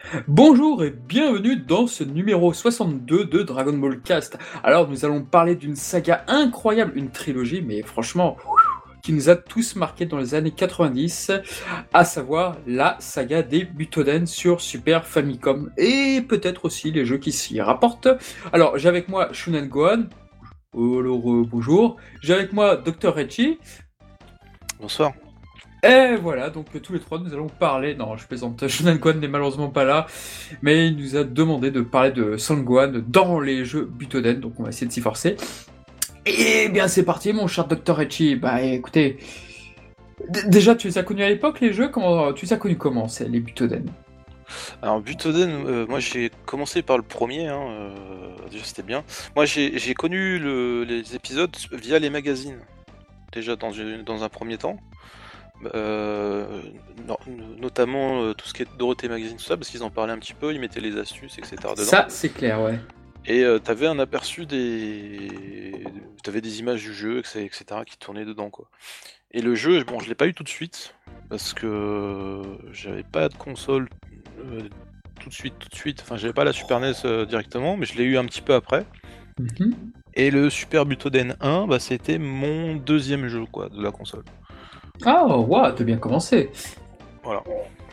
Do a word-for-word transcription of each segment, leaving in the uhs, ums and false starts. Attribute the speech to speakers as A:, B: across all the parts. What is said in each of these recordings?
A: Bonjour et bienvenue dans ce numéro soixante-deux de Dragon Ball Cast. Alors nous allons parler d'une saga incroyable, une trilogie, mais franchement, qui nous a tous marqués dans les années quatre-vingt-dix, à savoir la saga des Butoden sur Super Famicom, et peut-être aussi les jeux qui s'y rapportent. Alors j'ai avec moi Shunan Gohan, alors euh, bonjour, j'ai avec moi docteur Rechi,
B: Bonsoir.
A: et voilà, donc euh, tous les trois nous allons parler, non je plaisante, Shunan Gohan n'est malheureusement pas là, mais il nous a demandé de parler de Sangohan dans les jeux Butoden, donc on va essayer de s'y forcer. Et bien c'est parti mon cher docteur Rechi, bah écoutez, d- déjà tu les as connus à l'époque les jeux, comment tu les as connus comment, c'est les Butoden?
B: Alors Butoden, euh, moi j'ai commencé par le premier, hein, euh, déjà c'était bien. Moi j'ai j'ai connu le- les épisodes via les magazines, déjà dans, une- dans un premier temps. Euh, no- Notamment euh, tout ce qui est Dorothée Magazine, tout ça, parce qu'ils en parlaient un petit peu, ils mettaient les astuces, et cetera dedans.
A: Ça c'est clair, ouais.
B: Et euh, t'avais un aperçu des... T'avais des images du jeu, et cetera qui tournaient dedans, quoi. Et le jeu, bon, je l'ai pas eu tout de suite, parce que j'avais pas de console euh, tout de suite, tout de suite. Enfin, j'avais pas la Super N E S euh, directement, mais je l'ai eu un petit peu après.
A: Mhm.
B: Et le Super Butoden un, bah, c'était mon deuxième jeu, quoi, de la console.
A: Ah, waouh, t'as bien commencé.
B: Voilà.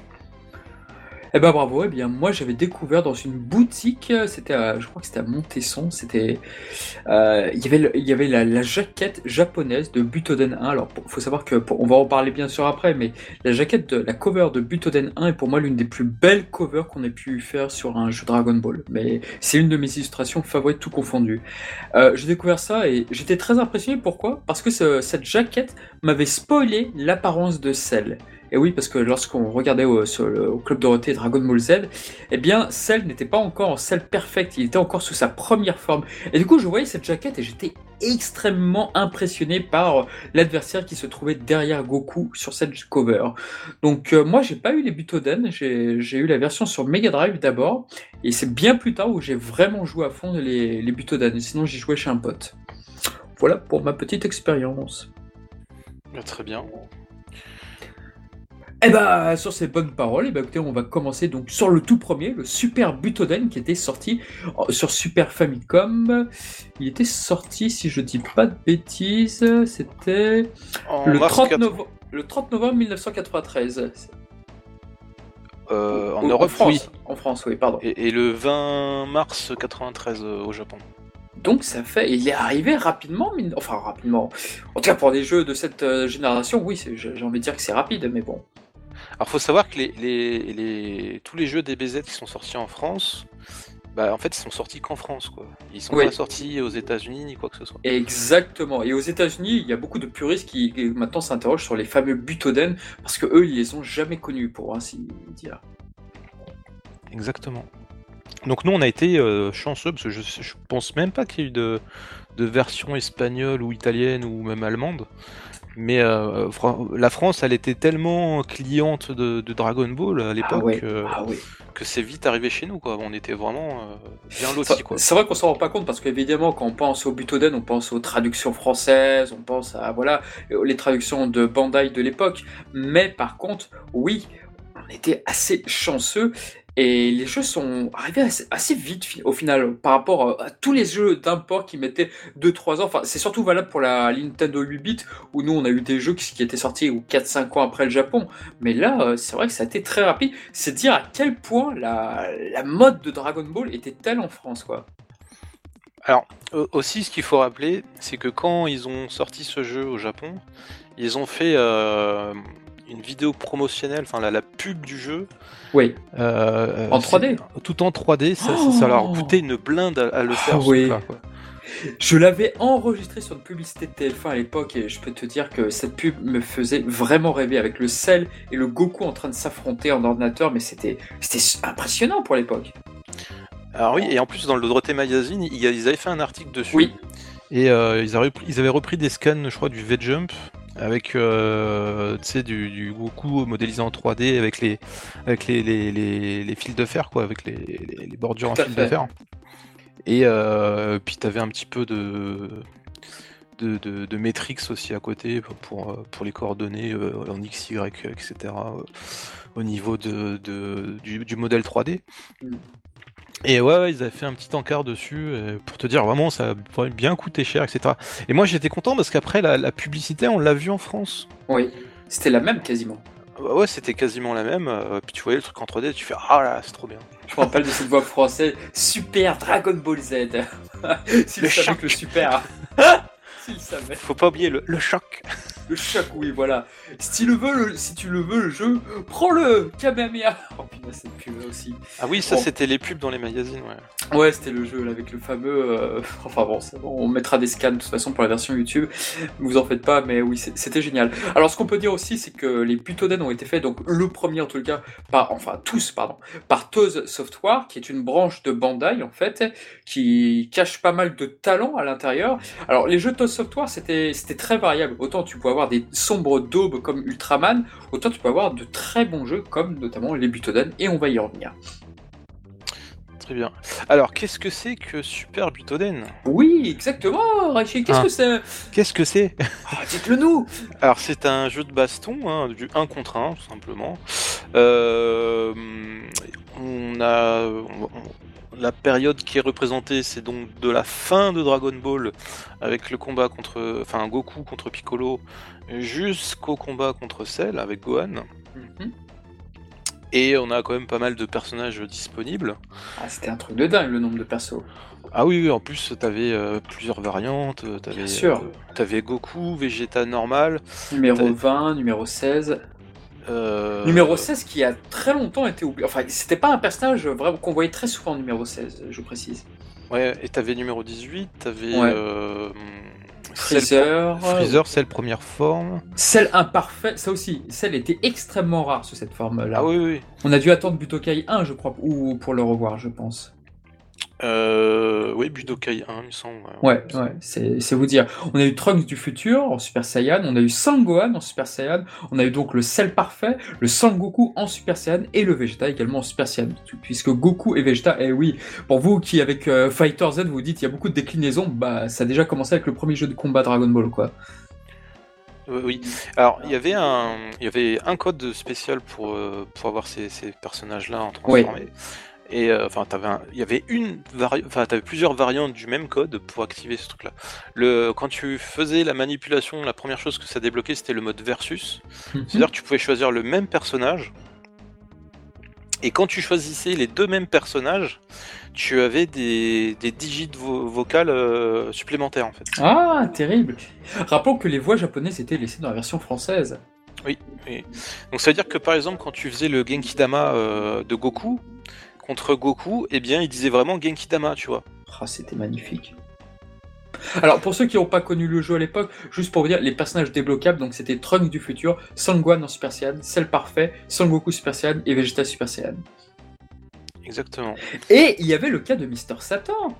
A: Eh ben bravo, eh bien moi j'avais découvert dans une boutique, c'était à- je crois que c'était à Montesson, c'était, euh, il y avait, le- il y avait la, la jaquette japonaise de Butoden un, alors il faut savoir que, pour- on va en parler bien sûr après, mais la jaquette de la cover de Butoden un est pour moi l'une des plus belles covers qu'on ait pu faire sur un jeu Dragon Ball, mais c'est une de mes illustrations favorites tout confondu. Euh, j'ai découvert ça et j'étais très impressionné, pourquoi? Parce que ce- cette jaquette m'avait spoilé l'apparence de Cell. Et oui, parce que lorsqu'on regardait au, sur le- au Club Dorothée Dragon Ball Z, eh bien, Cell n'était pas encore en Cell perfect, il était encore sous sa première forme. Et du coup, je voyais cette jaquette et j'étais extrêmement impressionné par l'adversaire qui se trouvait derrière Goku sur cette cover. Donc, euh, moi, j'ai pas eu les Butoden, j'ai j'ai eu la version sur Mega Drive d'abord, et c'est bien plus tard où j'ai vraiment joué à fond les, les Butoden, et sinon j'y jouais chez un pote. Voilà pour ma petite expérience.
B: Bah, très bien.
A: Et bah sur ces bonnes paroles, et bah écoutez, on va commencer donc sur le tout premier, le Super Butoden qui était sorti euh, sur Super Famicom. Il était sorti, si je dis pas de bêtises, c'était
B: En
A: le
B: mars
A: trente
B: quatre...
A: novembre, le trente novembre mille neuf cent quatre-vingt-treize.
B: euh, en
A: Au- En
B: Europe, oui.
A: France, en France, oui, pardon.
B: Et, et le vingt mars quatre-vingt-treize euh, au Japon.
A: Donc ça fait, il est arrivé rapidement, mine- enfin rapidement. En tout cas pour des jeux de cette euh, génération, oui, c'est- j'ai j'ai envie de dire que c'est rapide, mais bon.
B: Alors faut savoir que les, les, les- tous les jeux D B Z qui sont sortis en France, bah en fait ils sont sortis qu'en France, quoi. Ils sont
A: Oui.
B: pas sortis aux États-Unis ni quoi que ce soit.
A: Exactement. Et aux États-Unis, il y a beaucoup de puristes qui qui, maintenant s'interrogent sur les fameux Butoden parce que eux, ils les ont jamais connus, pour ainsi dire.
B: Exactement. Donc nous on a été euh, chanceux parce que je, je pense même pas qu'il y ait eu de, de version espagnole ou italienne ou même allemande. Mais euh, Fra- la France, elle était tellement cliente de, de Dragon Ball à
A: Ah
B: l'époque
A: ouais,
B: que,
A: ah ouais.
B: que c'est vite arrivé chez nous, quoi. On était vraiment euh, bien
A: Ça-
B: lotis, quoi.
A: C'est vrai qu'on s'en rend pas compte parce qu'évidemment, quand on pense au Butoden, on pense aux traductions françaises, on pense à voilà les traductions de Bandai de l'époque. Mais par contre, oui, on était assez chanceux et les jeux sont arrivés assez, assez vite fi- au final par rapport à, à tous les jeux d'import qui mettaient deux trois ans. Enfin, c'est surtout valable pour la Nintendo huit bits où nous on a eu des jeux qui, qui étaient sortis ou quatre cinq ans après le Japon. Mais là, euh, c'est vrai que ça a été très rapide. C'est dire à quel point la, la mode de Dragon Ball était telle en France, quoi.
B: Alors, au- aussi, ce qu'il faut rappeler, c'est que quand ils ont sorti ce jeu au Japon, ils ont fait euh, une vidéo promotionnelle, enfin la, la pub du jeu,
A: Oui,
B: euh,
A: en
B: c'est-
A: trois D.
B: tout en trois D, ça, ça, ça leur a
A: Oh
B: coûté une blinde à, à le
A: Ah
B: faire, ce
A: oui.
B: truc-là, quoi.
A: Je l'avais enregistré sur une publicité de T F un à l'époque et je peux te dire que cette pub me faisait vraiment rêver avec le Cell et le Goku en train de s'affronter en ordinateur, mais c'était c'était impressionnant pour l'époque.
B: Alors oui, et en plus dans le Dorothée Magazine, il y a- ils avaient fait un article dessus.
A: Oui,
B: Et euh, ils, avaient repris, ils avaient repris des scans, je crois, du V-Jump, avec euh, tu sais, du, du Goku modélisé en trois D, avec les, avec les, les, les, les fils de fer, quoi, avec les, les, les bordures en
A: tout à
B: fil de
A: fait.
B: fer. Et euh, puis t'avais un petit peu de, de, de, de Matrix aussi à côté pour, pour, pour les coordonnées euh, en X, Y, et cetera. au niveau de, de du, du modèle trois D.
A: Mm.
B: Et ouais, ouais, ils avaient fait un petit encart dessus euh, pour te dire vraiment ça pourrait bien coûter cher, et cetera. Et moi j'étais content parce qu'après la, la publicité, on l'a vu en France.
A: Oui, c'était la même quasiment.
B: Ouais, c'était quasiment la même. euh, puis tu voyais le truc en trois D, tu fais ah là, c'est trop bien.
A: Je me rappelle de cette voix française, Super Dragon Ball Z. S'il
B: Le
A: savait
B: choc.
A: que le super. S'il savait.
B: Faut pas oublier le, le choc.
A: Le choc, oui, voilà. Si tu le veux, le, si tu le veux, le jeu, prends-le, Kamehameha. Oh putain, cette pub aussi.
B: Ah oui, ça
A: Bon.
B: c'était les pubs dans les magazines, ouais.
A: Ouais, c'était le jeu là, avec le fameux. euh, Enfin bon, c'est bon, on mettra des scans de toute façon pour la version YouTube. Vous en faites pas, mais oui, c'est- c'était génial. Alors, ce qu'on peut dire aussi, c'est que les Butoden ont été faits, donc le premier en tout cas, par, enfin tous, pardon, par Toz Software, qui est une branche de Bandai en fait, qui cache pas mal de talent à l'intérieur. Alors, les jeux Toz Software, c'était c'était très variable. Autant tu peux avoir des sombres daubes comme Ultraman, autant tu peux avoir de très bons jeux comme notamment les Butoden, et on va y revenir.
B: Très bien. Alors, qu'est-ce que c'est que Super Butoden?
A: Oui, exactement, Rachid, qu'est-ce
B: Ah.
A: que c'est?
B: Qu'est-ce que c'est?
A: Ah, dites-le nous.
B: Alors, c'est un jeu de baston, hein, du un contre un, tout simplement. Euh, on a... on- La période qui est représentée, c'est donc de la fin de Dragon Ball, avec le combat contre... Enfin, Goku contre Piccolo, jusqu'au combat contre Cell, avec Gohan.
A: Mhm.
B: Et on a quand même pas mal de personnages disponibles.
A: Ah, c'était un truc de dingue le nombre de persos.
B: Ah oui, oui, en plus, t'avais euh, plusieurs variantes. T'avais,
A: Bien sûr.
B: euh, t'avais Goku, Vegeta normal.
A: Numéro
B: T'as-
A: vingt, numéro seize.
B: euh,
A: Numéro seize qui a très longtemps été oublié. Enfin, c'était pas un personnage vraiment qu'on voyait très souvent en numéro seize, je précise.
B: Ouais, et t'avais numéro dix-huit, t'avais...
A: Ouais.
B: Euh, Cell
A: Freezer.
B: pro- Freezer, c'est la première forme.
A: Celle imparfait, ça aussi. Celle était extrêmement rare sous cette forme-là.
B: Ah oui, oui.
A: On a dû attendre Butokai un, je crois, ou pour le revoir, je pense.
B: Euh, oui, Budokai un, il me semble. Ouais,
A: Ouais, ouais, c'est c'est vous dire. On a eu Trunks du futur en Super Saiyan, on a eu Sangohan en Super Saiyan, on a eu donc le Cell parfait, le Sangoku en Super Saiyan et le Vegeta également en Super Saiyan. Puisque Goku et Vegeta, eh oui, pour vous qui avec euh, Fighter Z vous dites il y a beaucoup de déclinaisons, bah ça a déjà commencé avec le premier jeu de combat Dragon Ball quoi.
B: Euh, oui. Alors, il y avait un, il y avait un code spécial pour, euh, pour avoir ces, ces personnages-là en transformé. Et euh, enfin, t'avais un- il y avait une vari... enfin, t'avais plusieurs variantes du même code pour activer ce truc-là. Le, quand tu faisais la manipulation, la première chose que ça débloquait, c'était le mode versus. C'est-à-dire que tu pouvais choisir le même personnage. Et quand tu choisissais les deux mêmes personnages, tu avais des, des digits vo- vocales euh, supplémentaires en fait.
A: Ah, terrible. Rappelons que les voix japonaises étaient laissées dans la version française.
B: Oui, oui. Donc ça veut dire que par exemple quand tu faisais le Genki-Dama euh, de Goku contre Goku, eh bien il disait vraiment Genki-Dama, tu vois.
A: Ah, c'était magnifique. Alors, pour ceux qui n'ont pas connu le jeu à l'époque, juste pour vous dire, les personnages débloquables, donc c'était Trunks du futur, Sangohan en Super Saiyan, Cell parfait, Sangoku Super Saiyan et Vegeta Super Saiyan.
B: Exactement.
A: Et il y avait le cas de Mister Satan.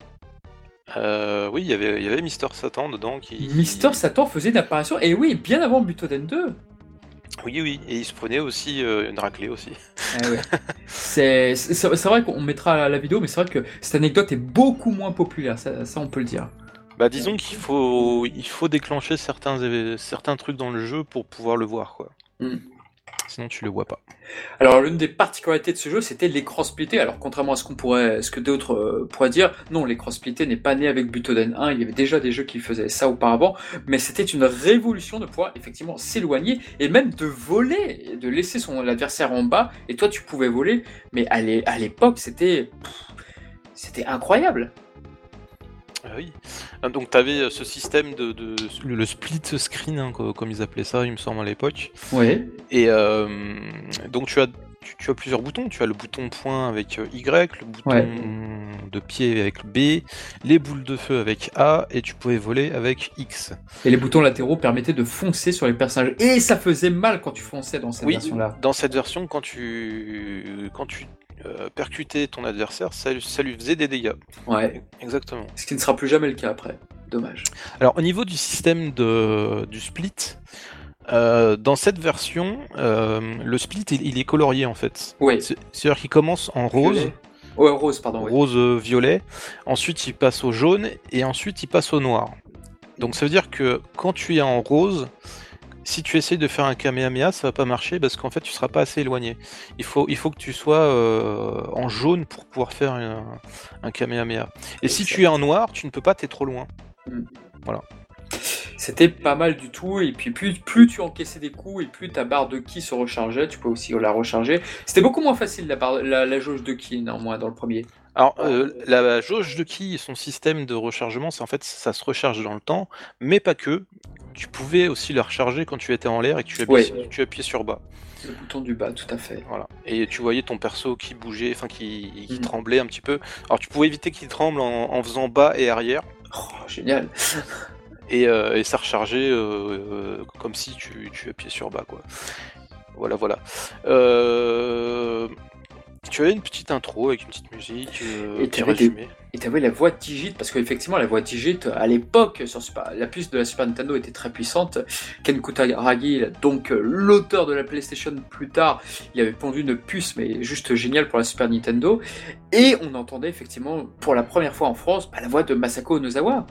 B: Euh, oui, il y avait, il y avait Mister Satan dedans qui.
A: Mister Satan faisait une apparition, et oui, bien avant Butoden deux.
B: Oui, oui, et il se prenait aussi euh, une raclée aussi.
A: Ah ouais. C'est c'est- c'est vrai qu'on mettra la, la vidéo, mais c'est vrai que cette anecdote est beaucoup moins populaire, ça, ça on peut le dire.
B: Bah disons qu'il faut, il faut déclencher certains, éve- certains trucs dans le jeu pour pouvoir le voir, quoi.
A: Mm.
B: Sinon tu le vois pas.
A: Alors l'une des particularités de ce jeu, c'était l'écran splitté. Alors contrairement à ce qu'on pourrait, ce que d'autres euh, pourraient dire, non, l'écran splitté n'est pas né avec Butoden un. Il y avait déjà des jeux qui faisaient ça auparavant, mais c'était une révolution de pouvoir effectivement s'éloigner et même de voler, et de laisser son adversaire en bas. Et toi, tu pouvais voler, mais à l'é- à l'époque, c'était, pff, c'était incroyable.
B: Ah oui. Ah, donc tu avais ce système de, de le, le split screen, hein, co- comme ils appelaient ça, il me semble à l'époque.
A: Oui.
B: Et euh, donc tu as, tu, tu as plusieurs boutons. Tu as le bouton point avec euh, Y, le bouton
A: Ouais.
B: de pied avec B, les boules de feu avec A, et tu pouvais voler avec X.
A: Et les boutons latéraux permettaient de foncer sur les personnages. Et ça faisait mal quand tu fonçais dans cette
B: Oui,
A: version-là.
B: dans cette version, quand tu, quand tu euh, percutais ton adversaire, ça, ça lui faisait des dégâts.
A: Ouais.
B: Exactement.
A: Ce qui ne sera plus jamais le cas après. Dommage.
B: Alors au niveau du système de, du split, euh, dans cette version, euh, le split il, il est colorié en fait.
A: Oui.
B: C'est- C'est-à-dire qu'il commence en rose,
A: Violet. Ouais, rose, pardon. Oui.
B: rose euh, violet, ensuite il passe au jaune et ensuite il passe au noir. Donc ça veut dire que quand tu es en rose, si tu essayes de faire un Kamehameha, ça va pas marcher parce qu'en fait tu seras pas assez éloigné. Il faut, il faut que tu sois euh, en jaune pour pouvoir faire un, un Kamehameha. Et si tu es en noir, tu ne peux pas, t'es trop loin.
A: Mm.
B: Voilà.
A: C'était pas mal du tout, et puis plus, plus tu encaissais des coups et plus ta barre de ki se rechargeait, tu peux aussi la recharger. C'était beaucoup moins facile la, barre, la, la jauge de ki, néanmoins, dans le premier.
B: Alors, euh, la jauge de ki et son système de rechargement, c'est en fait, ça se recharge dans le temps, mais pas que. Tu pouvais aussi la recharger quand tu étais en l'air et que tu appuyais,
A: Ouais.
B: tu appuyais sur bas.
A: Le bouton du bas, tout à fait.
B: Voilà. Et tu voyais ton perso qui bougeait, enfin qui, qui
A: Mhm.
B: tremblait un petit peu. Alors tu pouvais éviter qu'il tremble en, en faisant bas et arrière.
A: Oh, génial.
B: Et, euh, et ça rechargeait euh, euh, comme si tu, tu appuyais sur bas, quoi. Voilà, voilà. Euh... Tu avais une petite intro avec une petite musique, euh,
A: Et
B: un petit
A: t'avais des-
B: résumé.
A: Et t'avais la voix digit, parce qu'effectivement, la voix digit, à l'époque, sur Super- la puce de la Super Nintendo était très puissante. Ken Kutaragi, donc euh, l'auteur de la PlayStation plus tard, il avait pondu une puce, mais juste géniale pour la Super Nintendo. Et on entendait effectivement, pour la première fois en France, bah, la voix de Masako Onozawa.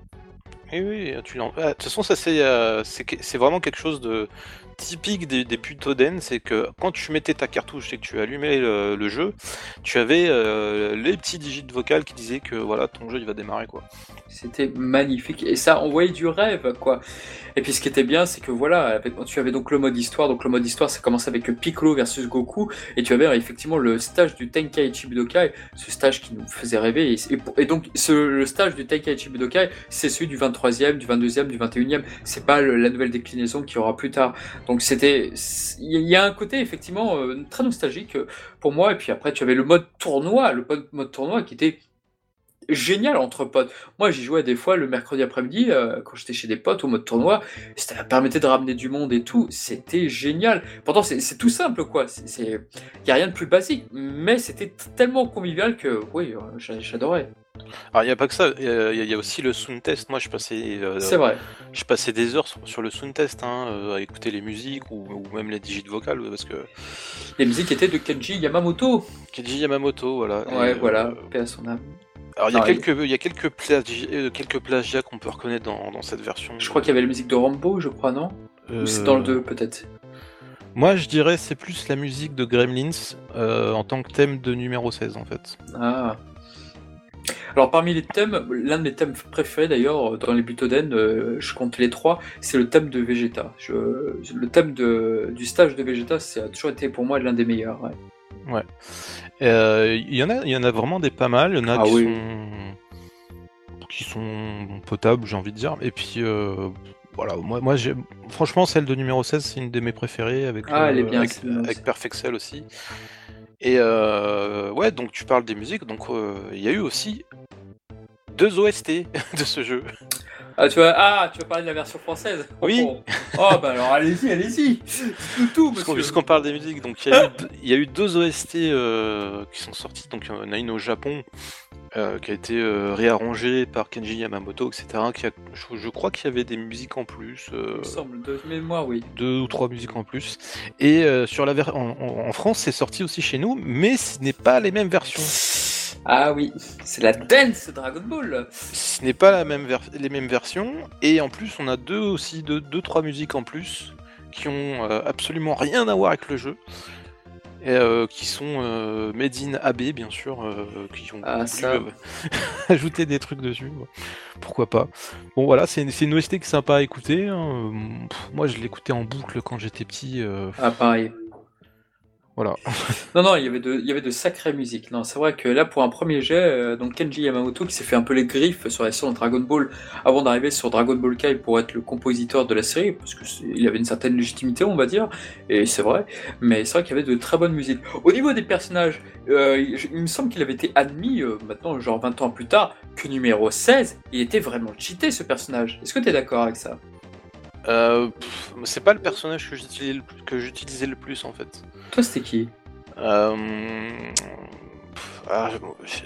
B: Et oui, tu l'en- ah, de toute façon, ça c'est euh, c'est que- c'est vraiment quelque chose de typique des, des Butoden, c'est que quand tu mettais ta cartouche et que tu allumais le, le jeu, tu avais euh, les petits digits vocales qui disaient que voilà, ton jeu il va démarrer, quoi.
A: C'était magnifique. Et ça envoyait du rêve, quoi. Et puis ce qui était bien, c'est que voilà, avec- tu avais donc le mode histoire. Donc le mode histoire, ça commençait avec Piccolo versus Goku. Et tu avais effectivement le stage du Tenkaichi Budokai, ce stage qui nous faisait rêver. Et, et, et donc ce, le stage du Tenkaichi Budokai, c'est celui du vingt-troisième, du vingt-deuxième, du vingt et unième. C'est pas le- la nouvelle déclinaison qu'il y aura plus tard. Donc c'était, il y a un côté effectivement euh, très nostalgique euh, pour moi. Et puis après, tu avais le mode tournoi, le mode, mode tournoi qui était génial entre potes. Moi, j'y jouais des fois le mercredi après-midi euh, quand j'étais chez des potes au mode tournoi. Ça permettait de ramener du monde et tout. C'était génial. Pourtant, c'est c'est tout simple, quoi. C'est, c'est... y a rien de plus basique, mais c'était t- tellement convivial que, oui, euh, j'a- j'adorais.
B: Alors il y a pas que ça, il y, a- il y a aussi le sound test. Moi, je passais, euh,
A: C'est vrai.
B: je passais des heures sur, sur le sound test, hein, euh, à écouter les musiques ou, ou même les digits vocales, parce que
A: Les musiques étaient de Kenji Yamamoto.
B: Keiji Yamamoto, voilà.
A: Ouais,
B: Et,
A: voilà.
B: euh,
A: Paix à son âme.
B: alors il y a
A: Non,
B: quelques, il y a quelques plagi- euh, quelques plagiats qu'on peut reconnaître dans, dans cette version.
A: Je crois qu'il y avait la musique de Rambo, je crois, non
B: Euh,
A: Ou c'est dans le deux, peut-être.
B: Moi, je dirais c'est plus la musique de Gremlins euh, en tant que thème de numéro seize, en fait.
A: Ah. Alors parmi les thèmes, l'un de mes thèmes préférés d'ailleurs dans les Butoden, euh, je compte les trois, c'est le thème de Vegeta. Je, le thème de, du stage de Vegeta, ça a toujours été pour moi l'un des meilleurs. Ouais.
B: Euh, Il y en a, il y en a vraiment des pas mal. Il y en a
A: Ah
B: qui
A: oui.
B: sont qui sont potables, j'ai envie de dire. Et puis euh, voilà, moi, moi j'ai franchement celle de numéro seize, c'est une de mes préférées avec
A: Ah,
B: le-
A: elle est bien,
B: avec,
A: celle-là
B: avec
A: aussi.
B: Perfect Cell aussi. Et euh, ouais, donc tu parles des musiques, donc euh, il y a eu aussi deux O S T de ce jeu.
A: Ah tu, vas, ah, tu vas parler de la version française.
B: Oui.
A: Oh, oh bah alors allez-y, allez-y. Tout, tout,
B: Puisqu'on
A: monsieur.
B: puisqu'on parle des musiques, donc il y, a eu deux- il y a eu deux O S T euh, qui sont sortis. Donc il y en a une au Japon euh, qui a été euh, réarrangée par Kenji Yamamoto, et cetera. Qui a, je, je crois qu'il y avait des musiques en plus, euh,
A: Il me semble, de mémoire, oui.
B: deux ou trois musiques en plus. Et euh, sur la ver- en, en- en France, c'est sorti aussi chez nous, mais ce n'est pas les mêmes versions.
A: Ah oui, c'est la dance Dragon Ball.
B: Ce n'est pas la même ver- les mêmes versions. Et en plus, on a deux aussi, deux, deux trois musiques en plus qui ont euh, absolument rien à voir avec le jeu. Et, euh, qui sont euh, made in A B, bien sûr, euh, qui ont
A: Ah,
B: voulu,
A: ça.
B: euh, ajouter des trucs dessus. Bon, pourquoi pas. Bon voilà, c'est une, c'est une O S T qui est sympa à écouter, hein. Pff, moi, je l'écoutais en boucle quand j'étais petit. euh,
A: Ah pareil.
B: Voilà.
A: Non, non, il y avait de, il y avait de sacrées musiques. Non, c'est vrai que là, pour un premier jet, euh, donc Kenji Yamamoto qui s'est fait un peu les griffes sur la série de Dragon Ball avant d'arriver sur Dragon Ball Kai pour être le compositeur de la série, parce que c'est- il avait une certaine légitimité, on va dire, et c'est vrai. Mais c'est vrai qu'il y avait de très bonnes musiques. Au niveau des personnages, euh, il, il me semble qu'il avait été admis, euh, maintenant, genre vingt ans plus tard, que numéro seize, il était vraiment cheaté ce personnage. Est-ce que tu es d'accord avec ça?
B: Euh, pff, c'est pas le personnage que j'utilisais le, plus- que j'utilisais le plus en fait.
A: Toi, c'était qui?
B: Euh, pff, ah, je-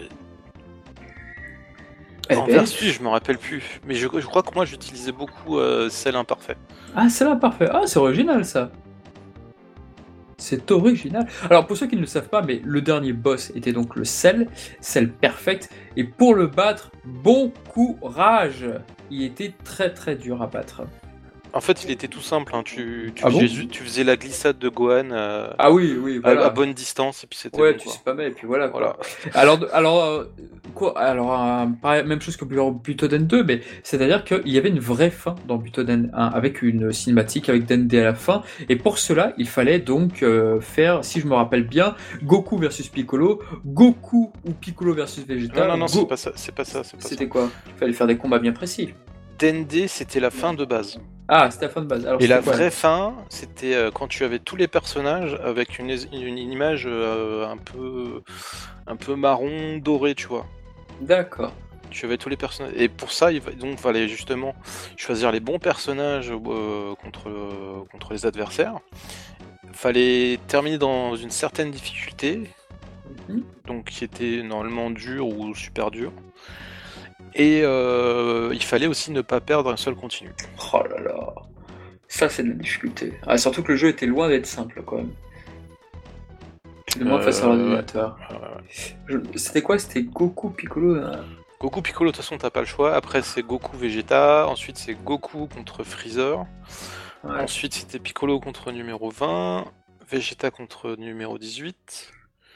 A: Eh
B: en
A: ben,
B: vertu, je me rappelle plus. Mais je, je crois que moi j'utilisais beaucoup euh, Cell Imparfait.
A: Ah, c'est là, parfait. Ah, c'est original ça. C'est original. Alors pour ceux qui ne le savent pas, mais le dernier boss était donc le Cell, Cell Perfect, et pour le battre, bon courage. Il était très très dur à battre.
B: En fait, il était tout simple. Hein. Tu, tu,
A: Ah bon?
B: faisais, tu faisais la glissade de Gohan euh,
A: Ah oui, oui,
B: à,
A: voilà.
B: à bonne distance et puis c'était
A: Ouais,
B: bon.
A: tu
B: Quoi.
A: spammais et puis voilà,
B: Voilà.
A: quoi. Alors, de- alors euh, quoi? Alors, euh, pareil, même chose que pour Butoden deux, mais c'est-à-dire qu'il y avait une vraie fin dans Butoden un avec une cinématique avec Dende à la fin. Et pour cela, il fallait donc euh, faire, si je me rappelle bien, Goku versus Piccolo, Goku ou Piccolo versus Vegeta.
B: Non, non, non,
A: Go-
B: c'est pas ça. C'est pas ça. C'est pas ça.
A: C'était quoi? Il fallait faire des combats bien précis.
B: Dende, c'était la fin de base.
A: Ah, c'était la fin de base. Alors,
B: Et la
A: c'était quoi,
B: vraie fin, c'était euh, quand tu avais tous les personnages avec une, une image euh, un peu un peu marron doré, tu vois.
A: D'accord.
B: Tu avais tous les personnages. Et pour ça, il va- donc fallait justement choisir les bons personnages euh, contre euh, contre les adversaires. Fallait terminer dans une certaine difficulté,
A: Mhm.
B: donc qui était normalement dur ou super dur. Et euh, il fallait aussi ne pas perdre un seul continu.
A: Oh là là. Ça, c'est de la difficulté. Ah, surtout que le jeu était loin d'être simple, quand même. Du moins face à
B: Euh,
A: l'ordinateur.
B: ouais, ouais, ouais.
A: Je- C'était quoi? C'était Goku, Piccolo hein
B: Goku Piccolo, de toute façon, t'as pas le choix. Après, c'est Goku Vegeta. Ensuite, c'est Goku contre Freezer.
A: Ouais.
B: Ensuite, c'était Piccolo contre numéro vingt. Vegeta contre numéro dix-huit.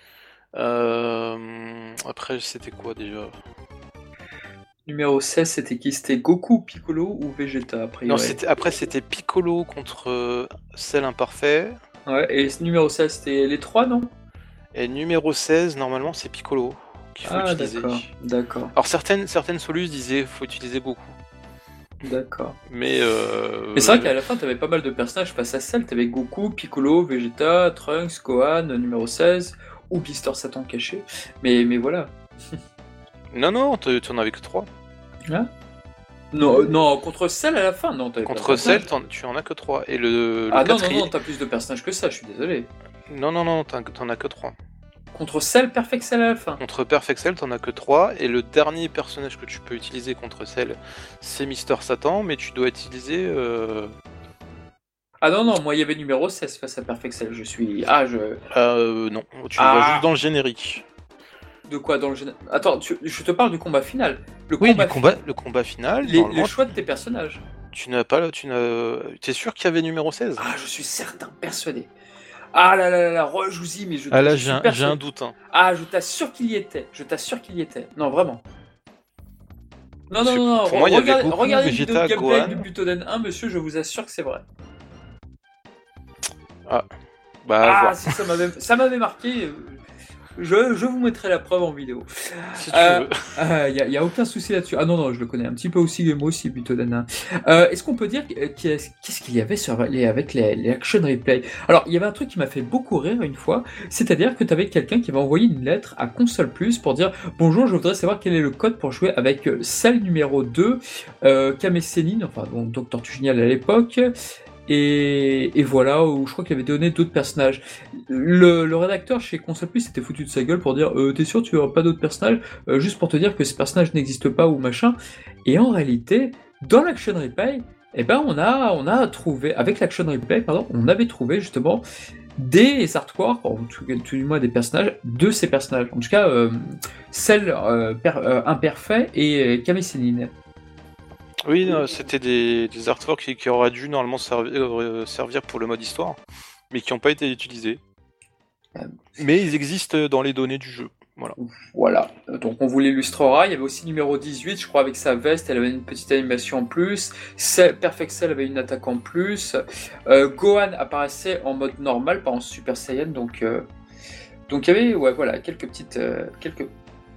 B: Euh, Après, c'était quoi déjà?
A: Numéro seize, c'était qui? C'était Goku, Piccolo ou Vegeta, a priori?
B: Non, c'était... après, c'était Piccolo contre euh, Cell Imparfait.
A: Ouais, et ce numéro seize, c'était les trois, non?
B: Et numéro seize, normalement, c'est Piccolo qu'il faut
A: Ah,
B: utiliser.
A: d'accord, d'accord,
B: Alors, certaines, certaines solus disaient faut utiliser beaucoup.
A: d'accord.
B: Mais, euh,
A: Mais c'est vrai qu'à la fin, t'avais pas mal de personnages face à celle. T'avais Goku, Piccolo, Vegeta, Trunks, Gohan, numéro seize, ou Blister Satan caché. Mais, mais voilà.
B: Non, non, tu en avais que trois.
A: Hein? Non, euh, non, contre celle à la fin, non. t'avais pas de
B: Contre Cell,
A: personnage.
B: t'en- tu en as que trois. Et le, le
A: Ah non, non,
B: quatrième...
A: non, t'as plus de personnages que ça, je suis désolé.
B: Non, non, non, t'en t'en as que trois.
A: Contre celle, Perfect Cell à la fin.
B: Contre Perfect Cell, t'en as que trois. Et le dernier personnage que tu peux utiliser contre Cell, c'est Mister Satan, mais tu dois utiliser... Euh...
A: Ah non, non, moi il y avait numéro seize face à Perfect Cell, je suis... Ah, je...
B: Euh, non, tu
A: Ah.
B: le vois juste dans le générique.
A: De quoi dans le général? Attends, tu- je te parle du combat final. Le
B: Oui,
A: combat
B: du combat, le combat final,
A: Les,
B: normalement,
A: les choix de tes personnages.
B: tu n'as pas... Tu n'as... T'es sûr qu'il y avait numéro seize?
A: Ah, je suis certain, persuadé. Ah là là là là, rejoue-y, mais je,
B: Ah là,
A: je
B: j'ai
A: suis
B: un,
A: persuadé.
B: j'ai un doute. Hein.
A: Ah, je t'assure qu'il y était. Je t'assure qu'il y était. Non, vraiment. Non, non,
B: Parce que
A: non, non.
B: pour moi, il y avait
A: regardez
B: Goku,
A: regardez une
B: Vegeta,
A: vidéo de gameplay
B: Gohan.
A: du Butoden un, monsieur, je vous assure que c'est vrai.
B: Bah, à
A: Ah,
B: voir.
A: si, ça m'avait ça m'avait marqué. euh, Je, je vous mettrai la preuve en vidéo.
B: Si tu
A: Euh,
B: veux.
A: Il n'y a, y a aucun souci là-dessus. Ah non, non, je le connais un petit peu aussi, moi aussi, Butoden un. Euh, Est-ce qu'on peut dire que- qu'est-ce qu'est-ce qu'il y avait sur les, avec les, les action replay? Alors, il y avait un truc qui m'a fait beaucoup rire une fois, c'est-à-dire que tu avais quelqu'un qui avait envoyé une lettre à Console Plus pour dire « Bonjour, je voudrais savoir quel est le code pour jouer avec euh, celle numéro deux, euh, Kame Sennin, enfin, donc Docteur Génial à l'époque, et, et voilà, où je crois qu'il avait donné d'autres personnages. Le, le rédacteur chez Console Plus s'était foutu de sa gueule pour dire euh, t'es sûr tu auras pas d'autres personnages, euh, juste pour te dire que ces personnages n'existent pas ou machin. Et en réalité, dans l'Action Replay, eh ben on a on a trouvé avec l'Action Replay, pardon, on avait trouvé justement des artworks, ou tout, tout du moins des personnages de ces personnages. En tout cas, euh, celle euh, per, euh, imparfait et Kame Sennin.
B: Oui, non, c'était des, des artworks qui, qui auraient dû normalement servir, euh, servir pour le mode histoire, mais qui n'ont pas été utilisés.
A: Euh,
B: Mais ils existent dans les données du jeu. Voilà.
A: Voilà, donc on vous l'illustrera. Il y avait aussi numéro dix-huit, je crois, avec sa veste, elle avait une petite animation en plus. Cell- Perfect Cell avait une attaque en plus. Euh, Gohan apparaissait en mode normal, pas en Super Saiyan, donc euh, donc il y avait ouais, voilà, quelques petites, euh, quelques,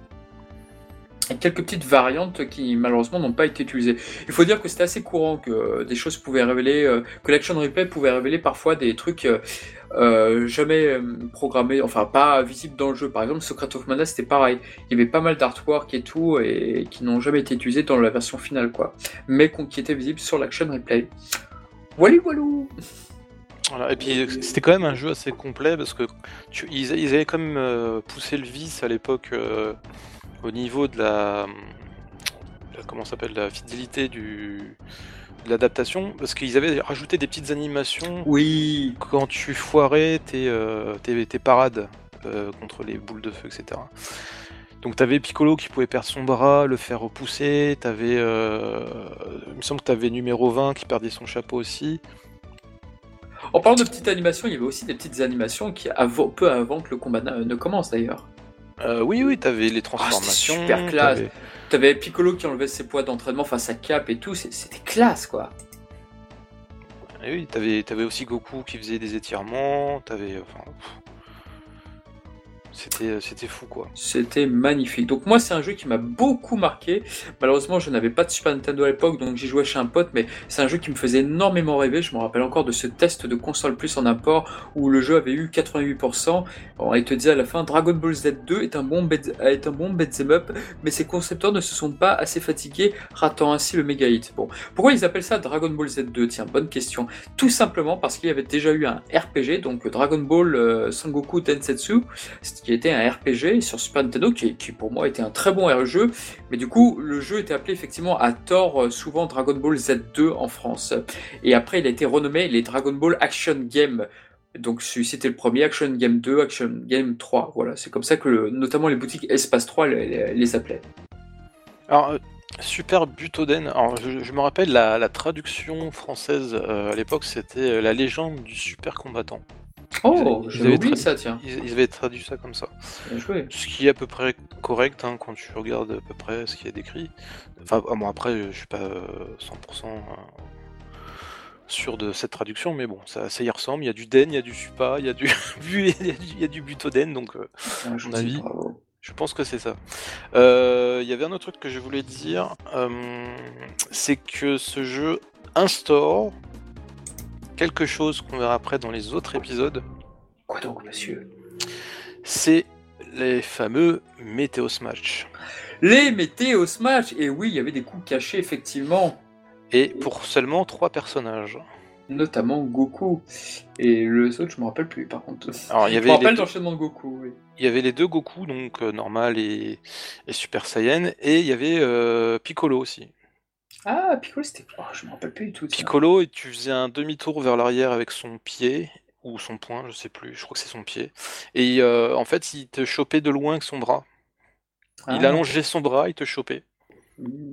A: quelques petites variantes qui malheureusement n'ont pas été utilisées. Il faut dire que c'était assez courant que euh, des choses pouvaient révéler, euh, que l'Action Replay pouvait révéler parfois des trucs euh, euh, jamais euh, programmés, enfin pas visibles dans le jeu. Par exemple, Secret of Mana c'était pareil. Il y avait pas mal d'artwork et tout, et qui n'ont jamais été utilisés dans la version finale, quoi. Mais qu'on- qui étaient visibles sur l'Action Replay. Walou walou.
B: Voilà. Et puis c'était quand même un jeu assez complet parce que tu, ils, ils avaient quand même euh, poussé le vice à l'époque euh, au niveau de la, la comment ça s'appelle, la fidélité du de l'adaptation, parce qu'ils avaient rajouté des petites animations
A: Oui.
B: quand tu foirais tes, euh, tes, tes parades euh, contre les boules de feu, et cetera. Donc t'avais Piccolo qui pouvait perdre son bras, le faire repousser, t'avais... Euh... Il me semble que t'avais numéro vingt qui perdait son chapeau aussi.
A: En parlant de petites animations, il y avait aussi des petites animations qui, avant, peu avant que le combat ne commence d'ailleurs.
B: Euh, oui, oui, t'avais les transformations.
A: Oh, super classe. T'avais... t'avais Piccolo qui enlevait ses poids d'entraînement, enfin sa cape et tout, c'était classe quoi.
B: Et oui, t'avais, t'avais aussi Goku qui faisait des étirements, t'avais... Enfin, C'était, c'était fou quoi.
A: C'était magnifique. Donc moi c'est un jeu qui m'a beaucoup marqué. Malheureusement je n'avais pas de Super Nintendo à l'époque donc j'y jouais chez un pote, mais c'est un jeu qui me faisait énormément rêver. Je me rappelle encore de ce test de console plus en import où le jeu avait eu quatre-vingt-huit pour cent. Bon, il te disait à la fin Dragon Ball Z deux est un bon beat, est un bon beat'em up, mais ses concepteurs ne se sont pas assez fatigués, ratant ainsi le méga hit. Bon, pourquoi ils appellent ça Dragon Ball Z deux? Tiens, bonne question. Tout simplement parce qu'il y avait déjà eu un R P G, donc Dragon Ball euh, Sangoku Densetsu, qui était un R P G sur Super Nintendo, qui, qui pour moi était un très bon jeu, mais du coup le jeu était appelé effectivement à tort souvent Dragon Ball Z deux en France, et après il a été renommé les Dragon Ball Action Game, donc celui-ci était le premier, Action Game deux, Action Game trois, voilà, c'est comme ça que le, notamment les boutiques Espace trois les, les, les appelaient.
B: Alors, euh, Super Butoden, alors je, je me rappelle la, la traduction française euh, à l'époque, c'était La légende du super combattant.
A: Oh, ils, ils j'avais oublié ça, tiens.
B: Ils, ils avaient traduit ça comme ça.
A: Bien joué.
B: Ce qui est à peu près correct hein, quand tu regardes à peu près ce qui est décrit. Enfin, bon, après, je suis pas cent pour cent sûr de cette traduction, mais bon, ça, ça y ressemble. Il y a du Den, il y a du Supa, il y a du, il y a du, il y a du Butoden, donc euh,
A: ah,
B: à mon avis,
A: bravo.
B: Je pense que c'est ça. Euh, Il y avait un autre truc que je voulais dire, euh, c'est que ce jeu instaure quelque chose qu'on verra après dans les autres épisodes.
A: Quoi donc, monsieur?
B: C'est les fameux Météo Smash.
A: Les Météo Smash. Et oui, il y avait des coups cachés, effectivement.
B: Et pour seulement trois personnages.
A: Notamment Goku. Et les autres, je me rappelle plus, par contre.
B: Alors, il y avait
A: je me rappelle
B: deux...
A: l'enchaînement de Goku, oui.
B: Il y avait les deux Goku, donc euh, normal et... et Super Saiyan. Et il y avait euh, Piccolo aussi.
A: Ah, Piccolo, c'était... Oh, je me rappelle plus du tout.
B: Piccolo, et tu faisais un demi-tour vers l'arrière avec son pied, ou son poing, je sais plus, je crois que c'est son pied. Et euh, en fait, il te chopait de loin avec son bras. Ah. Il allongeait son bras, il te chopait.
A: Mmh.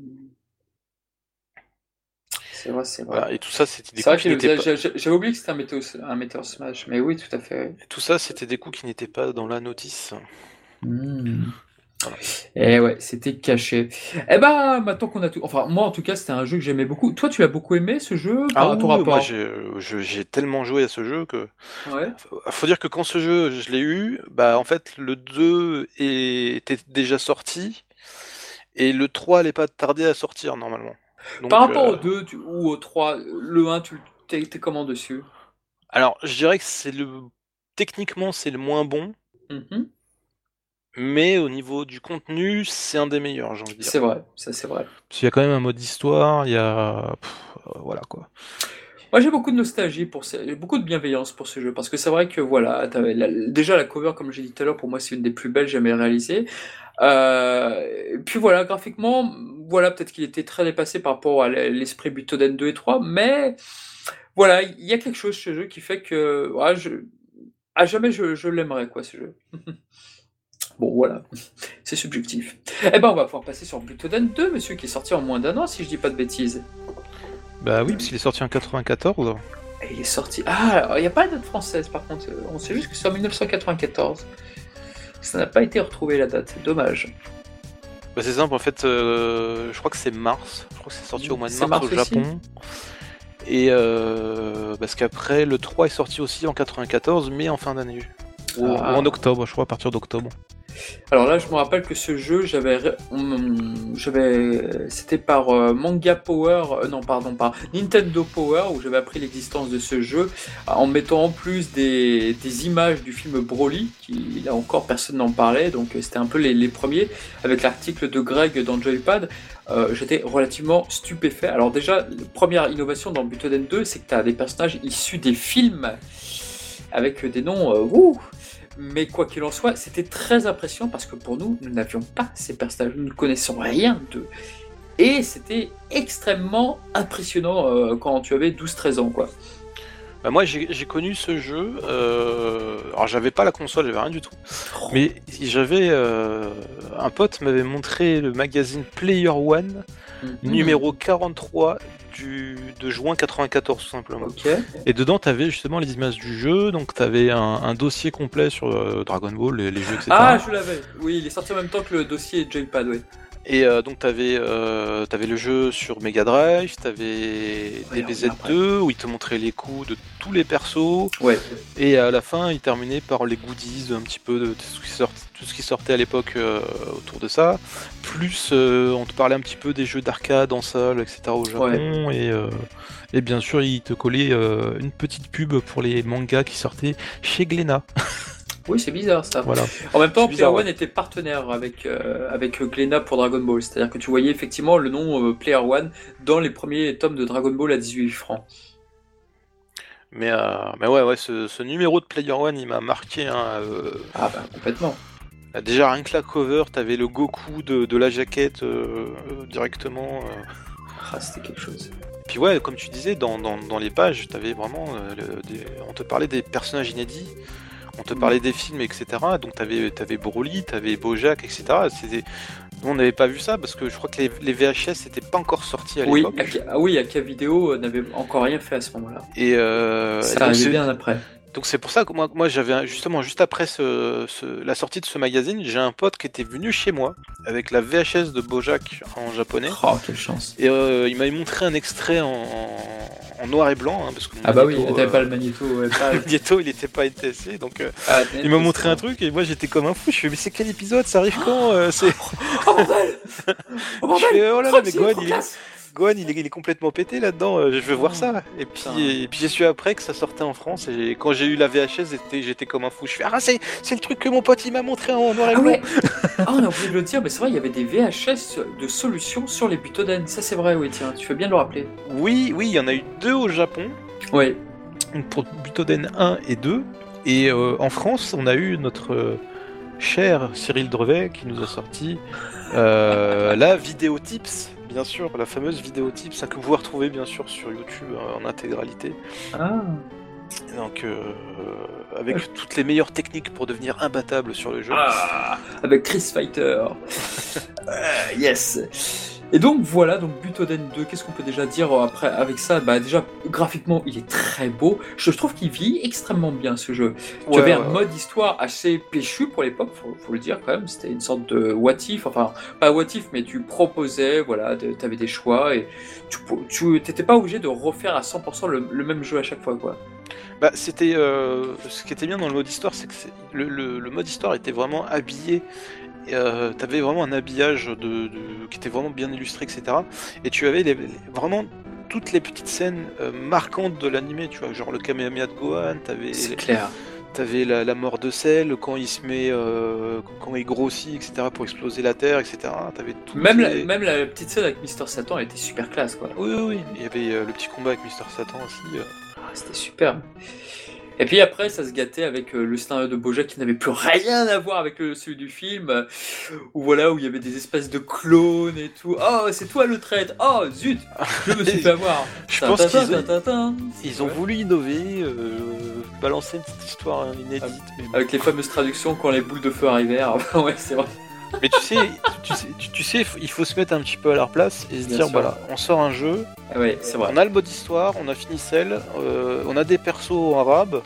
A: C'est vrai, c'est vrai.
B: Voilà, et tout ça, c'était des
A: c'est
B: coups qui n'étaient
A: pas...
B: pas...
A: J'avais oublié que c'était un Météo, un Météo Smash, mais oui, tout à fait.
B: Et tout ça, c'était des coups qui n'étaient pas dans la notice.
A: Mmh. Voilà. Et ouais, c'était caché. Eh ben, maintenant qu'on a tout... Enfin, moi, en tout cas, c'était un jeu que j'aimais beaucoup. Toi, tu l'as beaucoup aimé, ce jeu par
B: Ah
A: ton
B: oui,
A: rapport
B: moi, j'ai, j'ai tellement joué à ce jeu que...
A: Ouais.
B: Faut dire que quand ce jeu, je l'ai eu, bah, en fait, le deux était déjà sorti, et le trois allait pas tarder à sortir, normalement.
A: Donc, par rapport euh... au deux tu... ou au trois, le un, tu t'es, t'es comment dessus?
B: Alors, je dirais que c'est le... Techniquement, c'est le moins bon.
A: Mm-hmm.
B: Mais au niveau du contenu, c'est un des meilleurs, j'ai envie de dire.
A: C'est vrai, ça c'est vrai.
B: Parce qu'il y a quand même un mode histoire, il y a... Pff, euh, voilà quoi.
A: Moi j'ai beaucoup de nostalgie, pour ce... j'ai beaucoup de bienveillance pour ce jeu, parce que c'est vrai que voilà, la... déjà la cover, comme j'ai dit tout à l'heure, pour moi c'est une des plus belles jamais réalisées. Euh... Puis voilà, graphiquement, voilà, peut-être qu'il était très dépassé par rapport à l'esprit Butoden deux et trois, mais voilà, il y a quelque chose chez ce jeu qui fait que ouais, je... à jamais je, je l'aimerais quoi ce jeu. Bon, voilà, c'est subjectif. Eh ben, on va pouvoir passer sur Butoden deux, monsieur, qui est sorti en moins d'un an, si je dis pas de bêtises.
B: Bah oui, parce qu'il est sorti en quatre-vingt-quatorze.
A: Et il est sorti... Ah, il n'y a pas de date française, par contre. On sait juste que c'est en dix-neuf cent quatre-vingt-quatorze. Ça n'a pas été retrouvé, la date. Dommage.
B: Bah c'est simple, en fait, euh, je crois que c'est mars. Je crois que c'est sorti au mois de mars, mars au Japon. Aussi. Et euh, parce qu'après, le trois est sorti aussi en quatre-vingt-quatorze, mais en fin d'année. Ou, ah. ou en octobre, je crois, à partir d'octobre.
A: Alors là, je me rappelle que ce jeu, j'avais, j'avais, c'était par euh, Manga Power, euh, non pardon, par Nintendo Power, où j'avais appris l'existence de ce jeu, en mettant en plus des, des images du film Broly, qui là encore personne n'en parlait, donc c'était un peu les, les premiers, avec l'article de Greg dans Joypad. Euh, j'étais relativement stupéfait. Alors déjà, la première innovation dans Butoden deux, c'est que tu as des personnages issus des films, avec des noms, euh, wouh. Mais quoi qu'il en soit, c'était très impressionnant parce que pour nous, nous n'avions pas ces personnages, nous ne connaissons rien d'eux. Et c'était extrêmement impressionnant euh, quand tu avais douze treize ans, quoi.
B: Bah moi j'ai, j'ai connu ce jeu, euh... alors j'avais pas la console, j'avais rien du tout, mais j'avais euh... un pote m'avait montré le magazine Player One, mm-hmm. numéro quarante-trois du... de juin quatre-vingt-quatorze tout simplement.
A: Okay.
B: Et dedans t'avais justement les images du jeu, donc t'avais un, un dossier complet sur euh, Dragon Ball, les, les jeux, et cetera.
A: Ah je l'avais, oui il est sorti en même temps que le dossier Joypad, oui.
B: Et euh, donc t'avais euh, t'avais le jeu sur Mega Drive, t'avais D B Z deux où il te montrait les coups de tous les persos.
A: Ouais.
B: Et à la fin, il terminait par les goodies, un petit peu de tout ce qui sortait, tout ce qui sortait à l'époque euh, autour de ça. Plus euh, on te parlait un petit peu des jeux d'arcade en salle, et cetera au Japon. Ouais. Et, euh, et bien sûr, il te collait euh, une petite pub pour les mangas qui sortaient chez Glénat.
A: Oui, c'est bizarre ça.
B: Voilà.
A: En même temps,
B: bizarre,
A: Player One
B: ouais.
A: était partenaire avec, euh, avec Glénat pour Dragon Ball. C'est-à-dire que tu voyais effectivement le nom euh, Player One dans les premiers tomes de Dragon Ball à dix-huit francs.
B: Mais, euh, mais ouais, ouais ce, ce numéro de Player One, il m'a marqué. Hein, euh...
A: Ah bah complètement.
B: Déjà, rien que la cover, t'avais le Goku de, de la jaquette euh, directement. Euh...
A: Ah, c'était quelque chose.
B: Puis ouais, comme tu disais, dans, dans, dans les pages, t'avais vraiment... Euh, le, des... on te parlait des personnages inédits. On te parlait des films, et cetera. Donc t'avais, t'avais Broly, t'avais Bojack, et cetera. C'était... Nous, on n'avait pas vu ça parce que je crois que les, les V H S n'étaient pas encore sortis à
A: oui,
B: l'époque.
A: Ak- ah oui, Aka Vidéo n'avait encore rien fait à ce moment-là.
B: Et euh,
A: ça
B: et
A: arrivait
B: c'est...
A: bien après.
B: Donc c'est pour ça que moi, moi j'avais justement juste après ce, ce, la sortie de ce magazine, j'ai un pote qui était venu chez moi avec la V H S de Bojack en japonais.
A: Oh quelle chance.
B: Et euh, il m'avait montré un extrait en, en noir et blanc hein, parce que mon
A: ah bah
B: magnéto,
A: oui, t'avais
B: euh,
A: pas le magnéto. Ouais, pas...
B: le magnéto il était pas N T S C donc euh,
A: ah,
B: il m'a montré un truc et moi j'étais comme un fou. Je fais mais c'est quel épisode, ça arrive quand euh, c'est...
A: Oh bordel, oh, bordel
B: je fais oh là là mais
A: Gohan
B: Gohan il est... Gohan, il est, il est complètement pété là-dedans, euh, je veux voir ça. Et puis, et puis j'ai su après que ça sortait en France. Et quand j'ai eu la V H S, j'étais, j'étais comme un fou. Je fais ah c'est, c'est le truc que mon pote il m'a montré en noir et
A: ah
B: blanc.
A: Ouais. Ah on a oublié de le dire, mais c'est vrai il y avait des V H S de solutions sur les Butoden. Ça c'est vrai, oui tiens, tu fais bien de le rappeler.
B: Oui, oui, il y en a eu deux au Japon.
A: Oui.
B: Pour Butoden un et deux. Et euh, en France, on a eu notre euh, cher Cyril Drevet qui nous a sorti euh, la vidéo tips. Bien sûr, la fameuse vidéo tips hein, que vous pouvez retrouver bien sûr sur YouTube hein, en intégralité.
A: Ah.
B: Donc, euh, avec ouais. toutes les meilleures techniques pour devenir imbattable sur le jeu.
A: Ah, avec Chris Fighter. euh, yes. Et donc voilà, donc Butoden deux, qu'est-ce qu'on peut déjà dire après avec ça? Bah déjà graphiquement il est très beau. Je trouve qu'il vit extrêmement bien ce jeu. Ouais, tu avais ouais, un ouais. mode histoire assez péchu pour l'époque, faut, faut le dire quand même. C'était une sorte de what if, enfin pas what if, mais tu proposais, voilà, de, t'avais des choix et tu, tu t'étais pas obligé de refaire à cent pour cent le, le même jeu à chaque fois quoi.
B: Bah c'était euh, ce qui était bien dans le mode histoire, c'est que c'est, le, le, le mode histoire était vraiment habillé. Euh, t'avais vraiment un habillage de, de, qui était vraiment bien illustré, et cetera. Et tu avais les, les, vraiment toutes les petites scènes euh, marquantes de l'animé, tu vois, genre le Kamehameha de Gohan, t'avais,
A: c'est
B: les,
A: clair.
B: T'avais la, la mort de Cell quand il se met, euh, quand il grossit, et cetera, pour exploser la Terre, et cetera. T'avais tout.
A: Même,
B: les...
A: la, même la petite scène avec Mister Satan, elle était super classe, quoi.
B: Oui, oui, oui. Il y avait euh, le petit combat avec Mister Satan aussi. Euh...
A: Ah, c'était super. Et puis après, ça se gâtait avec euh, le scénario de Bojack qui n'avait plus rien à voir avec le, celui du film, euh, où voilà, où il y avait des espèces de clones et tout. Oh, c'est toi le traître. Oh, zut, je me suis fait avoir.
B: Je pense ta, ta, qu'ils ta, ta, ta, ta. Ils ont ouais. voulu innover, euh, balancer une petite histoire inédite.
A: Ah, mais... Avec les fameuses traductions quand les boules de feu arrivèrent. Ouais, c'est vrai.
B: Mais tu sais, tu sais, tu, tu sais, il faut se mettre un petit peu à leur place et se Bien dire, sûr. Voilà, on sort un jeu,
A: ah ouais, c'est vrai.
B: On a le mode histoire, on a fini Cell, euh, on a des persos arabes.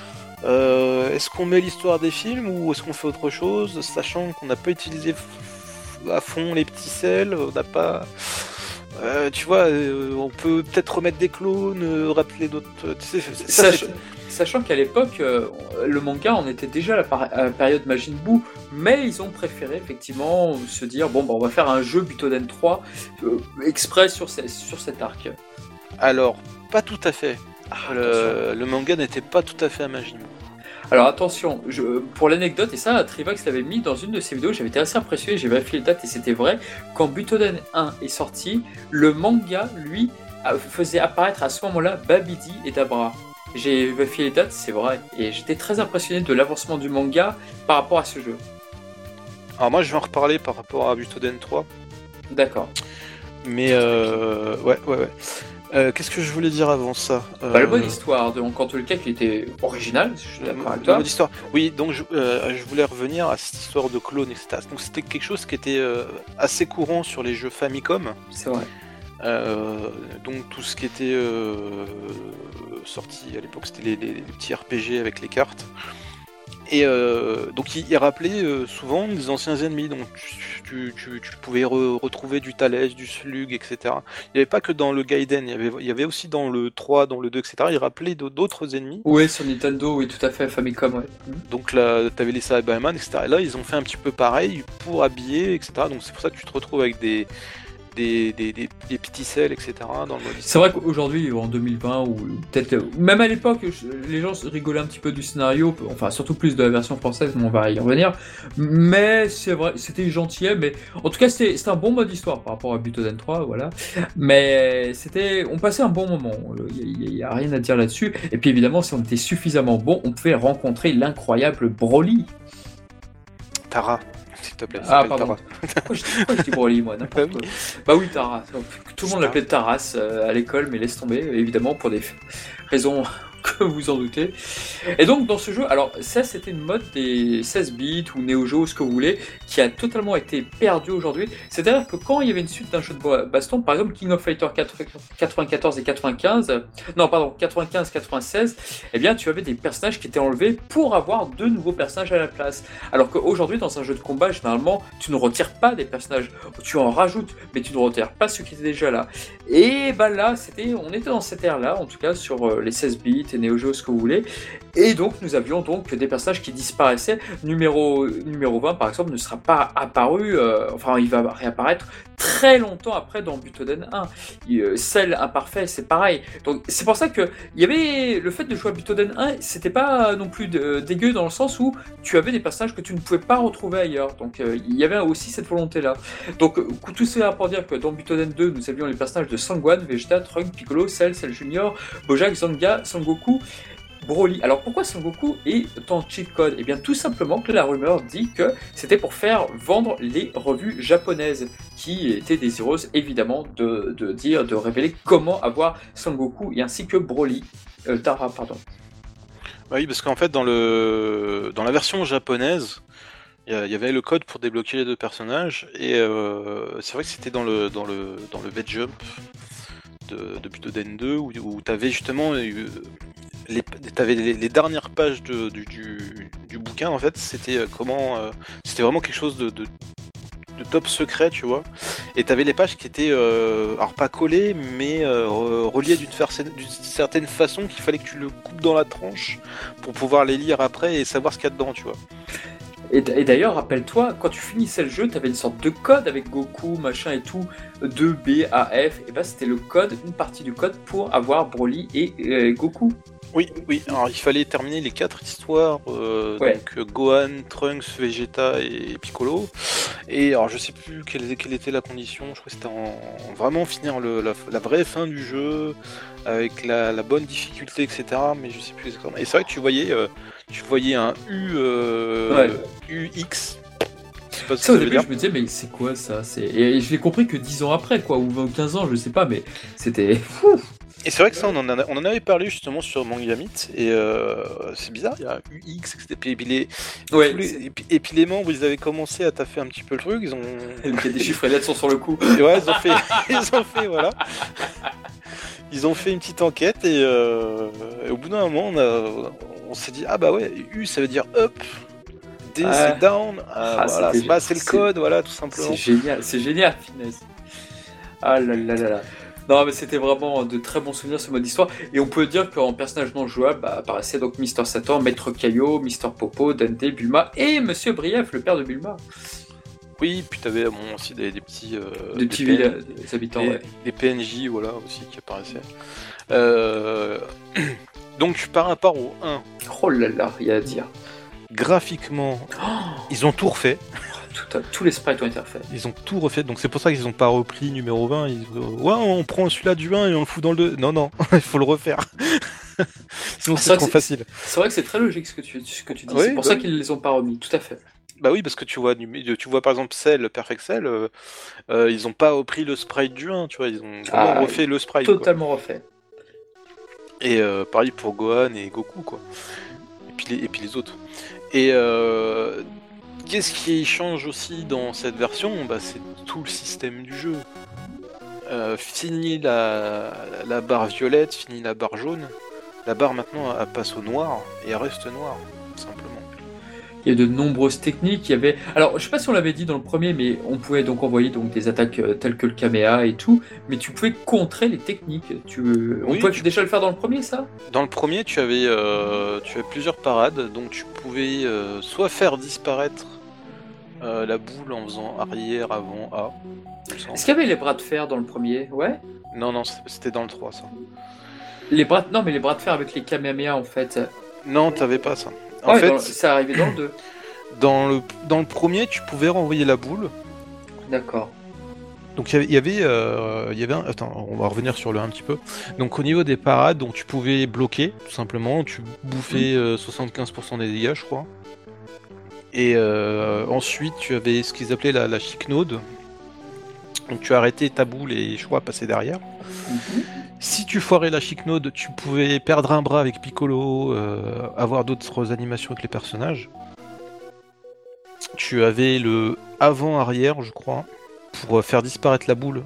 B: Euh, est-ce qu'on met l'histoire des films ou est-ce qu'on fait autre chose, sachant qu'on n'a pas utilisé f- à fond les petits Cell, on n'a pas... Euh, tu vois, euh, on peut peut-être remettre des clones, euh, rappeler d'autres... Tu sais, ça,
A: Sach- Sachant qu'à l'époque, euh, le manga, on était déjà à la, par- à la période Majin Buu, mais ils ont préféré effectivement se dire, bon, bah, on va faire un jeu Butoden trois euh, exprès sur, ce- sur cet arc.
B: Alors, pas tout à fait. Ah, le, le manga n'était pas tout à fait à Majin Buu.
A: Alors attention, je, pour l'anecdote, et ça, Trivax l'avait mis dans une de ses vidéos, j'avais été assez impressionné, j'ai vérifié les dates et c'était vrai, quand Butoden un est sorti, le manga, lui, faisait apparaître à ce moment-là Babidi et Dabra. J'ai vérifié les dates, c'est vrai, et j'étais très impressionné de l'avancement du manga par rapport à ce jeu.
B: Alors moi je vais en reparler par rapport à Butoden trois.
A: D'accord.
B: Mais euh, ouais, ouais, ouais. Euh, qu'est-ce que je voulais dire avant ça euh...
A: bah, la bonne histoire, donc en tout cas qui était originale, je suis d'accord avec toi.
B: La bonne histoire. Oui, donc je, euh, je voulais revenir à cette histoire de clone, et cetera. Donc c'était quelque chose qui était euh, assez courant sur les jeux Famicom.
A: C'est vrai.
B: Euh, donc tout ce qui était euh, sorti à l'époque, c'était les, les, les petits R P G avec les cartes. Et euh, donc il, il rappelait euh, souvent des anciens ennemis, donc tu, tu, tu pouvais re, retrouver du Thales, du Slug, et cetera. Il n'y avait pas que dans le Gaiden, il y avait, il y avait aussi dans le trois, dans le deux, et cetera. Il rappelait d'autres ennemis.
A: Oui, sur Nintendo, oui, tout à fait, Famicom, ouais.
B: Donc là, tu avais les Cyberman, et cetera. Et là, ils ont fait un petit peu pareil pour habiller, et cetera. Donc c'est pour ça que tu te retrouves avec des... Des, des, des, des petits selles, et cetera dans le mode.
A: C'est vrai qu'aujourd'hui, en deux mille vingt, ou peut-être même à l'époque, les gens rigolaient un petit peu du scénario, enfin surtout plus de la version française, mais on va y revenir. Mais c'est vrai, c'était gentil, mais en tout cas c'était un bon mode histoire par rapport à Butoden trois, voilà. Mais c'était, on passait un bon moment, il n'y a, a rien à dire là-dessus. Et puis évidemment, si on était suffisamment bon, on pouvait rencontrer l'incroyable Broly.
B: Tara. S'il te plaît,
A: ah, pardon. Pourquoi je, pourquoi je dis Broly, moi, n'importe quoi. Bah oui, Taras. Tout le monde l'appelait Taras euh, à l'école, mais laisse tomber, évidemment, pour des raisons que vous en doutez. Et donc, dans ce jeu, alors, ça, c'était une mode des seize bits ou Neo Geo, ce que vous voulez, qui a totalement été perdue aujourd'hui. C'est-à-dire que quand il y avait une suite d'un jeu de baston, par exemple, King of Fighter quatre-vingt-quatorze et quatre-vingt-quinze, non, pardon, quatre-vingt-quinze quatre-vingt-seize, eh bien, tu avais des personnages qui étaient enlevés pour avoir deux nouveaux personnages à la place. Alors qu'aujourd'hui, dans un jeu de combat, généralement, tu ne retires pas des personnages, tu en rajoutes, mais tu ne retires pas ceux qui étaient déjà là. Et bah là, c'était, on était dans cette ère-là, en tout cas, sur les seize bits, et Neo Geo, ce que vous voulez, et donc nous avions donc des personnages qui disparaissaient. Numéro, numéro vingt par exemple ne sera pas apparu, euh, enfin il va réapparaître très longtemps après dans Butoden un. Euh, Cell imparfait, c'est pareil. Donc c'est pour ça que il y avait le fait de jouer à Butoden un, c'était pas non plus de, dégueu dans le sens où tu avais des personnages que tu ne pouvais pas retrouver ailleurs. Donc euh, il y avait aussi cette volonté-là. Donc tout cela pour dire que dans Butoden deux, nous avions les personnages de Sangwan, Vegeta, Trunks, Piccolo, Cell, Cell Junior, Bojack, Zanga, Sangoku, Broly. Alors pourquoi Sangoku est en cheat code ? Eh bien tout simplement que la rumeur dit que c'était pour faire vendre les revues japonaises qui étaient désireuses évidemment de, de dire, de révéler comment avoir Sangoku et ainsi que Broly. Euh, Tara, pardon.
B: Oui, parce qu'en fait dans, le... dans la version japonaise, il y avait le code pour débloquer les deux personnages et euh, c'est vrai que c'était dans le, dans le, dans le V-Jump de, de Butoden deux où, où tu avais justement eu, les, t'avais les, les dernières pages de, du, du, du bouquin en fait, c'était euh, comment euh, c'était vraiment quelque chose de, de, de top secret, tu vois. Et t'avais les pages qui étaient euh, alors pas collées mais euh, reliées d'une, d'une certaine façon qu'il fallait que tu le coupes dans la tranche pour pouvoir les lire après et savoir ce qu'il y a dedans, tu vois.
A: Et d'ailleurs, rappelle-toi, quand tu finissais le jeu, tu avais une sorte de code avec Goku, machin et tout, deux B, A, F, et ben c'était le code, une partie du code pour avoir Broly et euh, Goku.
B: Oui, oui, alors il fallait terminer les quatre histoires, euh,
A: ouais.
B: donc Gohan, Trunks, Vegeta et Piccolo. Et alors je sais plus quelle, quelle était la condition, je crois que c'était en, en vraiment finir le, la, la vraie fin du jeu, avec la, la bonne difficulté, et cetera. Mais je sais plus exactement. Et c'est vrai que tu voyais, euh, tu voyais un U, euh, ouais. U X.
A: Ça, ça au début, dire. Je me disais, mais c'est quoi ça c'est... Et je l'ai compris que dix ans après, quoi, ou vingt ou quinze ans, je sais pas, mais c'était fou.
B: Et c'est vrai que ça, on en, a, on en avait parlé justement sur Mangamit, et euh, c'est bizarre, il y a U X, et puis, les,
A: ouais,
B: les, et, puis, et puis les membres, ils avaient commencé à taffer un petit peu le truc, ils ont...
A: Il y a des chiffres et lettres sont sur le coup.
B: Et ouais, ils ont fait, ils ont fait, voilà. Ils ont fait une petite enquête, et, euh, et au bout d'un moment, on, a, on s'est dit, ah bah ouais, U, ça veut dire up. D, ah, c'est down, ah, ah, voilà, c'est, bah, c'est le code, voilà, tout simplement.
A: C'est génial, c'est génial, finesse. Ah là là là là. Non, mais c'était vraiment de très bons souvenirs ce mode d'histoire. Et on peut dire qu'en personnage non jouable bah, apparaissait donc Mister Satan, Maître Kaio, Mister Popo, Dante, Bulma et Monsieur Brief, le père de Bulma.
B: Oui, puis t'avais bon, aussi des, des petits... Euh,
A: des, des petits villes, des habitants,
B: des,
A: ouais.
B: Des P N J, voilà, aussi, qui apparaissaient. Euh... Donc, par rapport au un...
A: Oh là là, il y a à dire.
B: Graphiquement, oh ils ont tout refait.
A: Tout, tous les sprites ont été refaits.
B: Ils ont tout refait, donc c'est pour ça qu'ils n'ont pas repris numéro vingt. Ils... Ouais, on prend celui-là du un et on le fout dans le deux. Non, non, il faut le refaire. Sinon, c'est, c'est trop
A: c'est,
B: facile.
A: C'est vrai que c'est très logique ce que tu, ce que tu dis.
B: Oui,
A: c'est pour
B: bah
A: ça
B: oui.
A: qu'ils ne les ont pas remis, tout à fait.
B: Bah oui, parce que tu vois, du- tu vois par exemple Cell, Perfect Cell, euh, euh, ils ont pas repris le sprite du un, tu vois, ils ont vraiment
A: Ah,
B: refait le sprite, quoi.
A: totalement refait.
B: Et euh, pareil pour Gohan et Goku, quoi. Et puis les, et puis les autres. Et euh, qu'est-ce qui change aussi dans cette version? Bah, c'est tout le système du jeu. Euh, fini la, la barre violette, fini la barre jaune. La barre maintenant elle passe au noir et elle reste noire, tout simplement.
A: Il y a de nombreuses techniques. Il y avait, alors je sais pas si on l'avait dit dans le premier, mais on pouvait donc envoyer donc des attaques euh, telles que le Kamea et tout, mais tu pouvais contrer les techniques. Tu, on
B: Oui,
A: pouvait
B: tu-
A: déjà le faire dans le premier, ça?
B: Dans le premier, tu avais, euh, tu avais plusieurs parades, donc tu pouvais euh, soit faire disparaître euh, la boule en faisant arrière, avant, A, il me semble.
A: Est-ce qu'il y avait les bras de fer dans le premier? Ouais.
B: Non, non, c'était dans le trois, ça.
A: Les bras, non, mais les bras de fer avec les Kamehameha en fait.
B: Non, t'avais pas ça. En
A: Ouais,
B: fait,
A: dans le- ça arrivait dans le deux.
B: dans le, dans le premier, tu pouvais renvoyer la boule.
A: D'accord.
B: Donc il y avait, il y avait, euh, il y avait un... Attends, on va revenir sur le un petit peu. Donc au niveau des parades, donc tu pouvais bloquer, tout simplement. Tu bouffais euh, soixante-quinze pour cent des dégâts, je crois. Et euh, ensuite, tu avais ce qu'ils appelaient la, la chic-node. Donc tu arrêtais ta boule et je crois passer derrière.
A: Mhm.
B: Si tu foirais la chic-node, tu pouvais perdre un bras avec Piccolo, euh, avoir d'autres animations avec les personnages. Tu avais le avant-arrière, je crois, pour faire disparaître la boule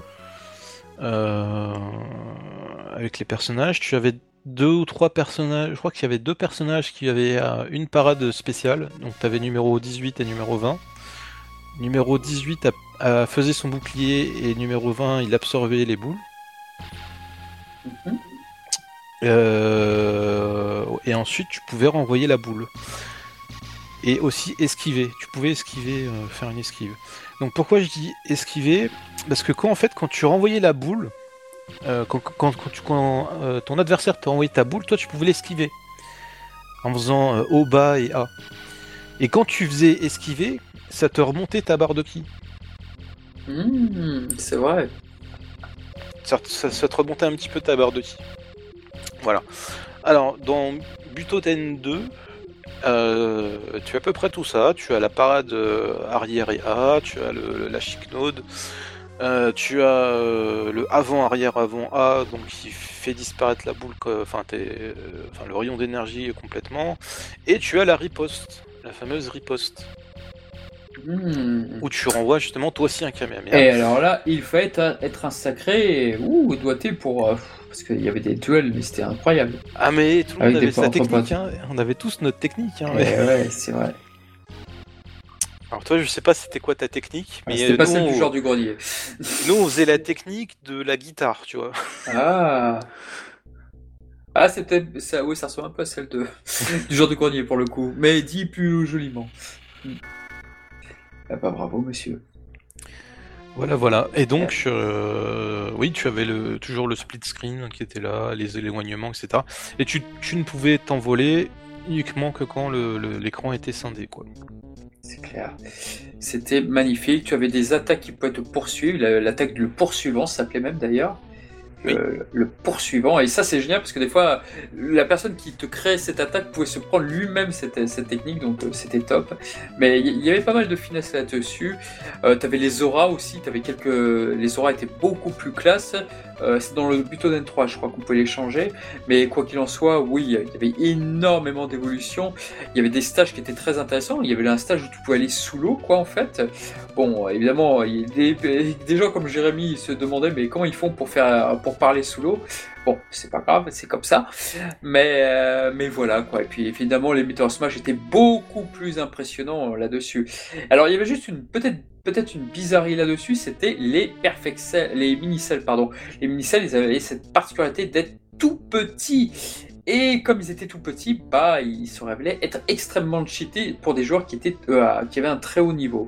B: euh, avec les personnages. Tu avais deux ou trois personnages, je crois qu'il y avait deux personnages qui avaient euh, une parade spéciale. Donc tu avais numéro dix-huit et numéro vingt. Numéro dix-huit a, a faisait son bouclier et numéro vingt il absorbait les boules.
A: Mhm.
B: Euh, et ensuite tu pouvais renvoyer la boule. Et aussi esquiver. Tu pouvais esquiver, euh, faire une esquive. Donc pourquoi je dis esquiver? Parce que quand en fait quand tu renvoyais la boule, euh, quand, quand, quand, tu, quand euh, ton adversaire t'a envoyé ta boule, toi tu pouvais l'esquiver en faisant euh, haut, bas et A. Et quand tu faisais esquiver, ça te remontait ta barre de ki.
A: Mmh, c'est vrai.
B: Ça, ça, ça te remontait un petit peu ta barre de ki. Voilà. Alors dans Butoden deux, Euh, tu as à peu près tout ça. Tu as la parade euh, arrière et A, tu as le, la chic-node, euh, tu as euh, le avant-arrière-avant A, donc qui fait disparaître la boule, enfin euh, le rayon d'énergie complètement, et tu as la riposte, la fameuse riposte,
A: Mmh.
B: où tu renvoies justement toi aussi un Kamehameha.
A: Et alors là, il faut être, être un sacré ouh, doigté pour... euh, parce qu'il y avait des duels, mais c'était incroyable.
B: Ah mais tout le monde
A: Avec des
B: avait sa
A: points
B: technique,
A: combattus.
B: hein. On avait tous notre technique. Hein,
A: Et
B: mais-
A: ouais, c'est vrai.
B: Alors toi je sais pas c'était quoi ta technique,
A: Ah,
B: mais
A: c'était
B: euh,
A: pas
B: nous,
A: celle du
B: on...
A: genre du grenier.
B: nous on faisait la technique de la guitare, tu vois.
A: Ah. Ah, c'est peut-être... Ça, oui, ça ressemble un peu à celle de... du genre du grenier pour le coup. Mais dit plus joliment. Hmm. Ah bah bravo, monsieur.
B: Voilà, voilà. Et donc, euh, oui, tu avais le, toujours le split screen qui était là, les éloignements, et cetera. Et tu, tu ne pouvais t'envoler uniquement que quand le, le- l'écran était scindé, quoi.
A: C'est clair. C'était magnifique. Tu avais des attaques qui pouvaient te poursuivre. La- L'attaque du poursuivant ça s'appelait même d'ailleurs.
B: Oui.
A: Euh, le poursuivant. Et ça, c'est génial parce que des fois, la personne qui te crée cette attaque pouvait se prendre lui-même cette, cette technique. Donc, euh, c'était top. Mais il y, y avait pas mal de finesse là-dessus. Euh, tu avais les auras aussi. T'avais quelques... Les auras étaient beaucoup plus classe. Euh, c'est dans le Butoden trois, je crois qu'on peut les changer. Mais quoi qu'il en soit, oui, il y avait énormément d'évolutions. Il y avait des stages qui étaient très intéressants. Il y avait un stage où tu pouvais aller sous l'eau, quoi, en fait. Bon, évidemment, il y a des, des gens comme Jérémy ils se demandaient mais comment ils font pour faire pour parler sous l'eau. Bon, c'est pas grave, c'est comme ça. Mais euh, mais voilà quoi. Et puis évidemment, les Meteor Smash étaient beaucoup plus impressionnants euh, là-dessus. Alors il y avait juste une peut-être peut-être une bizarrerie là-dessus, c'était les perfect cells, les mini cells pardon. Les mini cells, ils avaient cette particularité d'être tout petits. Et comme ils étaient tout petits, bah ils se révélaient être extrêmement cheatés pour des joueurs qui étaient euh, qui avaient un très haut niveau.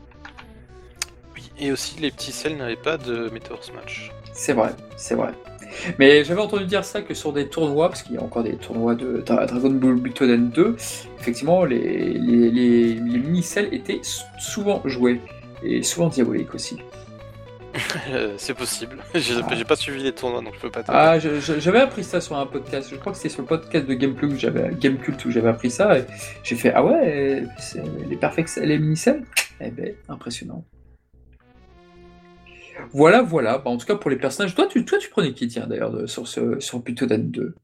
B: Oui, et aussi les petits cells n'avaient pas de Meteor Smash.
A: C'est vrai, c'est vrai. Mais j'avais entendu dire ça que sur des tournois, parce qu'il y a encore des tournois de Dra- Dragon Ball Butoden deux, effectivement, les, les, les, les mini-cells étaient s- souvent joués, et souvent diaboliques aussi.
B: Euh, c'est possible. J'ai
A: Ah.
B: j'ai pas suivi les tournois, donc je peux pas t'aider.
A: Ah, je- je- j'avais appris ça sur un podcast. Je crois que c'était sur le podcast de Gamecult où j'avais Gamecult où j'avais appris ça. Et j'ai fait ah ouais, c'est- les perfect, les mini-celles. Eh ben, impressionnant. Voilà, voilà. Bah, en tout cas pour les personnages. Toi, tu, toi, tu prenais qui tiens d'ailleurs de- sur ce sur Butoden deux?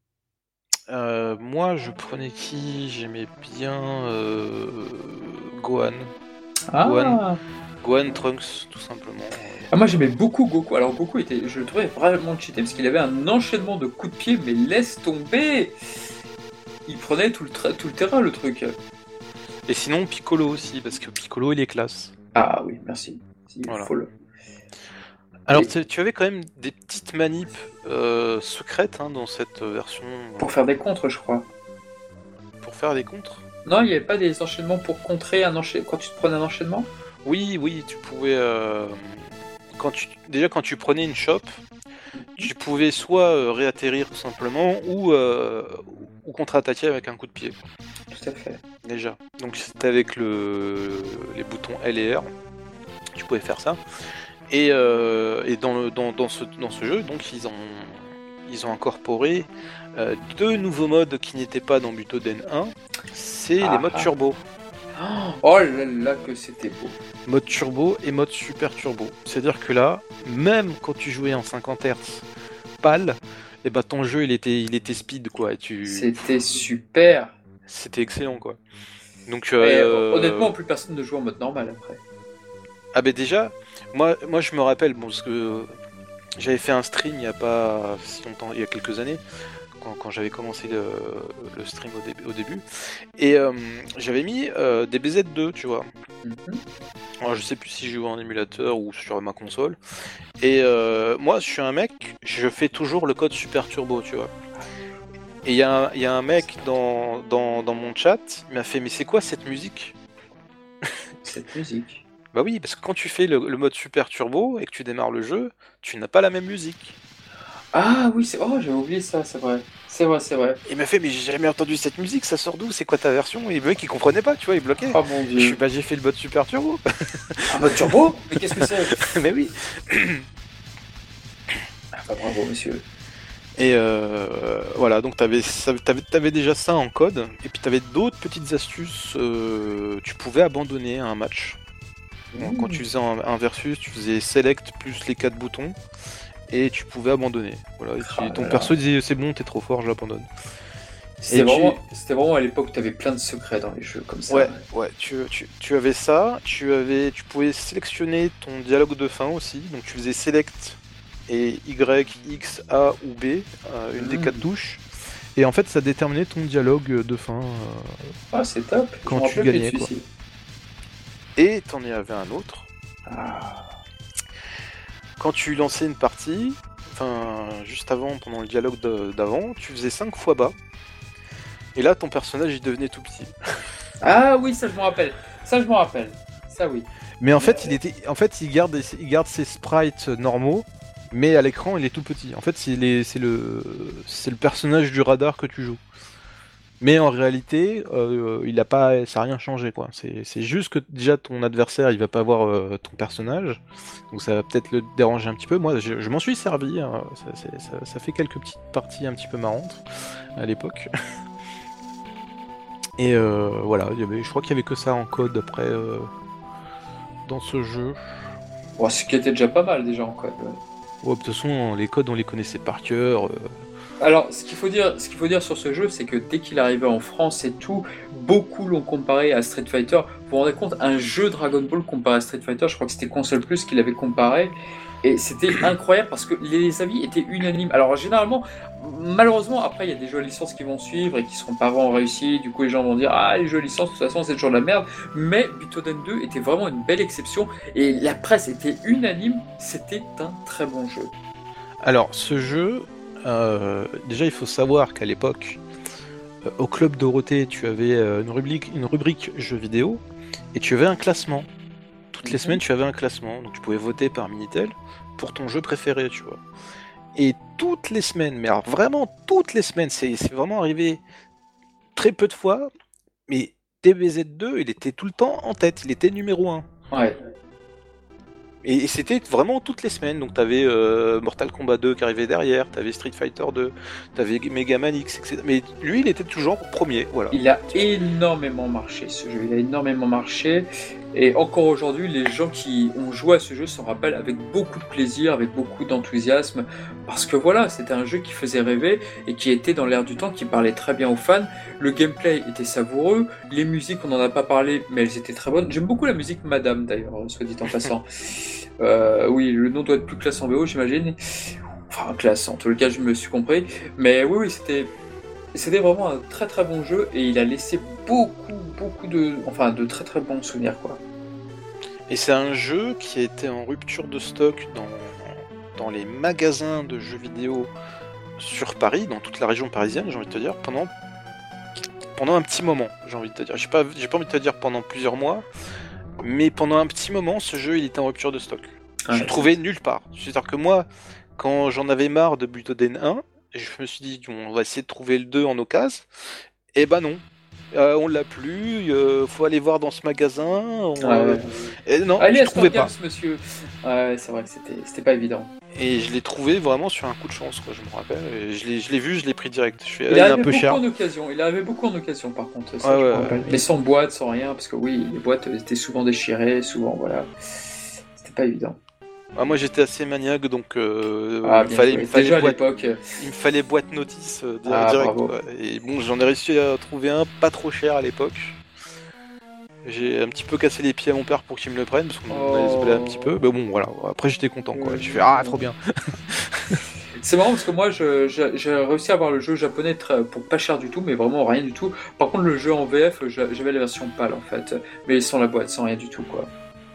B: Euh, moi, je prenais qui? J'aimais bien euh, Gohan. Gohan.
A: Ah.
B: Gohan Trunks, tout simplement.
A: Ah, moi j'aimais beaucoup Goku. Alors Goku était, je le trouvais vraiment cheaté parce qu'il avait un enchaînement de coups de pied, mais laisse tomber. Il prenait tout le, tra- tout le terrain le truc.
B: Et sinon, Piccolo aussi, parce que Piccolo, il est classe.
A: Ah oui, merci. Si,
B: Voilà.
A: faut le-
B: Alors,
A: Et-
B: tu tu avais quand même des petites manips euh, secrètes hein, dans cette version euh,
A: Pour faire des contres, je crois.
B: pour faire des contres.
A: Non, il n'y avait pas des enchaînements pour contrer un enchaînement quand tu te prenais un enchaînement?
B: Oui, oui, tu pouvais. euh, quand tu... Déjà, quand tu prenais une chope, tu pouvais soit euh, réatterrir tout simplement ou, euh, ou contre-attaquer avec un coup de pied.
A: Tout à fait.
B: Déjà. Donc, c'était avec le... les boutons L et R. Tu pouvais faire ça. Et, euh, et dans, le, dans, dans, ce, dans ce jeu, donc, ils ont, ils ont incorporé euh, deux nouveaux modes qui n'étaient pas dans Butoden un. C'est
A: Ah,
B: les modes
A: ah.
B: turbo.
A: Oh là là, que c'était beau.
B: Mode turbo et mode super turbo. C'est-à-dire que là, même quand tu jouais en cinquante hertz pâle, et bah ton jeu il était, il était speed quoi. Et tu...
A: C'était super.
B: C'était excellent quoi. Donc
A: Et,
B: euh...
A: honnêtement, plus personne ne joue en mode normal après.
B: ah ben déjà, moi, moi je me rappelle bon, parce que j'avais fait un stream il y a pas si longtemps, il y a quelques années. Quand, quand j'avais commencé le, le stream au, début, au début. Et euh, j'avais mis euh, des B Z deux, tu vois.
A: Mm-hmm.
B: Alors, je sais plus si je joue en émulateur ou sur ma console. Et euh, moi, je suis un mec, je fais toujours le code Super Turbo, tu vois. Et il y, y a un mec dans, dans, dans mon chat, il m'a fait, mais c'est quoi cette musique?
A: Cette musique.
B: Bah oui, parce que quand tu fais le, le mode Super Turbo et que tu démarres le jeu, tu n'as pas la même musique.
A: Ah oui, c'est... oh, j'avais oublié ça, c'est vrai. C'est vrai, c'est vrai.
B: Il m'a fait, mais j'ai jamais entendu cette musique, ça sort d'où? C'est quoi ta version? Et le mec, il comprenait pas, tu vois, il bloquait.
A: Oh mon
B: Je
A: dieu.
B: suis, bah, j'ai fait le mode Super Turbo.
A: Un mode turbo? Mais qu'est-ce que c'est?
B: Mais oui.
A: Ah bah bravo, monsieur.
B: Et euh, voilà, donc t'avais, ça- t'avais, t'avais déjà ça en code, et puis t'avais d'autres petites astuces. euh, tu pouvais abandonner un match. Donc, quand tu faisais un, un versus, tu faisais select plus les quatre boutons, et tu pouvais abandonner. Voilà, et tu-
A: Ah
B: ton
A: là
B: perso
A: là.
B: disait c'est bon, t'es trop fort, j'abandonne.
A: C'était
B: Et tu-
A: vraiment... c'était vraiment à l'époque où t'avais plein de secrets dans les jeux comme ça.
B: Ouais, ouais, tu, tu, tu avais ça, tu avais, tu pouvais sélectionner ton dialogue de fin aussi, donc tu faisais select et Y, X, A ou B, euh, une des
A: Mm.
B: quatre touches, et en fait ça déterminait ton dialogue de fin. euh,
A: Ah, c'est top.
B: Quand
A: Je me
B: tu
A: rappelle plus de
B: gagnais, quoi.
A: celui-ci.
B: Et t'en y avais un autre,
A: Ah.
B: quand tu lançais une partie, enfin juste avant, pendant le dialogue de- d'avant, tu faisais cinq fois bas, et là ton personnage il devenait tout petit.
A: Ah oui, ça je me rappelle. Ça je me rappelle. Ça oui.
B: Mais en fait, il était, en fait, il garde, il garde ses sprites normaux, mais à l'écran, il est tout petit. En fait, c'est les- c'est le, c'est le personnage du radar que tu joues. Mais en réalité, euh, il a pas, ça a rien changé quoi. C'est c'est juste que déjà ton adversaire, il va pas voir euh, ton personnage, donc ça va peut-être le déranger un petit peu. Moi, je, je m'en suis servi. Hein. Ça, c'est- ça- ça fait quelques petites parties un petit peu marrantes à l'époque. Et euh, voilà, il y avait, je crois qu'il y avait que ça en code après euh, dans ce jeu.
A: Bon, ce qui était déjà pas mal déjà en code. Ouais.
B: Ouais, de toute façon, les codes, on les connaissait par cœur. euh.
A: Alors, ce qu'il faut dire, ce qu'il faut dire sur ce jeu, c'est que dès qu'il est arrivé en France et tout, beaucoup l'ont comparé à Street Fighter. Vous vous rendez compte, un jeu Dragon Ball comparé à Street Fighter, je crois que c'était Console Plus qui l'avait comparé. Et c'était incroyable parce que les avis étaient unanimes. Alors généralement, malheureusement, après il y a des jeux à licence qui vont suivre et qui seront pas vraiment réussis. Du coup, les gens vont dire ah les jeux à licence de toute façon c'est toujours de la merde. Mais Butoden deux était vraiment une belle exception et la presse était unanime. C'était un très bon jeu.
B: Alors, ce jeu, euh, déjà, il faut savoir qu'à l'époque, euh, au Club Dorothée, tu avais euh, une rubrique, une rubrique jeux vidéo et tu avais un classement. Toutes les
A: Mhm.
B: semaines, tu avais un classement, donc tu pouvais voter par Minitel pour ton jeu préféré, tu vois. Et toutes les semaines, mais alors vraiment toutes les semaines, c'est c'est vraiment arrivé très peu de fois, mais D B Z deux, il était tout le temps en tête, il était numéro un.
A: Ouais.
B: Et, et c'était vraiment toutes les semaines. Donc t'avais euh, Mortal Kombat deux qui arrivait derrière, t'avais Street Fighter deux, t'avais Mega Man X, et cetera. Mais lui, il était toujours premier, voilà.
A: Il a énormément marché ce jeu, il a énormément marché. Et encore aujourd'hui, les gens qui ont joué à ce jeu s'en rappellent avec beaucoup de plaisir, avec beaucoup d'enthousiasme, parce que voilà, c'était un jeu qui faisait rêver et qui était dans l'air du temps, qui parlait très bien aux fans. Le gameplay était savoureux, les musiques, on n'en a pas parlé, mais elles étaient très bonnes. J'aime beaucoup la musique Madame d'ailleurs, soit dit en passant. euh, oui, le nom doit être plus classe en V O, j'imagine. Enfin, classe, en tout cas, je me suis compris. Mais oui, oui, c'était. C'était vraiment un très très bon jeu et il a laissé beaucoup beaucoup de enfin de très très bons souvenirs quoi.
B: Et c'est un jeu qui a été en rupture de stock dans, dans les magasins de jeux vidéo sur Paris, dans toute la région parisienne, j'ai envie de te dire, pendant, pendant un petit moment, j'ai envie de te dire. J'ai pas, j'ai pas envie de te dire pendant plusieurs mois, mais pendant un petit moment, ce jeu il était en rupture de stock. Ouais, je le trouvais nulle part. C'est-à-dire que moi, quand j'en avais marre de Butoden un, je me suis dit, on va essayer de trouver le deux en occasion. Et bah non, euh, on l'a plus, il euh, faut aller voir dans ce magasin. On,
A: ouais, ouais.
B: Et non,
A: allez
B: je
A: à
B: trouvais pas.
A: Games, monsieur. Ouais, c'est vrai que c'était, c'était pas évident.
B: Et je l'ai trouvé vraiment sur un coup de chance, quoi, je me rappelle. Et je, l'ai, je l'ai vu, je l'ai pris direct. Je fais,
A: il
B: ah,
A: arrivait
B: un peu
A: beaucoup
B: cher.
A: en occasion. Il arrivait beaucoup en occasion, par contre. Ça,
B: ouais,
A: je
B: ouais,
A: me rappelle.
B: ouais.
A: Mais sans boîte, sans rien, parce que oui, les boîtes étaient souvent déchirées, souvent voilà. C'était pas évident.
B: Ah, moi j'étais assez maniaque, donc euh,
A: ah,
B: il, fallait, il, me fallait
A: Déjà
B: boîte,
A: à l'époque.
B: il me fallait boîte notice euh,
A: ah,
B: direct.
A: Bravo.
B: Quoi. Et bon, j'en ai réussi à trouver un pas trop cher à l'époque. J'ai un petit peu cassé les pieds à mon père pour qu'il me le prenne, parce qu'on oh. allait se balader un petit peu. Mais bon, voilà. Après j'étais content, quoi. Je fais ah, trop bien.
A: C'est marrant parce que moi je, je, j'ai réussi à avoir le jeu japonais très, pour pas cher du tout, mais vraiment rien du tout. Par contre, le jeu en V F, j'avais la version pâle en fait, mais sans la boîte, sans rien du tout quoi.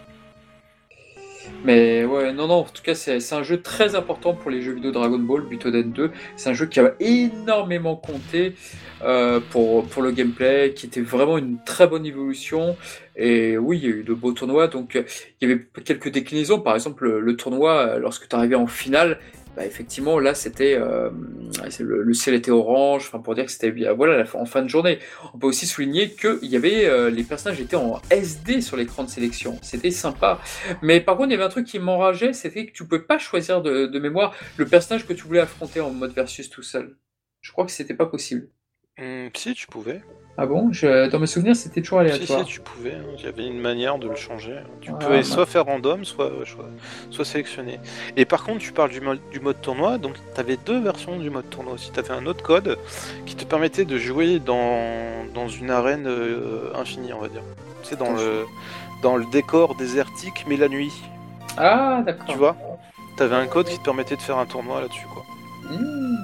A: Mais ouais, non, non, en tout cas, c'est, c'est un jeu très important pour les jeux vidéo Dragon Ball, Butoden deux. C'est un jeu qui a énormément compté euh, pour, pour le gameplay, qui était vraiment une très bonne évolution. Et oui, il y a eu de beaux tournois, donc il y avait quelques déclinaisons. Par exemple, le, le tournoi, lorsque tu arrivais en finale, bah effectivement là c'était euh, le, le ciel était orange, enfin pour dire que c'était bien voilà la, en fin de journée. On peut aussi souligner que il y avait euh, les personnages étaient en S D sur l'écran de sélection, c'était sympa. Mais par contre il y avait un truc qui m'enrageait, c'était que tu pouvais pas choisir de, de mémoire le personnage que tu voulais affronter en mode versus tout seul. Je crois que c'était pas possible.
B: Mmh, si tu pouvais.
A: Ah bon je, dans mes souvenirs, c'était toujours aléatoire.
B: Si, si, tu pouvais. Hein. Il y avait une manière de le changer. Tu ah, pouvais bah. soit faire random, soit, soit, soit sélectionner. Et par contre, tu parles du mode, du mode tournoi. Donc, tu avais deux versions du mode tournoi aussi. Tu avais un autre code qui te permettait de jouer dans, dans une arène euh, infinie, on va dire. Tu sais, dans le, dans le décor désertique, mais la nuit.
A: Ah, d'accord.
B: Tu vois, tu avais un code qui te permettait de faire un tournoi là-dessus, quoi.
A: Mmh.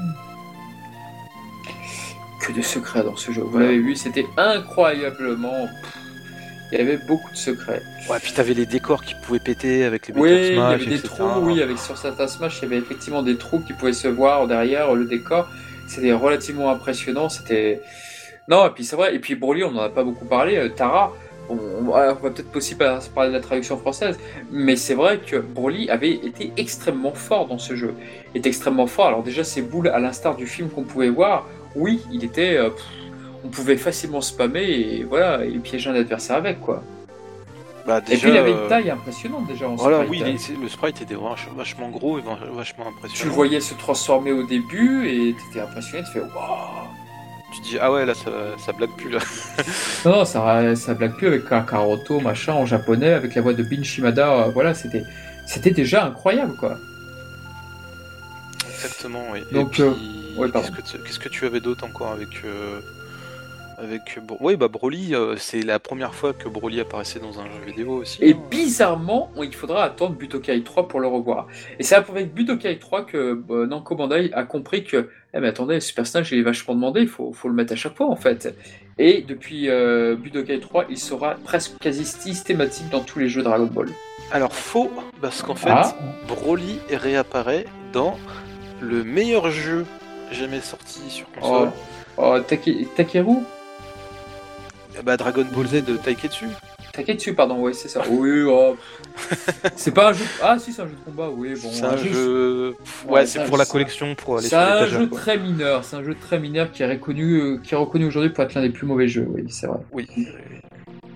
A: Que de secrets dans ce jeu. Vous l'avez vu, c'était incroyablement. Il y avait beaucoup de secrets.
B: Ouais, puis t'avais les décors qui pouvaient péter avec les
A: oui,
B: Smash,
A: il y avait des
B: et cetera.
A: trous. Oui, avec sur certains Smash, il y avait effectivement des trous qui pouvaient se voir derrière le décor. C'était relativement impressionnant. C'était non, et puis c'est vrai. Et puis Broly, on n'en a pas beaucoup parlé. Tara. On, on va peut-être aussi parler de la traduction française, mais c'est vrai que Broly avait été extrêmement fort dans ce jeu. Il était extrêmement fort. Alors déjà, ses boules, à l'instar du film qu'on pouvait voir, oui, il était, euh, pff, on pouvait facilement spammer et voilà, et piéger un adversaire avec quoi.
B: Bah, déjà,
A: et puis il avait une taille impressionnante déjà en
B: voilà,
A: sprite.
B: oui, les, le sprite était vachement gros et vachement impressionnant.
A: Tu le voyais se transformer au début et t'étais impressionné, tu fais waouh.
B: Tu te dis ah ouais là ça, ça blague plus là.
A: non, non ça, ça blague plus avec Kakaroto machin en japonais avec la voix de Bin Shimada, euh, voilà c'était, c'était déjà incroyable quoi.
B: Exactement oui.
A: Donc
B: et puis,
A: euh, ouais,
B: qu'est-ce, que tu, qu'est-ce que tu avais d'autre encore avec euh, avec oui bah Broly euh, c'est la première fois que Broly apparaissait dans un jeu vidéo aussi.
A: Et
B: hein.
A: bizarrement il faudra attendre Budokai trois pour le revoir. Et c'est avec Budokai trois que euh, Namco Bandai a compris que eh mais attendez, ce personnage il est vachement demandé, il faut, faut le mettre à chaque fois en fait. Et depuis euh, Budokai trois, il sera presque quasi systématique dans tous les jeux Dragon Ball.
B: Alors faux, parce qu'en fait, ah. Broly réapparaît dans le meilleur jeu jamais sorti sur console.
A: Oh, oh Take- Takeru
B: Bah Dragon Ball Z de Taiketsu.
A: Taiketsu, pardon, ouais, c'est ça. Oui, oh. c'est pas un jeu. Ah, si, c'est un jeu de combat, oui, bon.
B: C'est un, un jeu. jeu... Ouais, ouais, c'est, c'est pour la collection, pour aller
A: c'est sur l'étagère. C'est un jeu quoi. très mineur, c'est un jeu très mineur qui est reconnu, euh, qui est reconnu aujourd'hui pour être l'un des plus mauvais jeux, oui, c'est vrai.
B: Oui.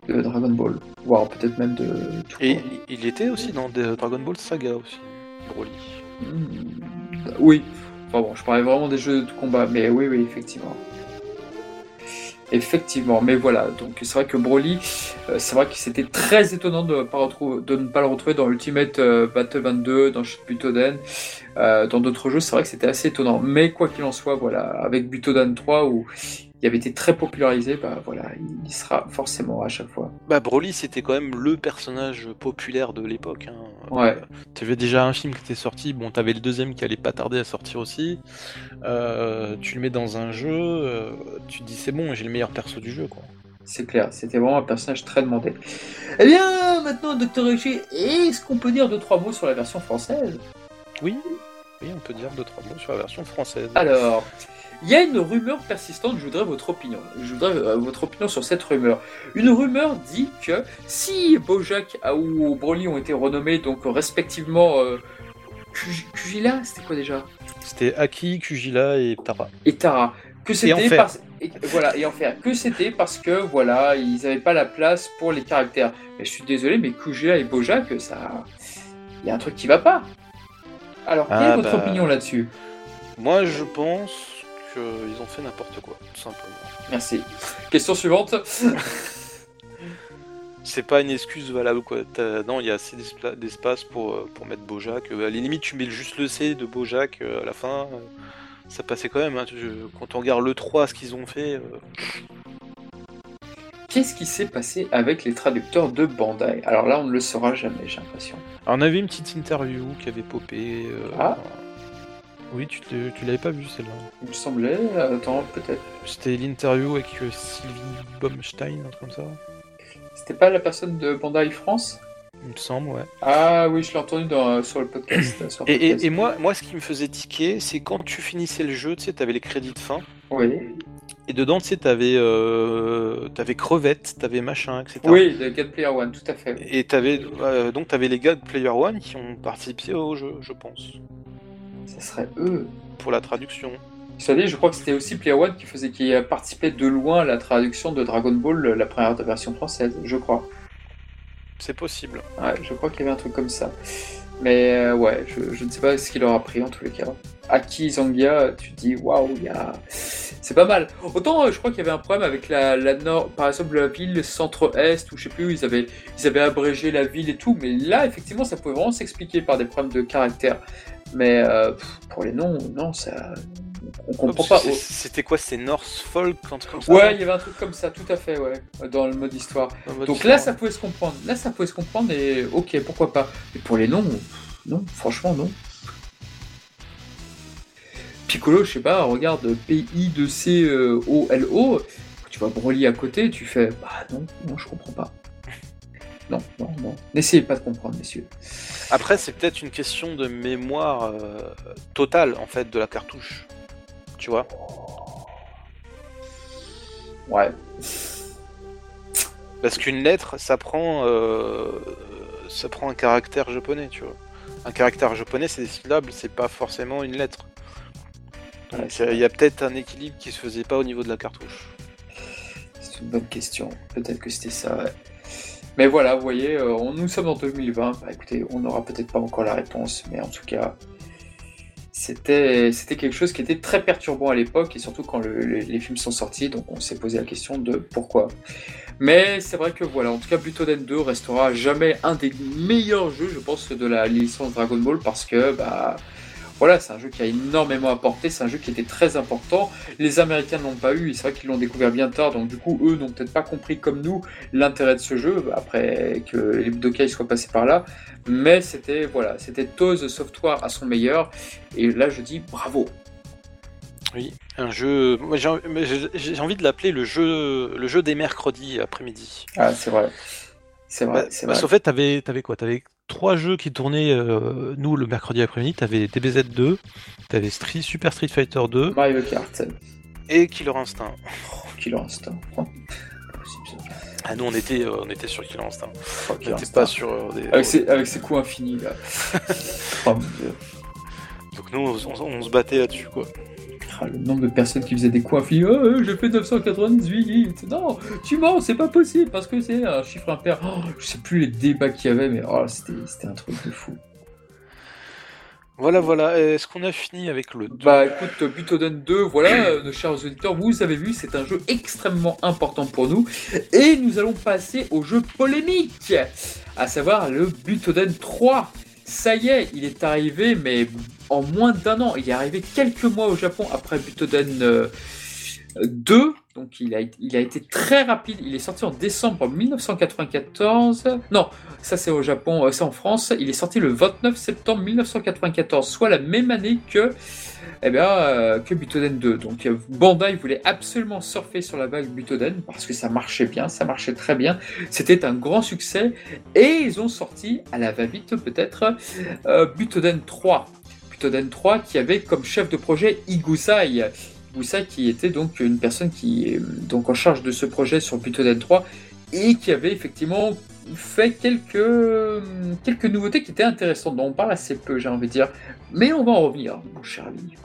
A: de Dragon Ball, voire peut-être même de tout.
B: Et il était aussi dans des Dragon Ball Saga aussi, Broly.
A: Mmh, oui, enfin bon, je parlais vraiment des jeux de combat, mais oui, oui, effectivement. Effectivement, mais voilà, donc c'est vrai que Broly, euh, c'est vrai que c'était très étonnant de, pas retrouver, de ne pas le retrouver dans Ultimate euh, Battle vingt-deux, dans Butoden, euh, dans d'autres jeux, c'est vrai que c'était assez étonnant. Mais quoi qu'il en soit, voilà, avec Butoden trois, où il avait été très popularisé, bah voilà, il sera forcément à chaque fois.
B: Bah Broly, c'était quand même le personnage populaire de l'époque. Hein.
A: Ouais.
B: Euh, t'avais déjà un film qui était sorti, bon, t'avais le deuxième qui allait pas tarder à sortir aussi. Euh, tu le mets dans un jeu, euh, tu te dis c'est bon, j'ai le meilleur perso du jeu, quoi.
A: C'est clair, c'était vraiment un personnage très demandé. Eh bien, maintenant, Docteur Roger, est-ce qu'on peut dire deux trois mots sur la version française ?
B: Oui, oui, on peut dire deux trois mots sur la version française.
A: Alors, il y a une rumeur persistante, je voudrais votre opinion. Je voudrais euh, votre opinion sur cette rumeur. Une rumeur dit que si Bojack ou Broly ont été renommés, donc respectivement euh, Kujila, c'était quoi déjà ?
B: C'était Aki, Kujila et Tara.
A: Et Tara. Que c'était
B: Enfer.
A: parce... et, voilà, et Enfer. Que c'était parce que voilà, ils n'avaient pas la place pour les caractères. Mais je suis désolé, mais Kujila et Bojack, ça, il y a un truc qui va pas. Alors, quelle
B: Ah,
A: est votre
B: bah...
A: opinion là-dessus ?
B: Moi, je pense qu'ils ont fait n'importe quoi, tout simplement. Merci.
A: Question suivante.
B: C'est pas une excuse valable, quoi. T'as... Non, il y a assez d'espace pour, pour mettre Bojack. À la limite, tu mets juste le C de Bojack euh, à la fin. Euh, ça passait quand même. Hein. Quand on regarde le trois, ce qu'ils ont fait... Euh...
A: Qu'est-ce qui s'est passé avec les traducteurs de Bandai ? Alors là, on ne le saura jamais, j'ai l'impression.
B: Alors, on avait une petite interview qui avait popé. Euh...
A: Ah.
B: Oui, tu, te... tu l'avais pas vue, celle-là.
A: Il me semblait. Attends, peut-être.
B: C'était l'interview avec euh, Sylvie Baumstein, un truc comme ça.
A: C'était pas la personne de Bandai France ?
B: Il me semble, ouais.
A: Ah oui, je l'ai entendu dans, sur le podcast. Sur le
B: et,
A: podcast.
B: Et, et moi, moi, ce qui me faisait tiquer, c'est quand tu finissais le jeu, tu sais, t'avais les crédits de fin.
A: Oui.
B: Et dedans, tu sais, t'avais, euh, t'avais Crevette, t'avais machin, et cetera.
A: Oui, de God Player One, tout à fait.
B: Et t'avais, euh, donc t'avais les gars de Player One qui ont participé au jeu, je pense.
A: Ça serait eux.
B: Pour la traduction.
A: Vous savez, je crois que c'était aussi Player One qui faisait, qui participait de loin à la traduction de Dragon Ball, la première version française, je crois.
B: C'est possible.
A: Ouais, je crois qu'il y avait un truc comme ça. Mais euh, ouais, je, je ne sais pas ce qu'il aura pris en tous les cas. Aki Zangia, tu te dis waouh, il y a... c'est pas mal. Autant, euh, je crois qu'il y avait un problème avec la, la nord, par exemple la ville centre-est ou je sais plus où ils avaient, ils avaient abrégé la ville et tout. Mais là, effectivement, ça pouvait vraiment s'expliquer par des problèmes de caractère. Mais euh, pour les noms, non, ça, on comprend pas.
B: C'était quoi? C'était Northfolk, un truc comme ça?
A: Ouais, il y avait un truc comme ça, tout à fait, ouais, dans le mode histoire.
B: Mode
A: Donc
B: histoire.
A: là, ça pouvait se comprendre. Là, ça pouvait se comprendre et ok, pourquoi pas. Mais pour les noms, non, franchement, non. Piccolo, je sais pas, regarde P I deux C O L O, tu vois Broly à côté, tu fais bah non, non, je comprends pas. Non, non, non. N'essayez pas de comprendre, messieurs.
B: Après, c'est peut-être une question de mémoire euh, totale, en fait, de la cartouche. Tu vois?
A: Ouais.
B: Parce qu'une lettre, ça prend, euh, ça prend un caractère japonais, tu vois. Un caractère japonais, c'est des syllabes, c'est pas forcément une lettre. Donc il ouais, y a peut-être un équilibre qui se faisait pas au niveau de la cartouche.
A: C'est une bonne question. Peut-être que c'était ça, ouais. Mais voilà, vous voyez, euh, on, nous sommes en deux mille vingt. Bah, écoutez, on n'aura peut-être pas encore la réponse, mais en tout cas, c'était, c'était quelque chose qui était très perturbant à l'époque, et surtout quand le, le, les films sont sortis, donc on s'est posé la question de pourquoi. Mais c'est vrai que voilà, en tout cas, Butoden deux restera jamais un des meilleurs jeux, je pense, de la licence Dragon Ball, parce que, bah... Voilà, c'est un jeu qui a énormément apporté, c'est un jeu qui était très important. Les Américains n'ont pas eu, et c'est vrai qu'ils l'ont découvert bien tard, donc du coup, eux n'ont peut-être pas compris comme nous l'intérêt de ce jeu, après que les Budokai soient passés par là. Mais c'était, voilà, c'était Toys Software à son meilleur, et là je dis bravo.
B: Oui, un jeu, moi j'ai, j'ai envie de l'appeler le jeu, le jeu des mercredis après-midi.
A: Ah, c'est vrai. C'est vrai,
B: bah,
A: c'est
B: parce
A: vrai.
B: qu'en fait, t'avais, t'avais quoi? T'avais trois jeux qui tournaient, euh, nous, le mercredi après-midi. T'avais D B Z deux, t'avais Street, Super Street Fighter deux,
A: Mario Kart
B: et Killer Instinct.
A: Oh, Killer Instinct. Oh.
B: Ah, nous, on était, euh, on était sur Killer Instinct.
A: Oh,
B: on n'était pas sur euh, des...
A: Avec ses, avec ses coups infinis, là. Oh mon dieu.
B: Donc nous, on, on, on se battait là-dessus, quoi.
A: Ah, le nombre de personnes qui faisaient des coups infinis. Oh, j'ai fait neuf cent quatre-vingt-dix-huit. Non, tu mens, c'est pas possible parce que c'est un chiffre impair. Oh, je sais plus les débats qu'il y avait, mais oh, c'était, c'était un truc de fou.
B: Voilà, voilà. Est-ce qu'on a fini avec le deux?
A: Bah écoute, Butoden deux, voilà, euh, nos chers auditeurs, vous avez vu, c'est un jeu extrêmement important pour nous. Et nous allons passer au jeu polémique, à savoir le Butoden trois. Ça y est, il est arrivé, mais en moins d'un an. Il est arrivé quelques mois au Japon après Butoden euh, deux. Donc il a, il a été très rapide. Il est sorti en décembre mille neuf cent quatre-vingt-quatorze. Non, ça c'est au Japon, euh, c'est en France. Il est sorti le vingt-neuf septembre mille neuf cent quatre-vingt-quatorze, soit la même année que, eh bien, euh, que Butoden deux. Donc euh, Bandai voulait absolument surfer sur la vague Butoden parce que ça marchait bien, ça marchait très bien. C'était un grand succès et ils ont sorti, à la va-vite peut-être, euh, Butoden trois. Butoden trois qui avait comme chef de projet Igusai. Igusai qui était donc une personne qui est donc en charge de ce projet sur Butoden trois et qui avait effectivement fait quelques, quelques nouveautés qui étaient intéressantes, dont on parle assez peu, j'ai envie de dire. Mais on va en revenir, mon cher ami.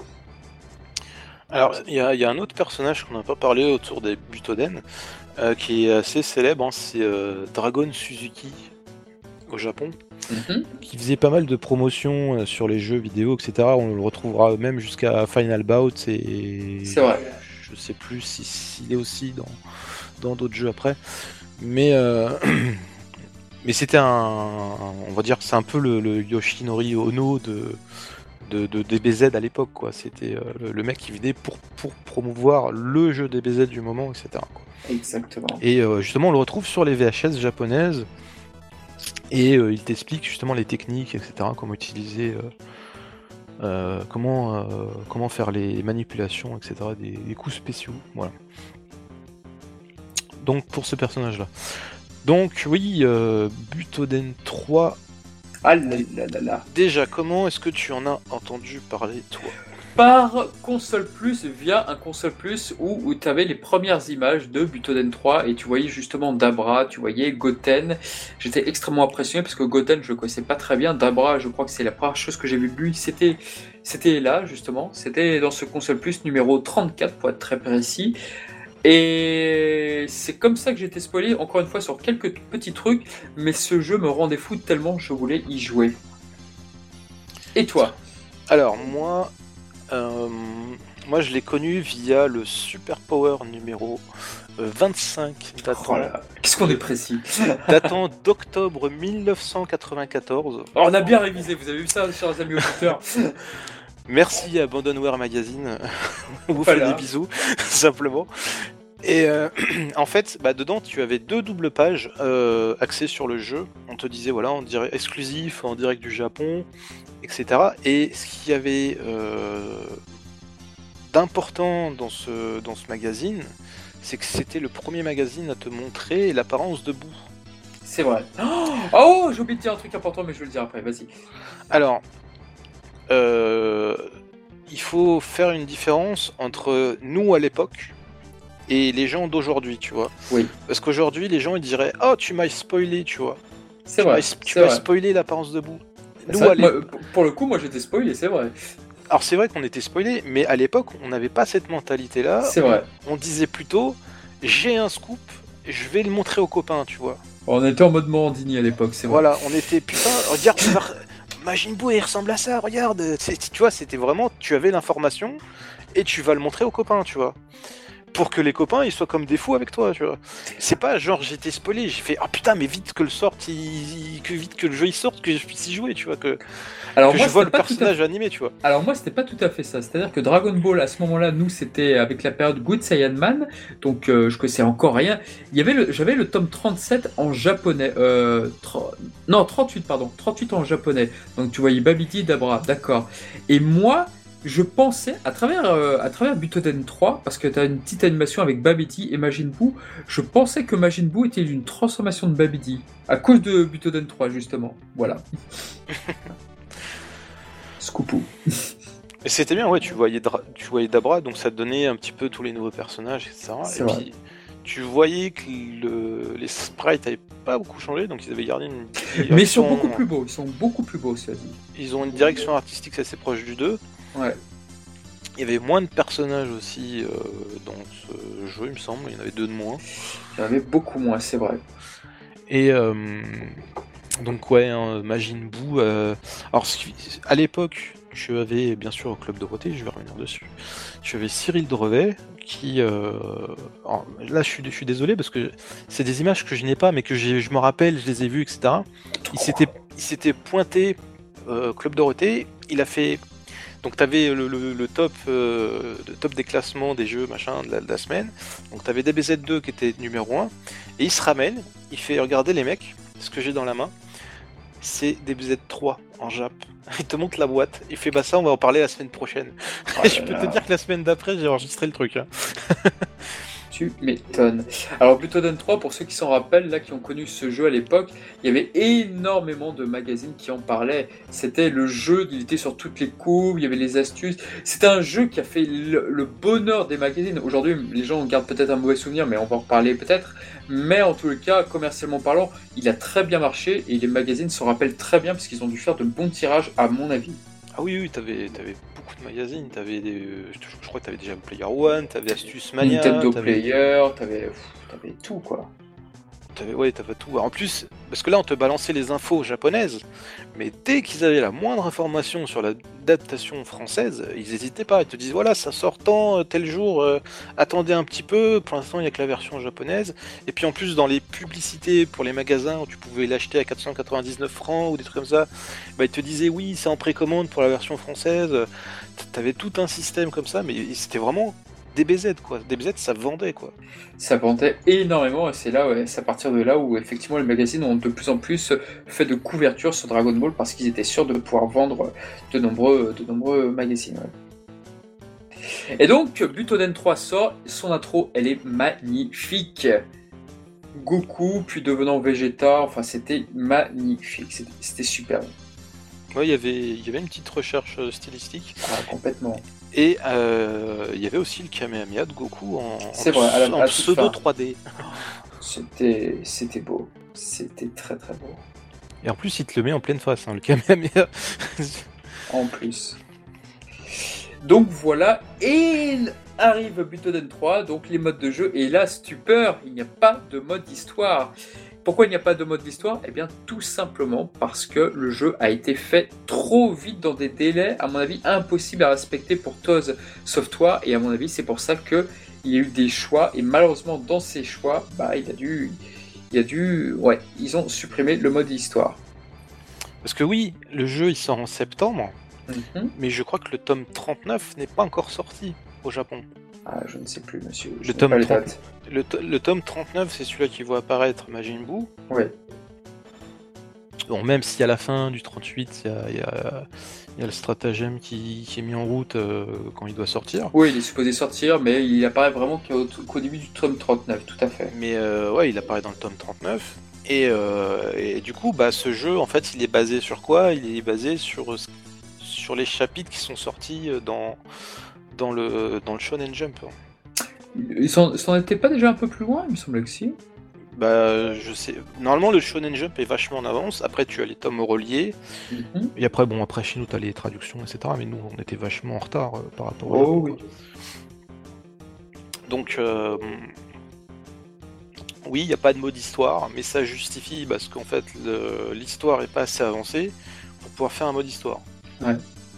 B: Alors, il y, y a un autre personnage qu'on n'a pas parlé autour des Butoden, euh, qui est assez célèbre, hein, c'est euh, Dragon Suzuki, au Japon,
A: mm-hmm.
C: qui faisait pas mal de promotions euh, sur les jeux vidéo, et cetera. On le retrouvera même jusqu'à Final Bout, et
A: c'est vrai.
C: Je sais plus s'il si, si est aussi dans, dans d'autres jeux après. Mais... Euh... Mais c'était un, on va dire, c'est un peu le, le Yoshinori Ono de, de, de D B Z à l'époque, quoi. C'était euh, le, le mec qui venait pour, pour promouvoir le jeu D B Z du moment, et cetera, quoi.
A: Exactement.
C: Et euh, justement, on le retrouve sur les V H S japonaises, et euh, il t'explique justement les techniques, et cetera, comment utiliser, euh, euh, comment, euh, comment faire les manipulations, et cetera, des, des coups spéciaux, voilà. Donc pour ce personnage-là. Donc oui, euh, Butoden trois.
A: Ah là là là là.
B: Déjà, comment est-ce que tu en as entendu parler, toi?
A: Par Console Plus, via un Console Plus où, où tu avais les premières images de Butoden trois et tu voyais justement Dabra, tu voyais Goten. J'étais extrêmement impressionné parce que Goten, je le connaissais pas très bien. Dabra, je crois que c'est la première chose que j'ai vue de lui. C'était, c'était là, justement. C'était dans ce Console Plus numéro trente-quatre, pour être très précis. Et c'est comme ça que j'ai été spoilé, encore une fois, sur quelques petits trucs, mais ce jeu me rendait fou tellement je voulais y jouer. Et toi?
B: Alors, moi, euh, moi je l'ai connu via le Super Power numéro vingt-cinq, datant...
A: Oh là, qu'est-ce qu'on est précis.
B: Datant d'octobre mille neuf cent quatre-vingt-quatorze.
A: Oh, on a bien révisé, vous avez vu ça, chers amis auditeurs?
B: Merci à Abandonware Magazine, on vous
A: voilà.
B: fait des bisous, simplement. Et euh, en fait, bah, dedans, tu avais deux doubles pages euh, axées sur le jeu. On te disait, voilà, on dirait exclusif, en direct du Japon, et cetera. Et ce qu'il y avait euh, d'important dans ce, dans ce magazine, c'est que c'était le premier magazine à te montrer l'apparence de boue.
A: C'est vrai. Oh, oh, j'ai oublié de dire un truc important, mais je vais le dire après, vas-y.
B: Alors... Euh, il faut faire une différence entre nous à l'époque et les gens d'aujourd'hui, tu vois.
A: Oui.
B: Parce qu'aujourd'hui, les gens ils diraient « Oh, tu m'as spoilé, tu vois.
A: C'est
B: tu
A: vrai.
B: M'as, tu m'as spoilé l'apparence de boue. »
A: Nous, vrai, moi, pour le coup, moi j'étais spoilé, c'est vrai.
B: Alors c'est vrai qu'on était spoilé, mais à l'époque, on n'avait pas cette mentalité-là.
A: C'est vrai.
B: On, on disait plutôt « J'ai un scoop, je vais le montrer aux copains, tu vois. »
A: On était en mode Morandini à l'époque, c'est vrai.
B: Voilà, on était « Putain, regarde, tu vas... Majin Buu, il ressemble à ça, regarde. » Tu vois, c'était vraiment, tu avais l'information et tu vas le montrer aux copains, tu vois. Pour que les copains, ils soient comme des fous avec toi, tu vois. C'est pas genre, j'étais spoilé, j'ai fait, ah oh, putain, mais vite que le sorte, il... que vite que le jeu il sorte, que je puisse y jouer, tu vois, que,
A: Alors
B: que
A: moi,
B: je vois le
A: pas
B: personnage
A: fait...
B: animé, tu vois.
A: Alors moi, c'était pas tout à fait ça. C'est-à-dire que Dragon Ball, à ce moment-là, nous, c'était avec la période Good Saiyan Man, donc euh, je connaissais encore rien. Il y avait le... J'avais le tome trente-sept en japonais. Euh, tr... Non, trente-huit, pardon. trente-huit en japonais. Donc tu voyais Babidi, Dabra, d'accord. Et moi... Je pensais, à travers, euh, à travers Butoden trois, parce que tu as une petite animation avec Babidi et Majin Buu, je pensais que Majin Buu était une transformation de Babidi, à cause de Butoden trois, justement. Voilà. Scoopou.
B: Et c'était bien, ouais, tu voyais, Dra... tu voyais Dabra, donc ça te donnait un petit peu tous les nouveaux personnages, et cetera.
A: C'est
B: et
A: vrai.
B: Puis, tu voyais que le... les sprites n'avaient pas beaucoup changé, donc ils avaient gardé une direction...
A: Mais ils sont beaucoup plus beaux, ils sont beaucoup plus beaux, cela dit.
B: Ils ont une direction artistique assez proche du deux.
A: Ouais.
B: Il y avait moins de personnages aussi euh, dans ce jeu, il me semble, il y en avait deux de moins.
A: Il y en avait beaucoup moins, c'est vrai.
C: Et euh, donc ouais, hein, Majin Buu. Euh, alors à l'époque, tu avais bien sûr au Club Dorothée, je vais revenir dessus. Tu avais Cyril Drevet qui. Euh, alors, là, je suis, je suis désolé parce que c'est des images que je n'ai pas, mais que j'ai, je me rappelle, je les ai vues, et cetera. Il s'était, il s'était pointé euh, Club Dorothée. Il a fait. Donc tu avais le, le, le top, euh, le top des classements des jeux machin de la, de la semaine. Donc tu avais D B Z deux qui était numéro un. Et il se ramène, il fait regarder les mecs, ce que j'ai dans la main, c'est D B Z trois en Jap. Il te montre la boîte, il fait bah ça on va en parler la semaine prochaine.
A: Oh
C: je peux te dire que la semaine d'après j'ai enregistré le truc. Hein.
A: Tu m'étonnes. Alors Butoden trois, pour ceux qui s'en rappellent, là qui ont connu ce jeu à l'époque, il y avait énormément de magazines qui en parlaient. C'était le jeu, il était sur toutes les couves, il y avait les astuces. C'était un jeu qui a fait le, le bonheur des magazines. Aujourd'hui, les gens en gardent peut-être un mauvais souvenir, mais on va en reparler peut-être. Mais en tous les cas, commercialement parlant, il a très bien marché et les magazines s'en rappellent très bien parce qu'ils ont dû faire de bons tirages, à mon avis.
B: Ah oui, oui, t'avais, t'avais beaucoup de magazines, t'avais des, je, je crois que t'avais déjà Player One, t'avais Astuce Mania,
A: Nintendo
B: t'avais...
A: Player, t'avais, pff, t'avais tout quoi.
B: T'avais, ouais, t'avais tout. En plus, parce que là on te balançait les infos japonaises, mais dès qu'ils avaient la moindre information sur l'adaptation française, ils n'hésitaient pas. Ils te disent voilà, ça sort tant, tel jour, euh, attendez un petit peu, pour l'instant il n'y a que la version japonaise. Et puis en plus, dans les publicités pour les magasins où tu pouvais l'acheter à quatre cent quatre-vingt-dix-neuf francs ou des trucs comme ça, bah, ils te disaient oui, c'est en précommande pour la version française. T'avais tout un système comme ça, mais c'était vraiment D B Z quoi. D B Z ça vendait quoi.
A: Ça vendait énormément et c'est là, ouais, c'est à partir de là où effectivement les magazines ont de plus en plus fait de couverture sur Dragon Ball parce qu'ils étaient sûrs de pouvoir vendre de nombreux, de nombreux magazines. Ouais. Et donc Butoden trois sort, son intro elle est magnifique. Goku puis devenant Vegeta, enfin c'était magnifique, c'était, c'était super.
B: Ouais, il y avait, il y avait une petite recherche stylistique.
A: Ah, complètement.
B: Et euh, il y avait aussi le Kamehameha de Goku en,
A: C'est
B: en,
A: vrai, à la,
B: en
A: à
B: pseudo trois D.
A: C'était, c'était beau. C'était très très beau.
C: Et en plus, il te le met en pleine face, hein, le Kamehameha.
A: En plus. Donc voilà, et arrive Butoden trois, donc les modes de jeu, et là, stupeur, il n'y a pas de mode d'histoire. Pourquoi il n'y a pas de mode d'histoire ? Eh bien, tout simplement parce que le jeu a été fait trop vite dans des délais, à mon avis, impossibles à respecter pour Toz Software, et à mon avis, c'est pour ça que il y a eu des choix, et malheureusement, dans ces choix, bah, il a dû, il y a dû, ouais, ils ont supprimé le mode histoire.
B: Parce que oui, le jeu il sort en septembre,
A: Mm-hmm.
B: mais je crois que le tome trente-neuf n'est pas encore sorti au Japon.
A: Ah, je ne sais plus, monsieur. Je
B: Le
A: n'ai
B: tome,
A: pas les
B: trente
A: dates.
B: le, to- le tome trente-neuf, c'est celui-là qui voit apparaître Majin Buu.
A: Oui.
C: Bon, même si à la fin du trente-huit, il y a, il y a- il y a le stratagème qui, qui est mis en route euh, quand il doit sortir.
A: Oui, il est supposé sortir, mais il apparaît vraiment qu'au, qu'au début du tome trente-neuf, tout à fait.
B: Mais euh, ouais, il apparaît dans le tome trente-neuf. Et, euh, et du coup, bah, ce jeu, en fait, il est basé sur quoi ? Il est basé sur, sur les chapitres qui sont sortis dans, dans, le, dans le Shonen Jump.
A: Ils s'en, s'en étaient pas déjà un peu plus loin, il me semble que si.
B: Bah, je sais. Normalement, le Shonen Jump est vachement en avance. Après, tu as les tomes reliés.
A: Mm-hmm.
C: Et après, bon, après chez nous, t'as les traductions, et cetera. Mais nous, on était vachement en retard euh, par rapport au
A: Oh
C: Japon,
A: oui.
C: quoi.
B: Donc, euh, oui, il n'y a pas de mode histoire, mais ça justifie parce qu'en fait, le- l'histoire est pas assez avancée pour pouvoir faire un mode histoire.
A: Ouais.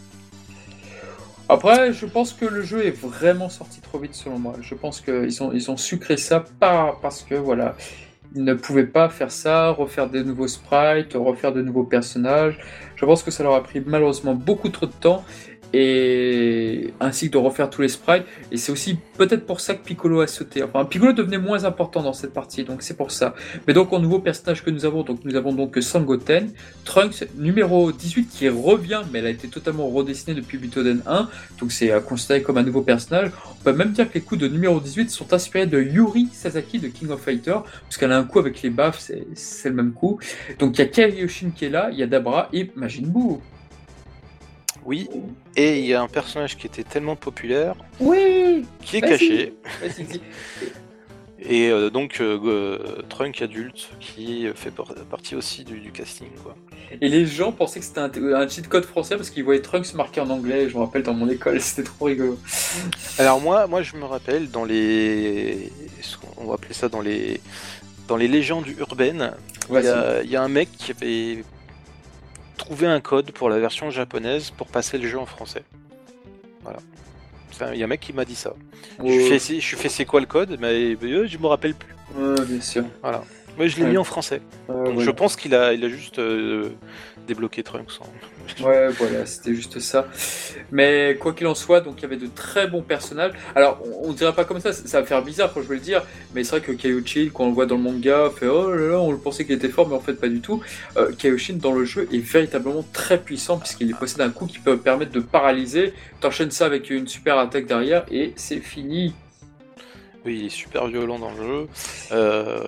A: Après, je pense que le jeu est vraiment sorti trop vite selon moi. Je pense qu'ils ont, ils ont sucré ça pas parce que voilà, ils ne pouvaient pas faire ça, refaire des nouveaux sprites, refaire de nouveaux personnages. Je pense que ça leur a pris malheureusement beaucoup trop de temps et ainsi que de refaire tous les sprites. Et c'est aussi peut-être pour ça que Piccolo a sauté. Enfin, Piccolo devenait moins important dans cette partie, donc c'est pour ça. Mais donc en nouveau personnage que nous avons, donc nous avons donc Sangoten, Trunks numéro dix-huit qui revient, mais elle a été totalement redessinée depuis Butoden un, donc c'est euh, considéré comme un nouveau personnage. On peut même dire que les coups de numéro dix-huit sont inspirés de Yuri Sasaki de King of Fighters, parce qu'elle a un coup avec les baffes, c'est, c'est le même coup. Donc il y a Kaioshin qui est là, il y a Dabra et Majin Buu.
B: Oui, et il y a un personnage qui était tellement populaire,
A: Oui,
B: qui est
A: Vas-y.
B: caché,
A: Vas-y, dis.
B: et euh, donc euh, euh, Trunk adulte, qui fait par- partie aussi du, du casting, quoi.
A: Et les gens pensaient que c'était un, un cheat code français parce qu'ils voyaient Trunks marqué en anglais, je me rappelle dans mon école, c'était trop rigolo.
B: Alors moi, moi je me rappelle dans les, on va appeler ça dans les, dans les légendes urbaines, il
A: Ouais,
B: y, a- il y a un mec qui avait trouvé un code pour la version japonaise pour passer le jeu en français. Voilà. C'est un- Il y a un mec qui m'a dit ça. Je lui fais, c'est- je lui fais c'est quoi le code? Mais euh, je me rappelle plus.
A: Ouais, bien sûr.
B: Voilà. Moi je l'ai
A: Ouais.
B: mis en français.
A: Ouais,
B: Donc
A: voilà.
B: je pense qu'il a, il a juste euh, débloqué Trunks. hein.
A: Ouais, voilà, c'était juste ça. Mais quoi qu'il en soit, donc il y avait de très bons personnages. Alors, on, on dirait pas comme ça, ça va faire bizarre quand je vais le dire, mais c'est vrai que Kaioshin, quand on le voit dans le manga, fait oh là là, on le pensait qu'il était fort, mais en fait pas du tout. Euh, Kaioshin dans le jeu est véritablement très puissant puisqu'il possède un coup qui peut permettre de paralyser. T'enchaînes ça avec une super attaque derrière et c'est fini.
B: Oui, il est super violent dans le jeu. Euh...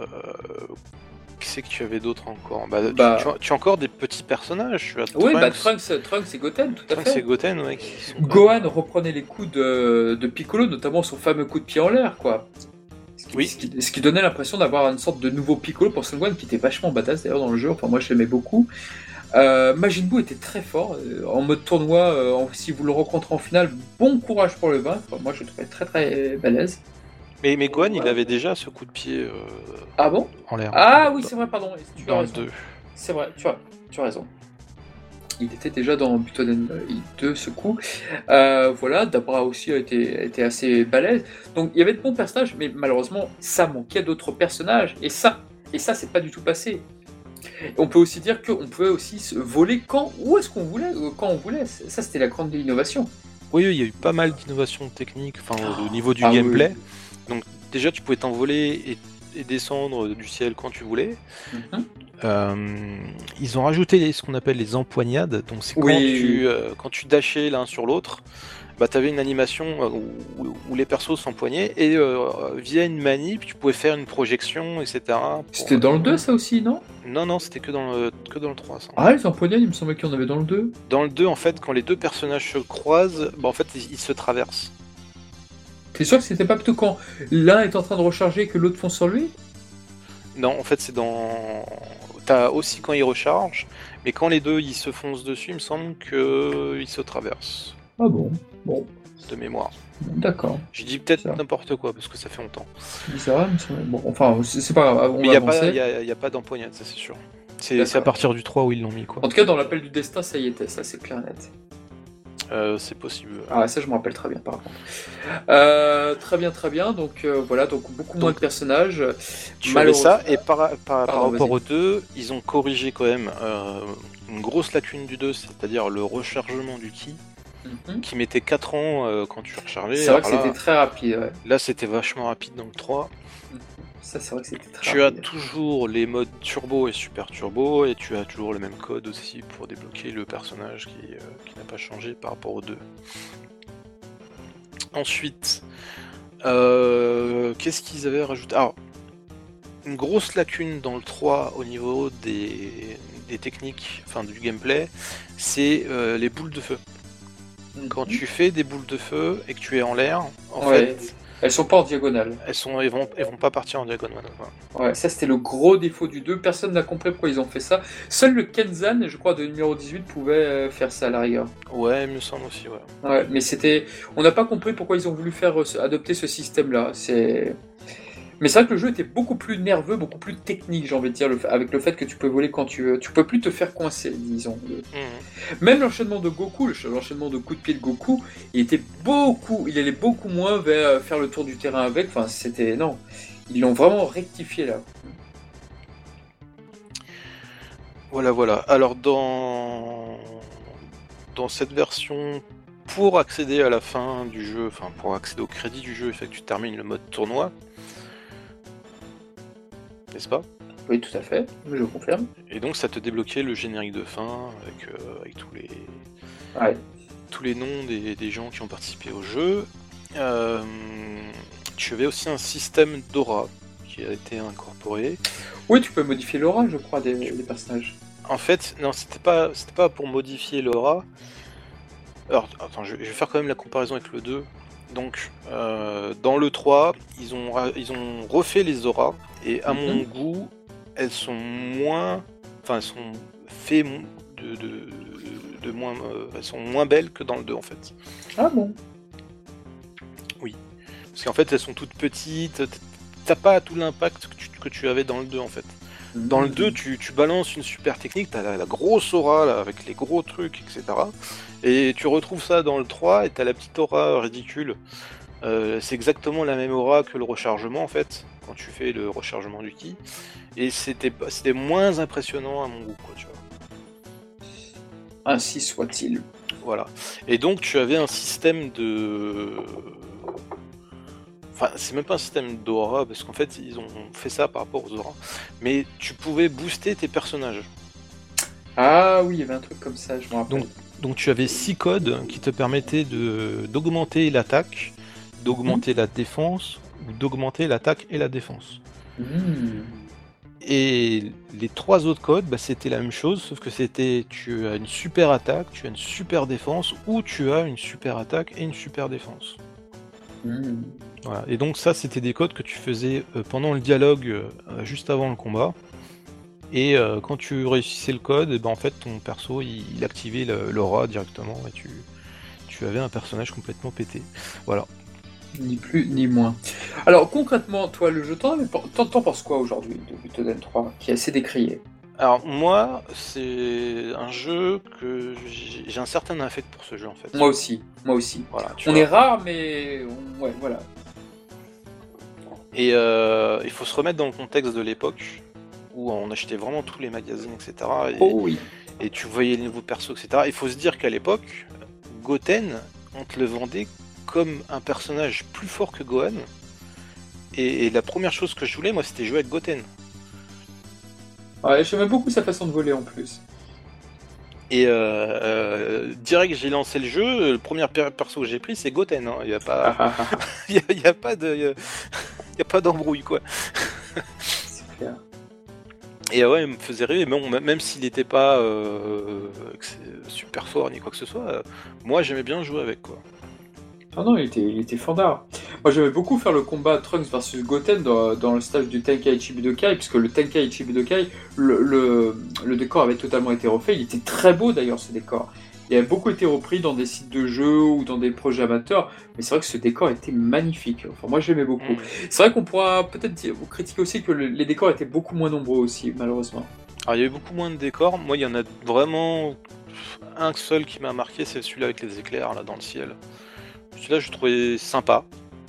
B: Qui c'est que tu avais d'autres encore? Bah, tu-
A: Bah.
B: tu, as, tu as encore des petits personnages. Tu as
A: Oui,
B: Trunks,
A: bah Trunks, Trunks et Goten, tout à
B: Trunks et
A: fait.
B: Goten, ouais, qui sont quand
A: Gohan
B: même-
A: reprenait les coups de, de Piccolo, notamment son fameux coup de pied en l'air, quoi. Ce qui,
B: Oui.
A: ce qui, ce qui donnait l'impression d'avoir une sorte de nouveau Piccolo pour Son Gohan, qui était vachement badass d'ailleurs dans le jeu. Enfin, moi je l'aimais beaucoup. Euh, Majin Buu était très fort euh, en mode tournoi. Euh, en- si vous le rencontrez en finale, bon courage pour le vaincre. Moi je le trouvais très très balèze.
B: Mais, mais Gohan, il avait déjà ce coup de pied euh,
A: Ah bon?
B: en l'air.
A: Ah oui, c'est vrai, pardon. Tu as
B: Dans le
A: raison.
B: deux.
A: C'est vrai, tu as, tu as raison. Il était déjà dans Butoden deux ce coup. Euh, voilà, Dabra aussi a été, a été assez balèze. Donc il y avait de bons personnages, mais malheureusement, ça manquait d'autres personnages. Et ça, et ça, c'est pas du tout passé. On peut aussi dire qu'on pouvait aussi se voler quand, où est-ce qu'on voulait, euh, quand on voulait. Ça, c'était la grande innovation.
B: Oui, oui, il y a eu pas mal d'innovations techniques enfin, au niveau du
A: Ah oui.
B: gameplay. Donc déjà, tu pouvais t'envoler et, et descendre du ciel quand tu voulais.
A: Mhm.
B: Euh, ils ont rajouté les- ce qu'on appelle les empoignades. Donc c'est quand
A: Oui.
B: tu euh, quand tu dashais l'un sur l'autre, bah t'avais une animation euh, où, où les persos s'empoignaient et euh, via une manip, tu pouvais faire une projection, et cetera. pour-
A: C'était dans le deux, ça aussi, non?
B: Non, non, c'était que dans le que dans le trois. Ça.
A: Ah, les empoignades, il me semblait qu'il y en avait dans le deux.
B: Dans le deux, en fait, quand les deux personnages se croisent, bah en fait ils, ils se traversent.
A: T'es sûr que c'était pas plutôt quand l'un est en train de recharger que l'autre fonce sur lui?
B: Non, en fait, c'est dans. T'as aussi quand ils rechargent, mais quand les deux ils se foncent dessus, il me semble qu'ils se traversent,
A: Ah bon, bon,
B: de mémoire.
A: d'accord.
B: Je dis peut-être
A: Ça.
B: n'importe quoi parce que ça fait longtemps.
A: Bizarre, il me semblait- bon, enfin, c'est c'est pas grave, on
B: Mais il
A: va
B: n'y a, pas-
A: avancer.
B: y a, y a pas d'empoignade, ça c'est sûr. C'est
A: D'accord.
B: c'est à partir du trois où ils l'ont mis, quoi.
A: En tout cas, dans l'appel du destin, ça y était, ça c'est clair et net.
B: Euh, c'est possible.
A: Ah, ça je me rappelle très bien, par contre. Euh, très bien, très bien, donc euh, voilà, donc beaucoup moins
B: Donc,
A: de personnages.
B: Tu avais
A: Malheureusement-
B: ça, et par, par, par
A: Pardon,
B: rapport
A: vas-y.
B: au deux, ils ont corrigé quand même euh, une grosse lacune du deux, c'est-à-dire le rechargement du ki,
A: Mhm.
B: qui mettait quatre ans euh, quand tu rechargeais.
A: C'est vrai que
B: Alors là,
A: c'était très rapide, ouais.
B: là, c'était vachement rapide dans le trois.
A: Ça, c'est vrai que c'était très
B: Tu as
A: rapide.
B: toujours les modes turbo et super turbo, et tu as toujours le même code aussi pour débloquer le personnage qui, euh, qui n'a pas changé par rapport au deux. Ensuite, euh, qu'est-ce qu'ils avaient rajouté? Alors, une grosse lacune dans le trois au niveau des, des techniques, enfin du gameplay, c'est euh, les boules de feu. Quand tu fais des boules de feu et que tu es en l'air, en
A: Ouais.
B: fait,
A: Elles sont pas en diagonale.
B: elles, sont, elles, vont, elles vont pas partir en diagonale. Voilà.
A: Ouais, ça c'était le gros défaut du deux. Personne n'a compris pourquoi ils ont fait ça. Seul le Kenzan, je crois, de numéro dix-huit pouvait euh, faire ça à la rigueur.
B: Ouais, il me semble aussi, ouais.
A: Ouais, mais c'était. On n'a pas compris pourquoi ils ont voulu faire euh, adopter ce système-là. C'est. Mais c'est vrai que le jeu était beaucoup plus nerveux, beaucoup plus technique, j'ai envie de dire, le fait- avec le fait que tu peux voler quand tu veux. Tu peux plus te faire coincer, disons. Le-
B: Mhm.
A: Même l'enchaînement de Goku, le- l'enchaînement de coups de pied de Goku, il était beaucoup, il allait beaucoup moins vers euh, faire le tour du terrain avec. Enfin, c'était non, ils l'ont vraiment rectifié là.
B: Voilà, voilà. Alors, dans... dans cette version, pour accéder à la fin du jeu, enfin, pour accéder au crédit du jeu, il faut que tu termines le mode tournoi. N'est-ce pas?
A: Oui, tout à fait, je confirme.
B: Et donc, ça te débloquait le générique de fin avec, euh, avec tous les.
A: Ouais.
B: tous les noms des, des gens qui ont participé au jeu. Euh, tu avais aussi un système d'aura qui a été incorporé.
A: Oui, tu peux modifier l'aura, je crois, des, des personnages.
B: En fait, non, c'était pas, c'était pas pour modifier l'aura. Alors, attends, je, je vais faire quand même la comparaison avec le deux. Donc, euh, dans le trois, ils ont, ra- ils ont refait les auras, et à
A: Mhm.
B: mon goût, elles sont moins. Enfin, elles sont fait de, de, de moins, euh, elles sont moins belles que dans le deux en fait.
A: Ah bon?
B: Oui. Parce qu'en fait elles sont toutes petites, t'as pas tout l'impact que tu, que tu avais dans le deux en fait. Dans le deux, tu, tu balances une super technique, t'as la, la grosse aura là, avec les gros trucs, et cetera. Et tu retrouves ça dans le trois et t'as la petite aura ridicule. Euh, c'est exactement la même aura que le rechargement en fait, quand tu fais le rechargement du ki. Et c'était, c'était moins impressionnant à mon goût, quoi, tu vois.
A: Ainsi soit-il.
B: Voilà. Et donc tu avais un système de... Enfin, c'est même pas un système d'aura, parce qu'en fait, ils ont fait ça par rapport aux auras. Mais tu pouvais booster tes personnages.
A: Ah oui, il y avait un truc comme ça, je me rappelle.
C: Donc, donc tu avais six codes qui te permettaient de, d'augmenter l'attaque, d'augmenter mmh. la défense, ou d'augmenter l'attaque et la défense.
A: Mmh.
C: Et les trois autres codes, bah, c'était la même chose, sauf que c'était tu as une super attaque, tu as une super défense, ou tu as une super attaque et une super défense.
A: Mmh.
C: Voilà. Et donc ça, c'était des codes que tu faisais euh, pendant le dialogue, euh, juste avant le combat. Et euh, quand tu réussissais le code, et ben, en fait, ton perso, il, il activait le, l'aura directement, et tu, tu avais un personnage complètement pété. Voilà.
A: Ni plus ni moins. Alors concrètement, toi, le jeu, t'en, t'en, t'en penses quoi aujourd'hui de Butoden trois, qui est assez décrié?
B: Alors moi, c'est un jeu que j'ai, j'ai un certain affect pour ce jeu en fait.
A: Moi aussi, moi aussi.
B: Voilà,
A: on
B: vois.
A: est rare, mais on... ouais, voilà.
B: Et euh, il faut se remettre dans le contexte de l'époque où on achetait vraiment tous les magazines, et cetera. Et,
A: oh oui.
B: Et tu voyais les nouveaux persos, et cetera. Il faut se dire qu'à l'époque, Goten, on te le vendait comme un personnage plus fort que Gohan. Et, et la première chose que je voulais, moi, c'était jouer avec Goten.
A: Ouais, j'aimais beaucoup sa façon de voler en plus.
B: Et euh, euh, direct, j'ai lancé le jeu. Le premier perso que j'ai pris, c'est Goten. Hein. Il n'y a pas, il y a, il y a pas de, il y a, il y a pas d'embrouille quoi.
A: C'est clair.
B: Et ouais, il me faisait rêver. Bon, même s'il n'était pas euh, super fort ni quoi que ce soit, euh, moi j'aimais bien jouer avec quoi.
A: Ah non, il était, il était fandard. Moi j'aimais beaucoup faire le combat Trunks versus Goten dans, dans le stage du Tenkaichi Budokai, puisque le Tenkaichi Budokai, le, le, le décor avait totalement été refait. Il était très beau d'ailleurs ce décor. Il avait beaucoup été repris dans des sites de jeux ou dans des projets amateurs, mais c'est vrai que ce décor était magnifique. Enfin, moi j'aimais beaucoup. Mmh. C'est vrai qu'on pourra peut-être dire, critiquer aussi que le, les décors étaient beaucoup moins nombreux aussi, malheureusement.
B: Alors il y avait beaucoup moins de décors. Moi il y en a vraiment un seul qui m'a marqué, c'est celui-là avec les éclairs là dans le ciel. Celui-là, je trouvais sympa.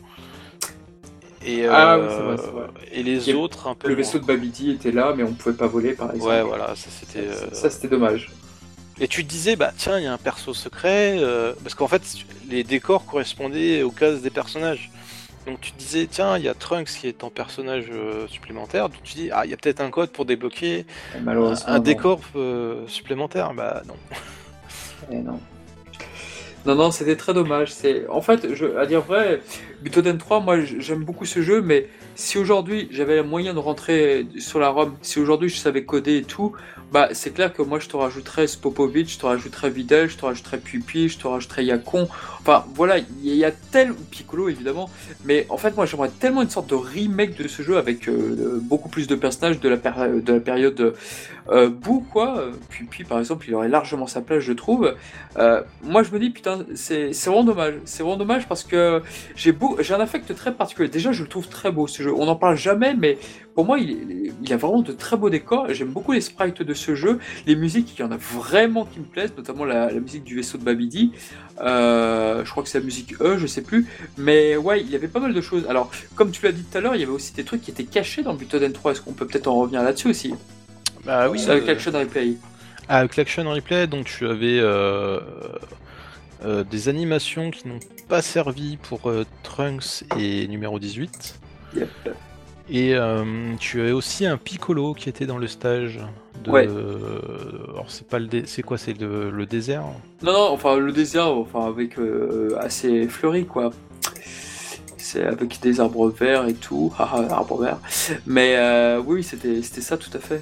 B: Et,
A: ah
B: euh,
A: oui, c'est vrai, c'est vrai.
B: Et les
A: et
B: autres, un peu.
A: Le vaisseau de Babidi était là, mais on ne pouvait pas voler, par exemple.
B: Ouais, voilà, ça c'était.
A: Ça, ça c'était dommage.
B: Et tu te disais, bah tiens, il y a un perso secret. Euh, parce qu'en fait, les décors correspondaient aux cases des personnages. Donc tu te disais, tiens, il y a Trunks qui est en personnage euh, supplémentaire. Donc tu dis, ah, il y a peut-être un code pour débloquer un, un décor euh, supplémentaire. Bah non.
A: Et non. Non, non, c'était très dommage. C'est... En fait, je... à dire vrai, Butoden trois, moi j'aime beaucoup ce jeu, mais si aujourd'hui j'avais le moyen de rentrer sur la ROM, si aujourd'hui je savais coder et tout, bah c'est clair que moi je te rajouterais Spopovic, je te rajouterais Videl, je te rajouterais Pupi, je te rajouterais Yakon. Enfin voilà, il y a tel Piccolo évidemment, mais en fait moi j'aimerais tellement une sorte de remake de ce jeu avec euh, beaucoup plus de personnages de la, péri- de la période euh, Boo quoi. Pupi par exemple, il aurait largement sa place je trouve. Euh, moi je me dis putain c'est, c'est vraiment dommage, c'est vraiment dommage parce que j'ai beau, j'ai un affect très particulier. Déjà je le trouve très beau ce jeu, on n'en parle jamais mais pour moi il, il a vraiment de très beaux décors, j'aime beaucoup les sprites de ce jeu, les musiques il y en a vraiment qui me plaisent, notamment la, la musique du vaisseau de Babidi, euh, je crois que c'est la musique E, je sais plus, mais ouais il y avait pas mal de choses. Alors comme tu l'as dit tout à l'heure, il y avait aussi des trucs qui étaient cachés dans Butoden trois, est-ce qu'on peut peut-être en revenir là-dessus aussi?
B: Bah oui,
A: avec
B: euh...
A: Action Replay.
C: Ah, avec l'Action Replay, donc tu avais euh, euh, des animations qui n'ont pas servi pour euh, Trunks et numéro dix-huit.
A: Yep.
C: Et euh, tu avais aussi un Piccolo qui était dans le stage de.
A: Ouais.
C: Alors c'est pas le dé... c'est quoi, c'est le, le désert?
A: Non non, enfin le désert, enfin avec euh, assez fleuri quoi. C'est avec des arbres verts et tout, haha arbres verts. Mais euh, oui c'était c'était ça tout à fait.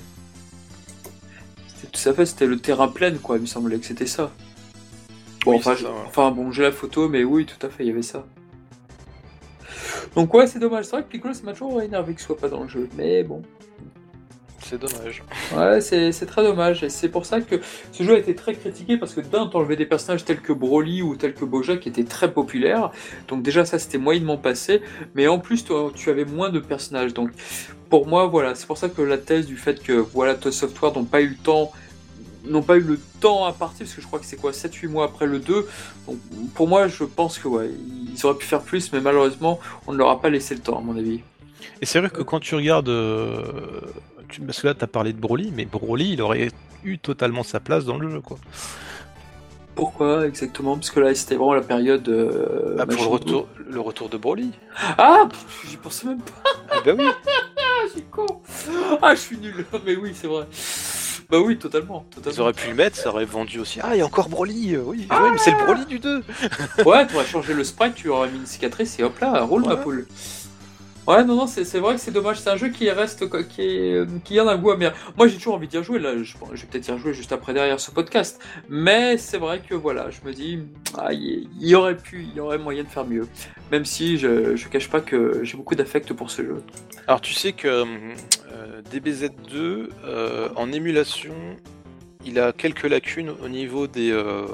A: C'était tout à fait, c'était le terrain plein quoi, il me semblait que c'était ça. Bon
B: oui,
A: enfin,
B: ça, ouais.
A: enfin bon j'ai la photo mais oui tout à fait il y avait ça. Donc ouais c'est dommage, c'est vrai que Piccolo ça m'a toujours énervé qu'il soit pas dans le jeu, mais bon.
B: C'est dommage.
A: Ouais, c'est c'est très dommage. Et c'est pour ça que ce jeu a été très critiqué parce que d'un, t'enlevais des personnages tels que Broly ou tels que Bojack qui étaient très populaires. Donc déjà, ça c'était moyennement passé. Mais en plus, toi, tu avais moins de personnages. Donc pour moi, voilà, c'est pour ça que la thèse du fait que voilà, Toy Software n'ont pas eu le temps, n'ont pas eu le temps à partir, parce que je crois que c'est quoi, sept huit mois après le deux. Donc pour moi, je pense que ouais, ils auraient pu faire plus, mais malheureusement, on ne leur a pas laissé le temps, à mon avis.
C: Et c'est vrai que quand tu regardes, euh, tu- parce que là t'as parlé de Broly, mais Broly il aurait eu totalement sa place dans le jeu quoi.
A: Pourquoi exactement? Parce que là, c'était vraiment la période. Euh,
B: Ah, pour le
A: machin.
B: retour, le retour de Broly.
A: Ah, pff, j'y pensais même pas.
B: Ah bah oui.
A: Ah, je suis con. Ah, je suis nul. Mais oui, c'est vrai. Bah oui, totalement.
B: Ils
A: totalement.
B: auraient pu le mettre, ça aurait vendu aussi. Ah, il y a encore Broly. euh, Oui, oui, mais c'est le Broly du deux.
A: Ouais, tu aurais changé le sprite, tu aurais mis une cicatrice et hop là, roule ma
B: Ouais.
A: poule. Ouais, non, non, c'est c'est vrai que c'est dommage. C'est un jeu qui reste, quoi, qui, est, qui a un goût amer. Moi, j'ai toujours envie d'y rejouer. Là, je, je vais peut-être y rejouer juste après derrière ce podcast. Mais c'est vrai que voilà, je me dis, ah, il il y aurait pu, il y aurait moyen de faire mieux. Même si je, je cache pas que j'ai beaucoup d'affect pour ce jeu.
B: Alors tu sais que euh, D B Z deux, euh, en émulation, il a quelques lacunes au niveau des euh,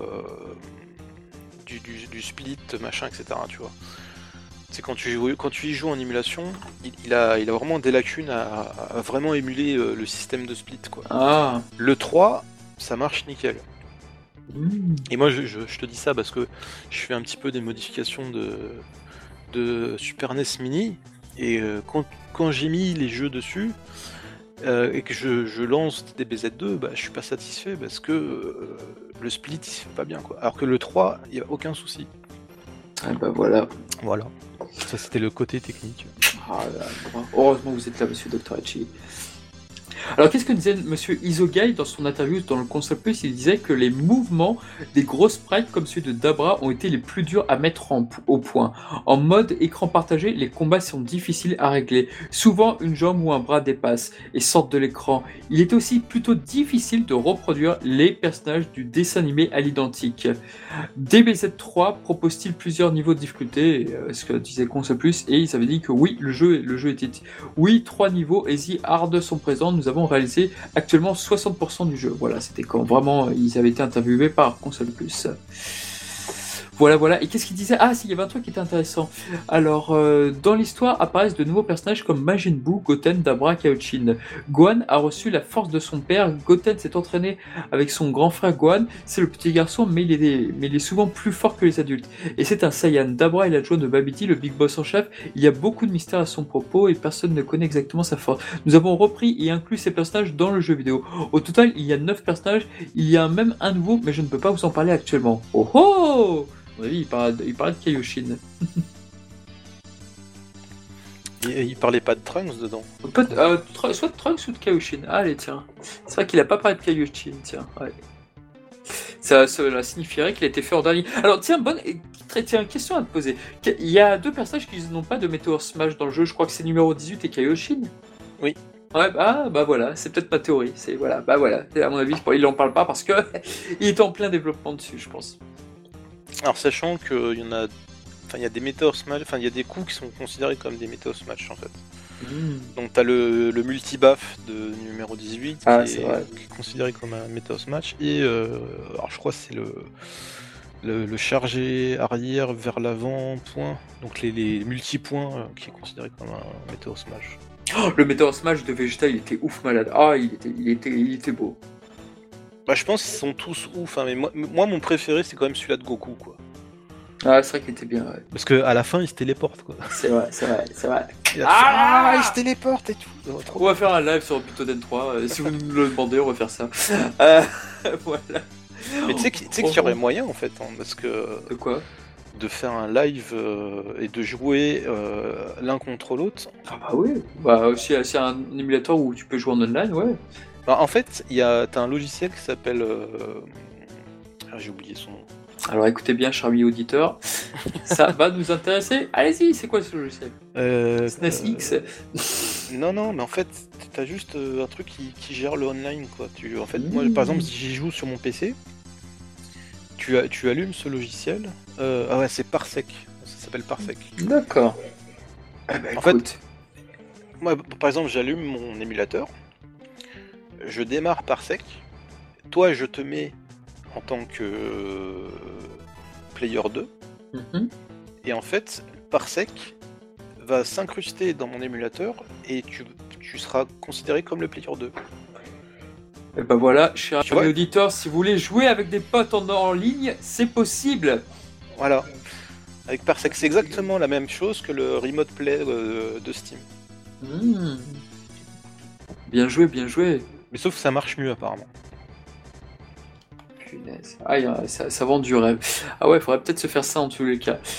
B: du, du, du split, machin, et cetera. Tu vois. C'est quand tu joues, quand tu y joues en émulation, il, il a, il a vraiment des lacunes à, à vraiment émuler euh, le système de split, quoi.
A: Ah.
B: Le trois, ça marche nickel.
A: Mmh.
B: Et moi, je, je- je te dis ça parce que je fais un petit peu des modifications de, de Super N E S Mini. Et euh, quand, quand j'ai mis les jeux dessus euh, et que je, je lance D B Z deux, bah, je suis pas satisfait parce que euh, le split il se fait pas bien, quoi. Alors que le trois, il n'y a aucun souci.
A: Ah bah voilà.
C: Voilà. Ça c'était le côté technique.
A: Ah là, bravo. Heureusement que vous êtes là, monsieur docteur Hachi. Alors, qu'est-ce que disait monsieur Isogai dans son interview dans le Console Plus? Il disait que les mouvements des gros sprites comme celui de Dabra ont été les plus durs à mettre en, au point. En mode écran partagé, les combats sont difficiles à régler. Souvent, une jambe ou un bras dépasse et sortent de l'écran. Il est aussi plutôt difficile de reproduire les personnages du dessin animé à l'identique. D B Z trois propose-t-il plusieurs niveaux de difficulté? euh, Ce que disait Console Plus, et ils avaient dit que oui, le jeu, le jeu était... Oui, trois niveaux easy, hard sont présents. Nous avons réalisé actuellement soixante pour cent du jeu. Voilà, c'était quand vraiment ils avaient été interviewés par Console Plus. Voilà, voilà. Et qu'est-ce qu'il disait? Ah, si, il y avait un truc qui était intéressant. Alors, euh, dans l'histoire apparaissent de nouveaux personnages comme Majin Buu, Goten, Dabra, Kaioshin. Gohan a reçu la force de son père. Goten s'est entraîné avec son grand frère Gohan. C'est le petit garçon, mais il, est, mais il est souvent plus fort que les adultes. Et c'est un Saiyan. Dabra est l'adjoint de Babidi, le big boss en chef. Il y a beaucoup de mystères à son propos et personne ne connaît exactement sa force. Nous avons repris et inclus ces personnages dans le jeu vidéo. Au total, il y a neuf personnages. Il y a même un nouveau, mais je ne peux pas vous en parler actuellement. Oh oh! À mon avis, il parlait de, il parlait de Kaioshin.
B: Et, il parlait pas de Trunks dedans.
A: Peut- euh, Tr- soit de Trunks ou de Kaioshin. Ah, allez, tiens. C'est vrai qu'il a pas parlé de Kaioshin, tiens. Ouais. Ça, cela signifierait qu'il a été fait en dernier. Alors, tiens, bonne tiens, question à te poser. Il y a deux personnages qui n'ont pas de Meteor Smash dans le jeu. Je crois que c'est numéro dix-huit et Kaioshin.
B: Oui.
A: Ouais, bah, bah voilà, c'est peut-être ma théorie. C'est voilà, bah voilà. À mon avis, il en parle pas parce que il est en plein développement dessus, je pense.
B: Alors sachant qu'il y en a, enfin il y a des Meteor Smash, enfin il y a des coups qui sont considérés comme des Meteor Smash en fait.
A: Mmh.
B: Donc t'as le, le multi-buff de numéro dix-huit
A: Ah,
B: qui,
A: c'est
B: est,
A: vrai.
B: qui est considéré comme un Meteor Smash et euh, alors je crois que c'est le, le le chargé arrière vers l'avant point, donc les, les multi-points euh, qui est considéré comme un Meteor Smash.
A: Oh, le Meteor Smash de Vegeta, il était ouf malade. Ah, il était, il était, il était beau.
B: Bah je pense qu'ils sont tous ouf, hein, mais moi, moi mon préféré c'est quand même celui-là de Goku quoi.
A: Ah, c'est vrai qu'il était bien, ouais.
C: Parce que à la fin il se téléporte quoi.
A: C'est vrai, c'est vrai, c'est vrai.
B: Il a
A: Ah,
B: fait, ah il se téléporte et tout. Oh, trop
A: On va faire un live sur Butoden trois. euh, si vous nous le demandez, on va faire ça. Euh, voilà.
B: Mais tu sais qu'il tu sais qu'il y aurait moyen en fait, hein, parce que
A: De quoi?
B: de faire un live euh, et de jouer euh, l'un contre l'autre.
A: Ah bah oui. Bah aussi, c'est un émulateur où tu peux jouer en online, ouais.
B: Bah, en fait, il y a t'as un logiciel qui s'appelle euh... ah, j'ai oublié son nom.
A: Alors écoutez bien, cher ami auditeur, ça va nous intéresser. Allez-y, c'est quoi ce logiciel?
C: Euh,
A: S N E S X.
B: Non non, mais en fait, t'as juste euh, un truc qui, qui gère le online quoi. Tu en fait, moi
A: Mmh.
B: par exemple, si j'y joue sur mon P C, tu as tu allumes ce logiciel. Euh... Ah ouais, c'est Parsec. Ça s'appelle Parsec.
A: D'accord. Eh ben,
B: En fait,
A: écoute.
B: Moi, par exemple, j'allume mon émulateur je démarre par sec, toi je te mets en tant que euh, player deux,
A: Mhm.
B: et en fait, Parsec va s'incruster dans mon émulateur et tu, tu seras considéré comme le player deux.
A: Et ben voilà, chers
B: Tu vois
A: amis auditeurs, si vous voulez jouer avec des potes en, en ligne, c'est possible.
B: Voilà. Avec Parsec, c'est exactement la même chose que le Remote Play euh, de Steam.
A: Hmm. Bien joué, bien joué.
B: Mais sauf que ça marche mieux apparemment.
A: Punaise. Ah, y a- ça, ça vend du rêve. Ah ouais, il faudrait peut-être se faire ça en tous les cas.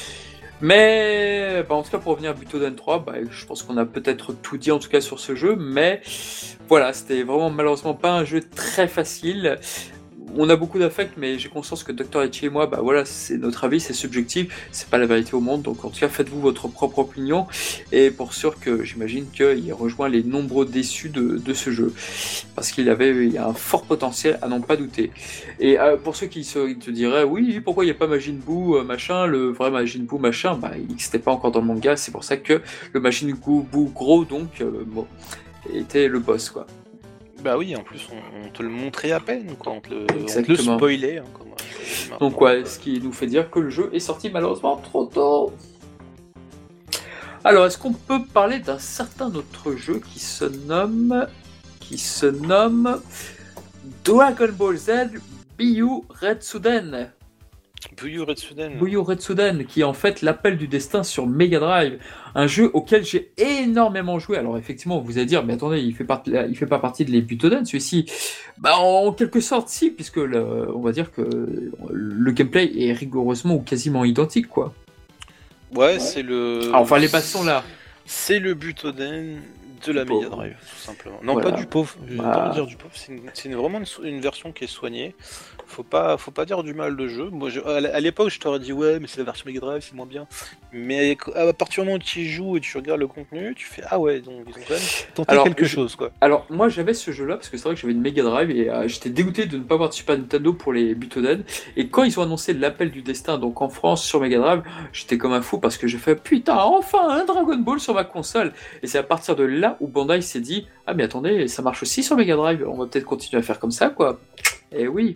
A: Mais bah, en tout cas, pour revenir à Butoden trois, bah, je pense qu'on a peut-être tout dit en tout cas sur ce jeu. Mais voilà, c'était vraiment malheureusement pas un jeu très facile. On a beaucoup d'affect, mais j'ai conscience que docteur Ecchi et moi, bah voilà, c'est notre avis, c'est subjectif, c'est pas la vérité au monde. Donc en tout cas, faites-vous votre propre opinion. Et pour sûr que j'imagine qu'il rejoint les nombreux déçus de, de ce jeu, parce qu'il avait, il y a un fort potentiel à n'en pas douter. Et euh, pour ceux qui se, qui te diraient, oui, pourquoi il n'y a pas Majin Buu euh, machin, le vrai Majin Buu machin, bah il n'existait pas encore dans le manga. C'est pour ça que le Majin Buu gros, donc euh, bon, était le boss quoi.
B: Bah oui, en plus on, on te le montrait à peine, quoi. On te le, on te le
A: Exactement.
B: spoilait. Hein, comme, comme
A: Donc ouais, ce qui nous fait dire que le jeu est sorti malheureusement trop tôt. Alors, est-ce qu'on peut parler d'un certain autre jeu qui se nomme, qui se nomme Dragon Ball Z Biyou Retsuden.
B: Buyou Retsuden.
A: Buyou Retsuden, qui est en fait l'appel du destin sur Mega Drive, un jeu auquel j'ai énormément joué. Alors effectivement, vous allez dire, mais attendez, il fait, part... il fait pas partie de l'Ebutoden, celui-ci. Bah en quelque sorte, si, puisque le... on va dire que le gameplay est rigoureusement ou quasiment identique, quoi.
B: Ouais, ouais. c'est le.
A: Ah, enfin, les bases sont là.
B: C'est le Butoden de la Mega Drive, tout simplement. Non,
A: voilà.
B: pas du pauvre. J'ai
A: bah...
B: pas envie de dire du pauvre. C'est, une... c'est une... vraiment une... une version qui est soignée. Faut pas, faut pas dire du mal de jeu. Moi, je... à l'époque, je t'aurais dit ouais, mais c'est la version Mega Drive, c'est moins bien. Mais à partir du moment où tu y joues et tu regardes le contenu, tu fais ah ouais, donc ils ont quand même tenté alors, quelque je... chose, quoi.
A: Alors moi, j'avais ce jeu-là parce que c'est vrai que j'avais une Mega Drive et euh, j'étais dégoûté de ne pas avoir de Super Nintendo pour les Butoden. Et quand ils ont annoncé l'appel du destin, donc en France sur Mega Drive, j'étais comme un fou parce que j'ai fait putain, enfin un Dragon Ball sur ma console. Et c'est à partir de là où Bandai s'est dit ah mais attendez, ça marche aussi sur Mega Drive, on va peut-être continuer à faire comme ça, quoi. Et oui.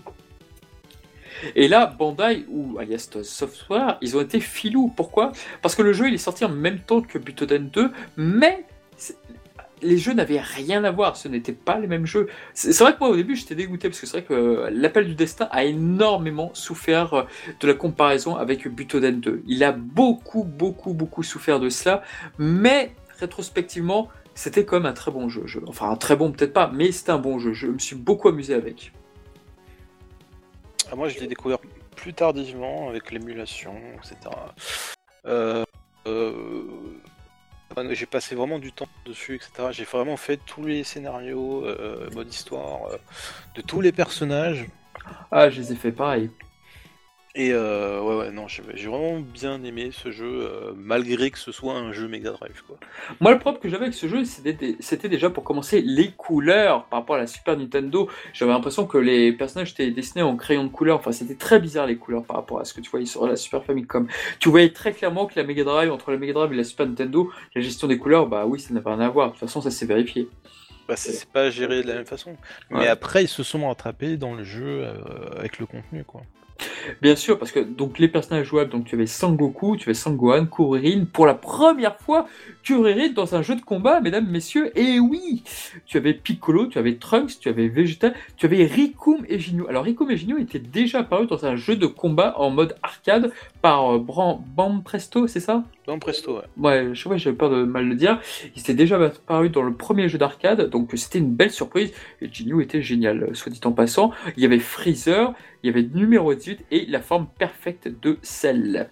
A: Et là, Bandai, ou alias Toys Software, ils ont été filous. Pourquoi ? Parce que le jeu, il est sorti en même temps que Butoden deux, mais les jeux n'avaient rien à voir, ce n'étaient pas les mêmes jeux. C'est, c'est vrai que moi, au début, j'étais dégoûté, parce que c'est vrai que l'appel du destin a énormément souffert de la comparaison avec Butoden deux. Il a beaucoup, beaucoup, beaucoup souffert de cela, mais rétrospectivement, c'était quand même un très bon jeu. Enfin, un très bon, peut-être pas, mais c'était un bon jeu. Je me suis beaucoup amusé avec.
B: Moi, je l'ai découvert plus tardivement avec l'émulation, et cetera. Euh, euh, j'ai passé vraiment du temps dessus, et cetera. J'ai vraiment fait tous les scénarios, euh, mode histoire, euh, de tous les personnages.
A: Ah, je les ai fait pareil.
B: Et euh, ouais, ouais, non, j'ai, j'ai vraiment bien aimé ce jeu, euh, malgré que ce soit un jeu Mega Drive, quoi.
A: Moi, le problème que j'avais avec ce jeu, c'était, c'était déjà pour commencer les couleurs par rapport à la Super Nintendo. J'avais l'impression que les personnages étaient dessinés en crayon de couleur. Enfin, c'était très bizarre les couleurs par rapport à ce que tu voyais sur la Super Famicom. Tu voyais très clairement que la Mega Drive, entre la Mega Drive et la Super Nintendo, la gestion des couleurs, bah oui, ça n'avait rien à voir. De toute façon, ça s'est vérifié.
B: Bah, c'est, c'est pas géré de la même façon.
C: Mais ouais. Après, ils se sont rattrapés dans le jeu euh, avec le contenu, quoi.
A: Bien sûr, parce que donc les personnages jouables, donc tu avais Sangoku, tu avais Sangohan, Kuririn, pour la première fois, Kuririn dans un jeu de combat, mesdames, messieurs, et oui, tu avais Piccolo, tu avais Trunks, tu avais Vegeta, tu avais Rikum et Ginyu. Alors Rikum et Ginyu étaient déjà apparus dans un jeu de combat en mode arcade par euh, Bram, Bam Presto, c'est ça ?
B: Bam Presto, ouais.
A: Ouais, je sais pas, j'avais peur de mal le dire. Il était déjà apparu dans le premier jeu d'arcade, donc c'était une belle surprise. Et Ginyu était génial, soit dit en passant. Il y avait Freezer, il y avait numéro dix-huit et la forme parfaite de Cell.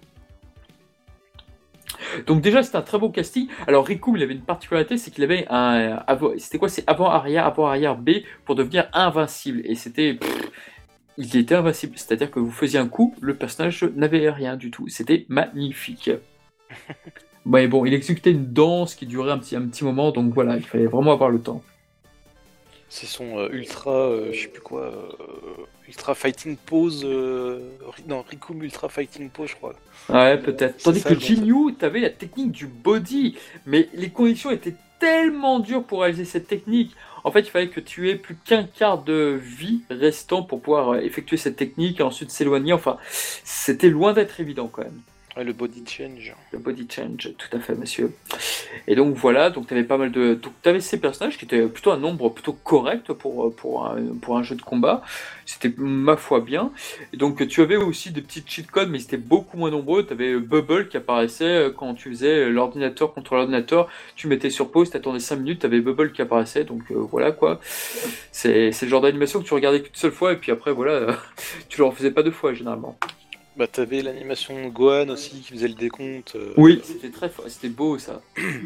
A: Donc déjà c'était un très beau casting. Alors Riku, il avait une particularité, c'est qu'il avait un, c'était quoi, c'est avant arrière, avant arrière B pour devenir invincible. Et c'était, pff, il était invincible. C'est-à-dire que vous faisiez un coup, le personnage n'avait rien du tout. C'était magnifique. Ouais, bon, il exécutait une danse qui durait un petit, un petit moment, donc voilà, il fallait vraiment avoir le temps.
B: C'est son euh, ultra, euh, je sais plus quoi, euh, ultra fighting pose, euh, ri- non, Rikum ultra fighting pose, je crois.
A: Ouais, peut-être.
B: C'est
A: Tandis
B: ça
A: que
B: le nom de ça.
A: Jinyu, t'avais la technique du body, mais les conditions étaient tellement dures pour réaliser cette technique. En fait, il fallait que tu aies plus qu'un quart de vie restant pour pouvoir euh, effectuer cette technique et ensuite s'éloigner. Enfin, c'était loin d'être évident quand même.
B: Ouais, le body change.
A: Le body change, tout à fait, monsieur. Et donc voilà, donc tu avais pas mal de. Donc tu avais ces personnages qui étaient plutôt un nombre plutôt correct pour, pour, un, pour un jeu de combat. C'était ma foi bien. Et donc tu avais aussi des petits cheat codes, mais c'était beaucoup moins nombreux. Tu avais Bubble qui apparaissait quand tu faisais l'ordinateur contre l'ordinateur. Tu mettais sur pause, tu attendais cinq minutes, tu avais Bubble qui apparaissait. Donc euh, voilà quoi. C'est, c'est le genre d'animation que tu regardais qu'une seule fois et puis après voilà, tu le refaisais pas deux fois généralement.
B: Bah t'avais l'animation de Gohan aussi qui faisait le décompte. euh,
A: Oui, c'était très fort, c'était beau ça.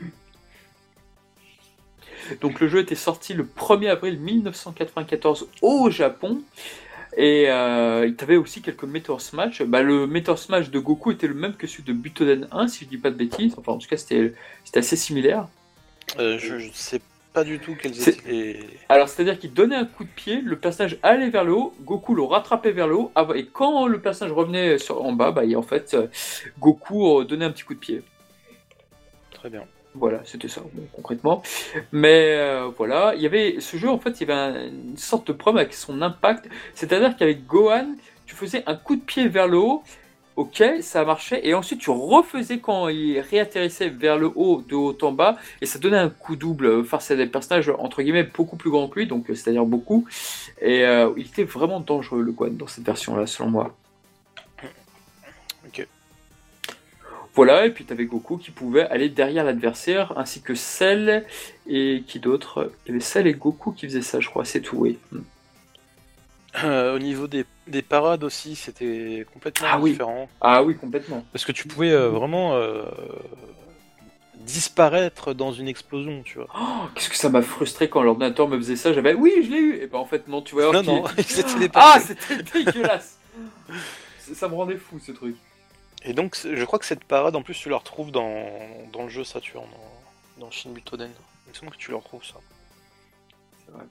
A: Donc le jeu était sorti le premier avril mille neuf cent quatre-vingt-quatorze au Japon. Et euh, il avait aussi quelques Meteor Smash. Bah, le Meteor Smash de Goku était le même que celui de Butoden un, si je dis pas de bêtises. Enfin, en tout cas, c'était, c'était assez similaire.
B: euh, je, je sais pas du tout quels
A: C'est-
B: étaient les.
A: Alors, c'est-à-dire qu'il donnait un coup de pied, le personnage allait vers le haut, Goku le rattrapait vers le haut, ah bah, et quand le personnage revenait sur, en bas, bah, et en fait, euh, Goku euh, donnait un petit coup de pied.
B: Très bien.
A: Voilà, c'était ça, bon, concrètement. Mais euh, voilà, il y avait ce jeu, en fait, il y avait un- une sorte de problème avec son impact. C'est-à-dire qu'avec Gohan, tu faisais un coup de pied vers le haut, ok, ça marchait, et ensuite tu refaisais quand il réatterrissait vers le haut, de haut en bas, et ça donnait un coup double face à des personnages, entre guillemets, beaucoup plus grands que lui, donc euh, c'est-à-dire beaucoup. Et euh, il était vraiment dangereux, le Gohan, dans cette version-là, selon moi.
B: Ok.
A: Voilà, et puis tu avais Goku qui pouvait aller derrière l'adversaire, ainsi que Cell, et qui d'autre? Il y avait Cell et Goku qui faisaient ça, je crois, c'est tout, oui. Hmm.
B: Euh, au niveau des, des parades aussi, c'était complètement
A: Ah oui.
B: différent.
A: Ah oui, complètement.
B: Parce que tu pouvais euh, vraiment euh, disparaître dans une explosion, tu vois.
A: Oh, qu'est-ce que ça m'a frustré quand l'ordinateur me faisait ça, j'avais oui, je l'ai eu! Et ben en fait, non, tu vois.
B: non,
A: ok.
B: non, il s'est
A: Ah,
B: téléporté.
A: c'était dégueulasse! Ça ça me rendait fou ce truc.
B: Et donc, c'est- je crois que cette parade, en plus, tu la retrouves dans, dans le jeu Saturn, dans, dans Shin Butoden. Il me semble que tu la retrouves, ça.
A: C'est vrai.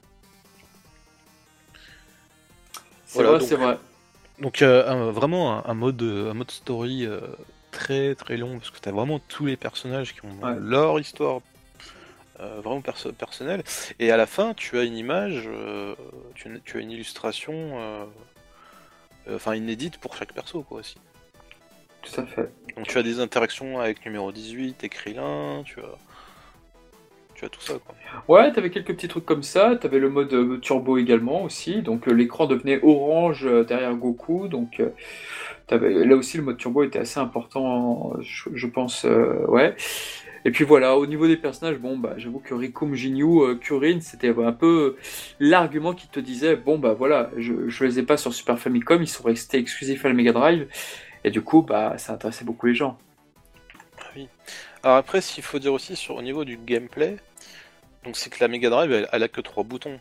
A: C'est
B: Voilà,
A: vrai,
B: donc-
A: c'est vrai.
B: Donc, euh, un- vraiment un, un mode, un mode story euh, très très long, parce que tu as vraiment tous les personnages qui ont
A: Ouais.
B: leur histoire euh, vraiment perso- personnelle. Et à la fin, tu as une image, euh, tu, tu as une illustration, euh, euh, enfin inédite pour chaque perso, quoi, aussi.
A: Tout à fait.
B: Donc tu as des interactions avec numéro dix-huit et Krillin, tu as, tu as tout ça, quoi.
A: Ouais, t'avais quelques petits trucs comme ça. T'avais le mode euh, turbo également aussi. Donc euh, l'écran devenait orange euh, derrière Goku. Donc euh, t'avais- là aussi le mode turbo était assez important, je, je pense. euh, ouais. Et puis voilà, au niveau des personnages, bon bah j'avoue que Rikum, Jinyu, euh, Kurin, c'était un peu l'argument qui te disait bon bah voilà, je, je les ai pas sur Super Famicom, ils sont restés exclusifs à la Mega Drive. Et du coup bah ça intéressait beaucoup les gens.
B: Ah oui. Alors après, ce qu'il faut dire aussi sur, au niveau du gameplay, donc c'est que la Mega Drive, elle, elle a que trois boutons.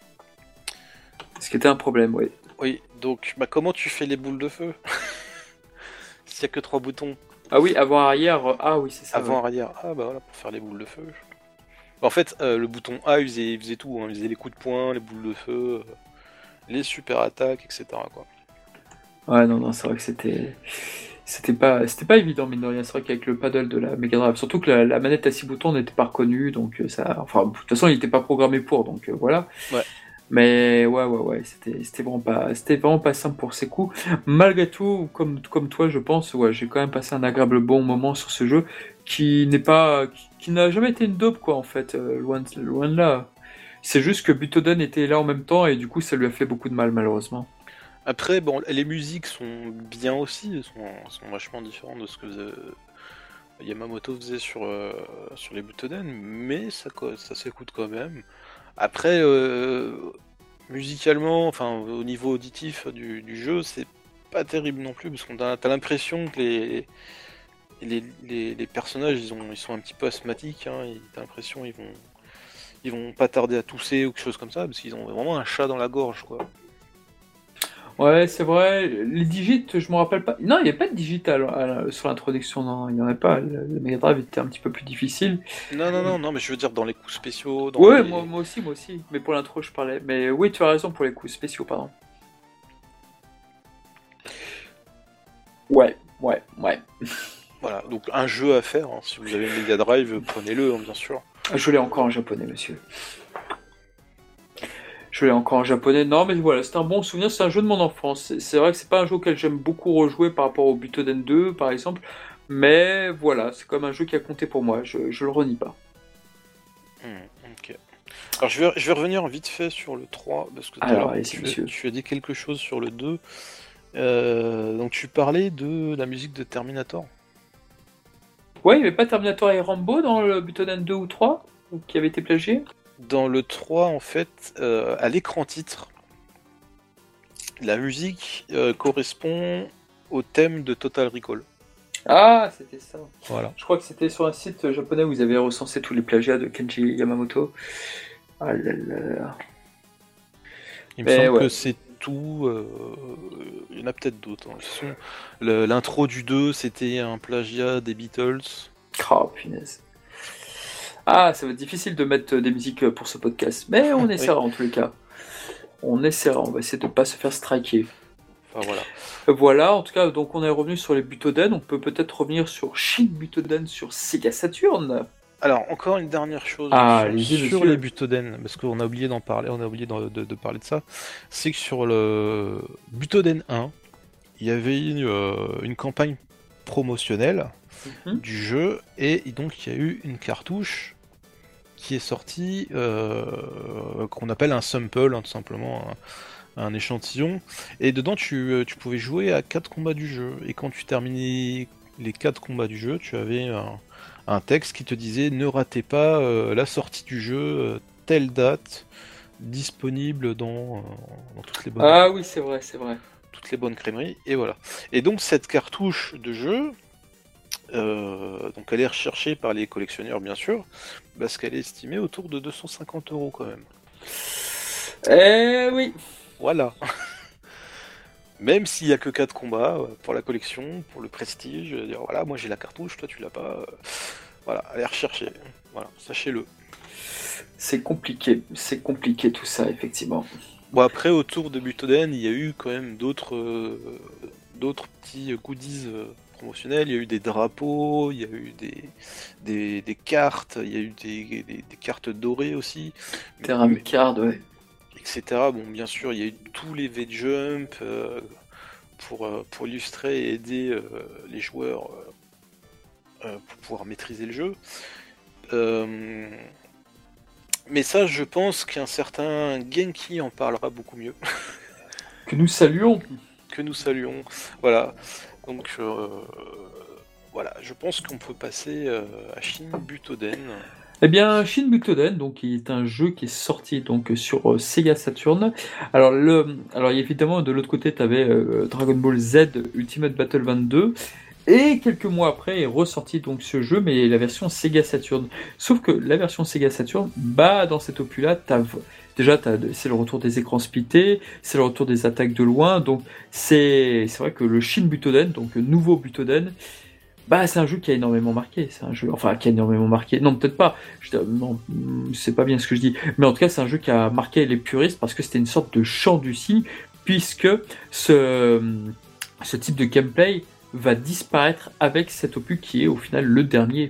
A: Ce qui était un problème, oui.
B: Oui, donc bah, comment tu fais les boules de feu s'il y a que trois boutons?
A: Ah oui, avant arrière, euh, ah oui c'est ça.
B: Avant,
A: ouais.
B: arrière, ah bah voilà, pour faire les boules de feu. En fait, euh, le bouton A, il faisait, il faisait tout, hein. Il faisait les coups de poing, les boules de feu, euh, les super attaques, et cetera, quoi.
A: Ouais, non, non, c'est vrai que c'était. C'était pas, c'était pas évident, mine de rien. C'est vrai qu'avec le paddle de la Mega Drive, surtout que la, la manette à six boutons n'était pas reconnue, donc euh, ça. Enfin, de toute façon, il n'était pas programmé pour, donc euh, voilà.
B: Ouais.
A: Mais ouais, ouais, ouais, c'était, c'était vraiment pas, c'était vraiment pas simple pour ces coups. Malgré tout, comme, comme toi, je pense, ouais, j'ai quand même passé un agréable bon moment sur ce jeu qui n'est pas, qui, qui n'a jamais été une dope, quoi, en fait, euh, loin, de- loin de là. C'est juste que Butoden était là en même temps et du coup, ça lui a fait beaucoup de mal, malheureusement.
B: Après, bon, les musiques sont bien aussi, elles sont, sont vachement différentes de ce que faisait- Yamamoto faisait sur, euh, sur les Butoden, mais ça, co- ça s'écoute quand même. Après, euh, musicalement, enfin au niveau auditif du, du jeu, c'est pas terrible non plus, parce qu'on a, t'as l'impression que les, les, les, les personnages, ils, ont, ils sont un petit peu asthmatiques, hein, et t'as l'impression qu'ils vont, ils vont pas tarder à tousser ou quelque chose comme ça, parce qu'ils ont vraiment un chat dans la gorge, quoi.
A: Ouais, c'est vrai. Les digits, je me rappelle pas. Non, il n'y a pas de digits à l- à la- sur l'introduction, non, il n'y en avait pas. Le, le Mega Drive était un petit peu plus difficile.
B: Non, non, non, non, mais je veux dire dans les coups spéciaux, dans
A: Ouais, moi,
B: les.
A: moi aussi, moi aussi. Mais pour l'intro, je parlais. Mais oui, tu as raison pour les coups spéciaux, pardon. Ouais, ouais, ouais.
B: Voilà, donc un jeu à faire, hein. Si vous avez une Mega Drive, prenez-le, hein, bien sûr.
A: Je l'ai encore en japonais, monsieur. Je l'ai encore en japonais. Non, mais voilà, c'est un bon souvenir. C'est un jeu de mon enfance. C'est c'est vrai que c'est pas un jeu auquel j'aime beaucoup rejouer par rapport au Butoden deux, par exemple. Mais voilà, c'est comme un jeu qui a compté pour moi. Je, je le renie pas.
B: Hmm, ok. Alors je vais, je vais revenir vite fait sur le trois, parce que tout à
A: Alors,
B: l'heure,
A: allez-y,
B: tu,
A: monsieur.
B: tu as dit quelque chose sur le deux. Euh, donc tu parlais de la musique de Terminator.
A: Ouais, il n'y avait pas Terminator et Rambo dans le Butoden deux ou trois qui avait été plagié?
B: Dans le trois, en fait, euh, à l'écran titre, la musique euh, correspond au thème de Total Recall.
A: Ah, c'était ça.
B: Voilà.
A: Je crois que c'était sur un site japonais où vous avez recensé tous les plagiats de Kenji Yamamoto. Ah là là là.
B: Il me
A: Mais
B: semble
A: ouais.
B: que c'est tout. euh, Il y en a peut-être d'autres. hein. De toute façon, le- l'intro du deux, c'était un plagiat des Beatles.
A: Oh, punaise. Ah, ça va être difficile de mettre des musiques pour ce podcast, mais on essaiera en tous les cas. On essaiera, on va essayer de ne pas se faire striker.
B: Enfin voilà.
A: Voilà, en tout cas, donc on est revenu sur les Butoden. On peut peut-être revenir sur Shin Butoden sur Sega Saturn.
B: Alors, encore une dernière chose
A: Ah,
B: sur,
A: allez-y,
B: sur
A: monsieur.
B: les Butoden, parce qu'on a oublié d'en parler, on a oublié de, de- de parler de ça. C'est que sur le Butoden un, il y avait une, euh, une campagne promotionnelle
A: Mhm.
B: du jeu, et donc il y a eu une cartouche qui est sortie, euh, qu'on appelle un sample, hein, tout simplement, un, un échantillon, et dedans tu, euh, tu pouvais jouer à quatre combats du jeu, et quand tu terminais les quatre combats du jeu, tu avais un, un texte qui te disait ne ratez pas euh, la sortie du jeu, euh, telle date, disponible dans, euh, dans toutes les bonnes
A: Ah oui, c'est vrai, c'est vrai.
B: toutes les bonnes crèmeries, et voilà. Et donc cette cartouche de jeu, euh, donc elle est recherchée par les collectionneurs bien sûr, parce qu'elle est estimée autour de deux cent cinquante euros quand même.
A: Eh oui.
B: Voilà. Même s'il y a que quatre combats, euh, pour la collection, pour le prestige, je veux dire, voilà, moi j'ai la cartouche, toi tu l'as pas, euh, voilà, allez rechercher, voilà, sachez-le.
A: C'est compliqué, c'est compliqué tout ça, effectivement.
B: Bon après, autour de Butoden, il y a eu quand même d'autres euh, d'autres petits goodies euh, promotionnels, il y a eu des drapeaux, il y a eu des, des, des cartes, il y a eu des, des, des cartes dorées aussi,
A: Terra Card, ouais.
B: et cetera. Bon, bien sûr, il y a eu tous les V-Jump euh, pour, euh, pour illustrer et aider euh, les joueurs euh, euh, pour pouvoir maîtriser le jeu. Euh, mais ça, je pense qu'un certain Genki en parlera beaucoup mieux.
A: Que nous saluons.
B: Que nous saluons. Voilà. Donc, euh, voilà, je pense qu'on peut passer euh, à Shin Butoden.
A: Eh bien, Shin Butoden, donc, qui est un jeu qui est sorti donc sur euh, Sega Saturn. Alors, le, alors évidemment, de l'autre côté, tu avais euh, Dragon Ball Z Ultimate Battle vingt-deux. Et quelques mois après est ressorti donc ce jeu, mais la version Sega Saturn. Sauf que la version Sega Saturn, bah dans cet opus-là, t'as déjà t'as, c'est le retour des écrans splittés, c'est le retour des attaques de loin. Donc c'est c'est vrai que le Shin Butoden, donc le nouveau Butoden, bah c'est un jeu qui a énormément marqué. C'est un jeu, enfin qui a énormément marqué. Non peut-être pas. Je, non, c'est pas bien ce que je dis. Mais en tout cas c'est un jeu qui a marqué les puristes parce que c'était une sorte de chant du cygne, puisque ce ce type de gameplay va disparaître avec cet opus qui est au final le dernier.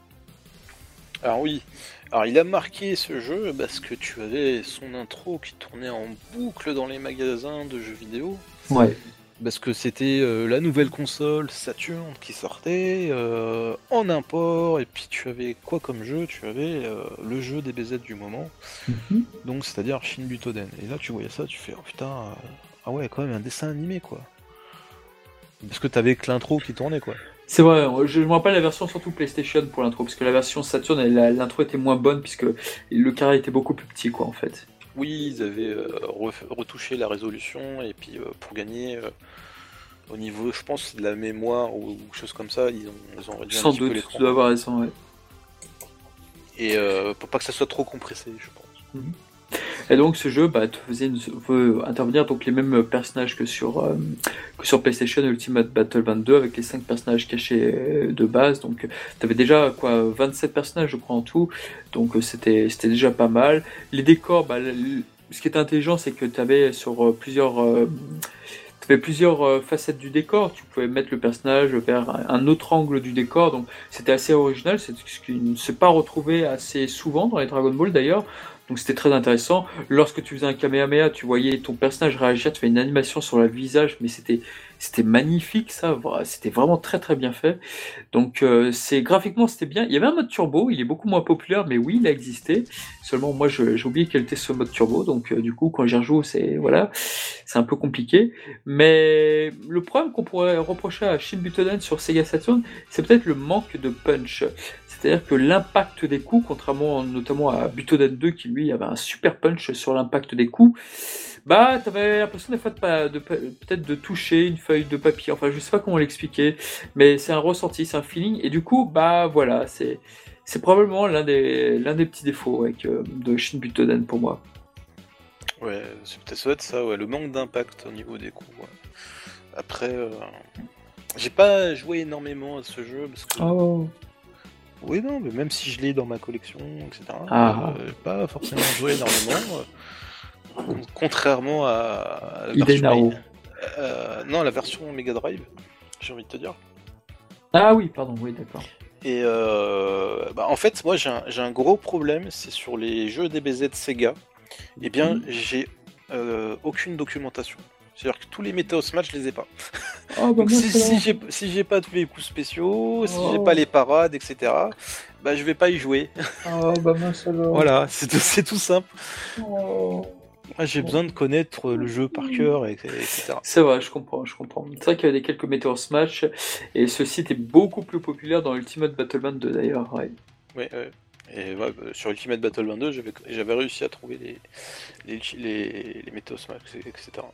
B: Alors oui, alors il a marqué ce jeu parce que tu avais son intro qui tournait en boucle dans les magasins de jeux vidéo.
A: Ouais.
B: Parce que c'était euh, la nouvelle console Saturn qui sortait euh, en import, et puis tu avais quoi comme jeu? Tu avais euh, le jeu des B Z du moment,
A: Mm-hmm.
B: donc c'est-à-dire Shin Butoden. Et là tu voyais ça, tu fais oh putain, euh, ah ouais quand même un dessin animé quoi. Parce que t'avais que l'intro qui tournait quoi.
A: C'est vrai, je me rappelle la version surtout PlayStation pour l'intro, parce que la version Saturn, elle, l'intro était moins bonne, puisque le carré était beaucoup plus petit, quoi, en fait.
B: Oui, ils avaient euh, ref- retouché la résolution, et puis euh, pour gagner euh, au niveau, je pense, de la mémoire ou, ou chose comme ça, ils ont, ils ont réduit un
A: Sans
B: petit peu
A: doute,
B: l'écran.
A: tu dois avoir raison, ouais.
B: Et euh, pour pas que ça soit trop compressé, je pense.
A: Mm-hmm. Et donc ce jeu bah, te faisait une, peut intervenir donc les mêmes personnages que sur, euh, que sur PlayStation Ultimate Battle vingt-deux avec les cinq personnages cachés de base. Donc tu avais déjà quoi, vingt-sept personnages je crois en tout, donc c'était, c'était déjà pas mal. Les décors, bah, le, ce qui était intelligent c'est que tu avais sur plusieurs... Euh, Tu avais plusieurs euh, facettes du décor, tu pouvais mettre le personnage vers un autre angle du décor, donc c'était assez original, c'est ce qui ne s'est pas retrouvé assez souvent dans les Dragon Ball d'ailleurs, donc c'était très intéressant. Lorsque tu faisais un Kamehameha, tu voyais ton personnage réagir, tu fais une animation sur le visage, mais c'était c'était magnifique ça, c'était vraiment très très bien fait. Donc euh, c'est graphiquement c'était bien. Il y avait un mode turbo, il est beaucoup moins populaire, mais oui il a existé. Seulement moi je, j'ai oublié quel était ce mode turbo, donc euh, du coup quand j'y rejoue c'est voilà, c'est un peu compliqué. Mais le problème qu'on pourrait reprocher à Shin Butoden sur Sega Saturn, c'est peut-être le manque de punch. C'est-à-dire que l'impact des coups, contrairement notamment à Butoden deux qui lui avait un super punch sur l'impact des coups, bah t'avais l'impression des fois de, pas, de peut-être de toucher une feuille de papier. Enfin je sais pas comment l'expliquer, mais c'est un ressenti, c'est un feeling. Et du coup bah voilà, c'est c'est probablement l'un des l'un des petits défauts avec, euh, de Shin Butoden pour moi.
B: Ouais, c'est peut-être ça, ça, ouais, le manque d'impact au niveau des coups. Ouais. Après, euh, j'ai pas joué énormément à ce jeu parce que.
A: Oh.
B: Oui, non, mais même si je l'ai dans ma collection, et cetera.
A: Ah.
B: Euh, pas forcément joué énormément. Euh, contrairement à, à la
A: version.
B: Euh, non, la version Mega Drive, j'ai envie de te dire.
A: Ah oui, pardon, oui, d'accord.
B: Et euh, bah, en fait, moi j'ai un, j'ai un gros problème, c'est sur les jeux D B Z Sega. Eh bien, mmh. j'ai euh, aucune documentation. C'est-à-dire que tous les Meteos Match, je les ai pas. Oh, bah Donc si, si, j'ai, si j'ai pas tous les coups spéciaux, oh. si j'ai pas les parades, et cetera, bah je vais pas y jouer.
A: Oh bah mince alors.
B: Voilà, c'est tout, c'est tout simple. Oh. Moi, j'ai besoin de connaître le jeu par cœur, et cetera.
A: C'est vrai, je comprends, je comprends. C'est vrai qu'il y avait quelques Meteos Match, et ce site est beaucoup plus populaire dans Ultimate Battle vingt-deux d'ailleurs. Ouais.
B: Ouais, ouais. Et ouais, sur Ultimate Battle vingt-deux, j'avais, j'avais réussi à trouver les, les, les, les Meteos Match, et cetera.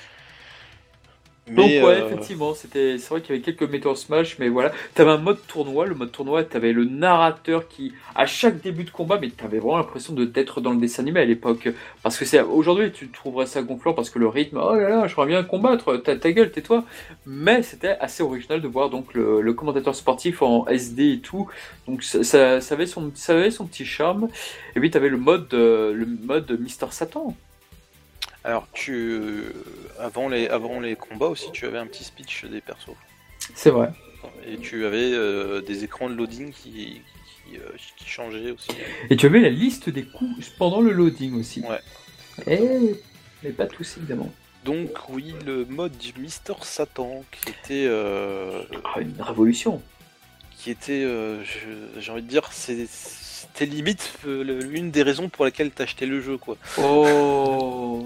A: Mais donc ouais, euh... effectivement, c'était, c'est vrai qu'il y avait quelques Meteor Smash, mais voilà. T'avais un mode tournoi, le mode tournoi, t'avais le narrateur qui, à chaque début de combat, mais t'avais vraiment l'impression de d'être dans le dessin animé à l'époque. Parce que c'est, aujourd'hui, tu trouverais ça gonflant parce que le rythme, oh là là, j'aimerais bien combattre, ta, ta gueule, tais-toi. Mais c'était assez original de voir donc le, le commentateur sportif en S D et tout. Donc ça, ça, ça, avait, son, ça avait son petit charme. Et puis t'avais le mode, euh, le mode Mister Satan.
B: Alors, tu avant les avant les combats aussi, tu avais un petit speech des persos.
A: C'est vrai.
B: Et tu avais euh, des écrans de loading qui qui, euh, qui changeaient aussi.
A: Et tu avais la liste des coups pendant le loading aussi.
B: Ouais.
A: Et mais pas tous évidemment.
B: Donc oui, le mode du Mister Satan qui était euh,
A: ah, une révolution.
B: Qui était, euh, je, j'ai envie de dire, c'est, c'était limite euh, l'une des raisons pour lesquelles t'as acheté le jeu, quoi.
A: Oh.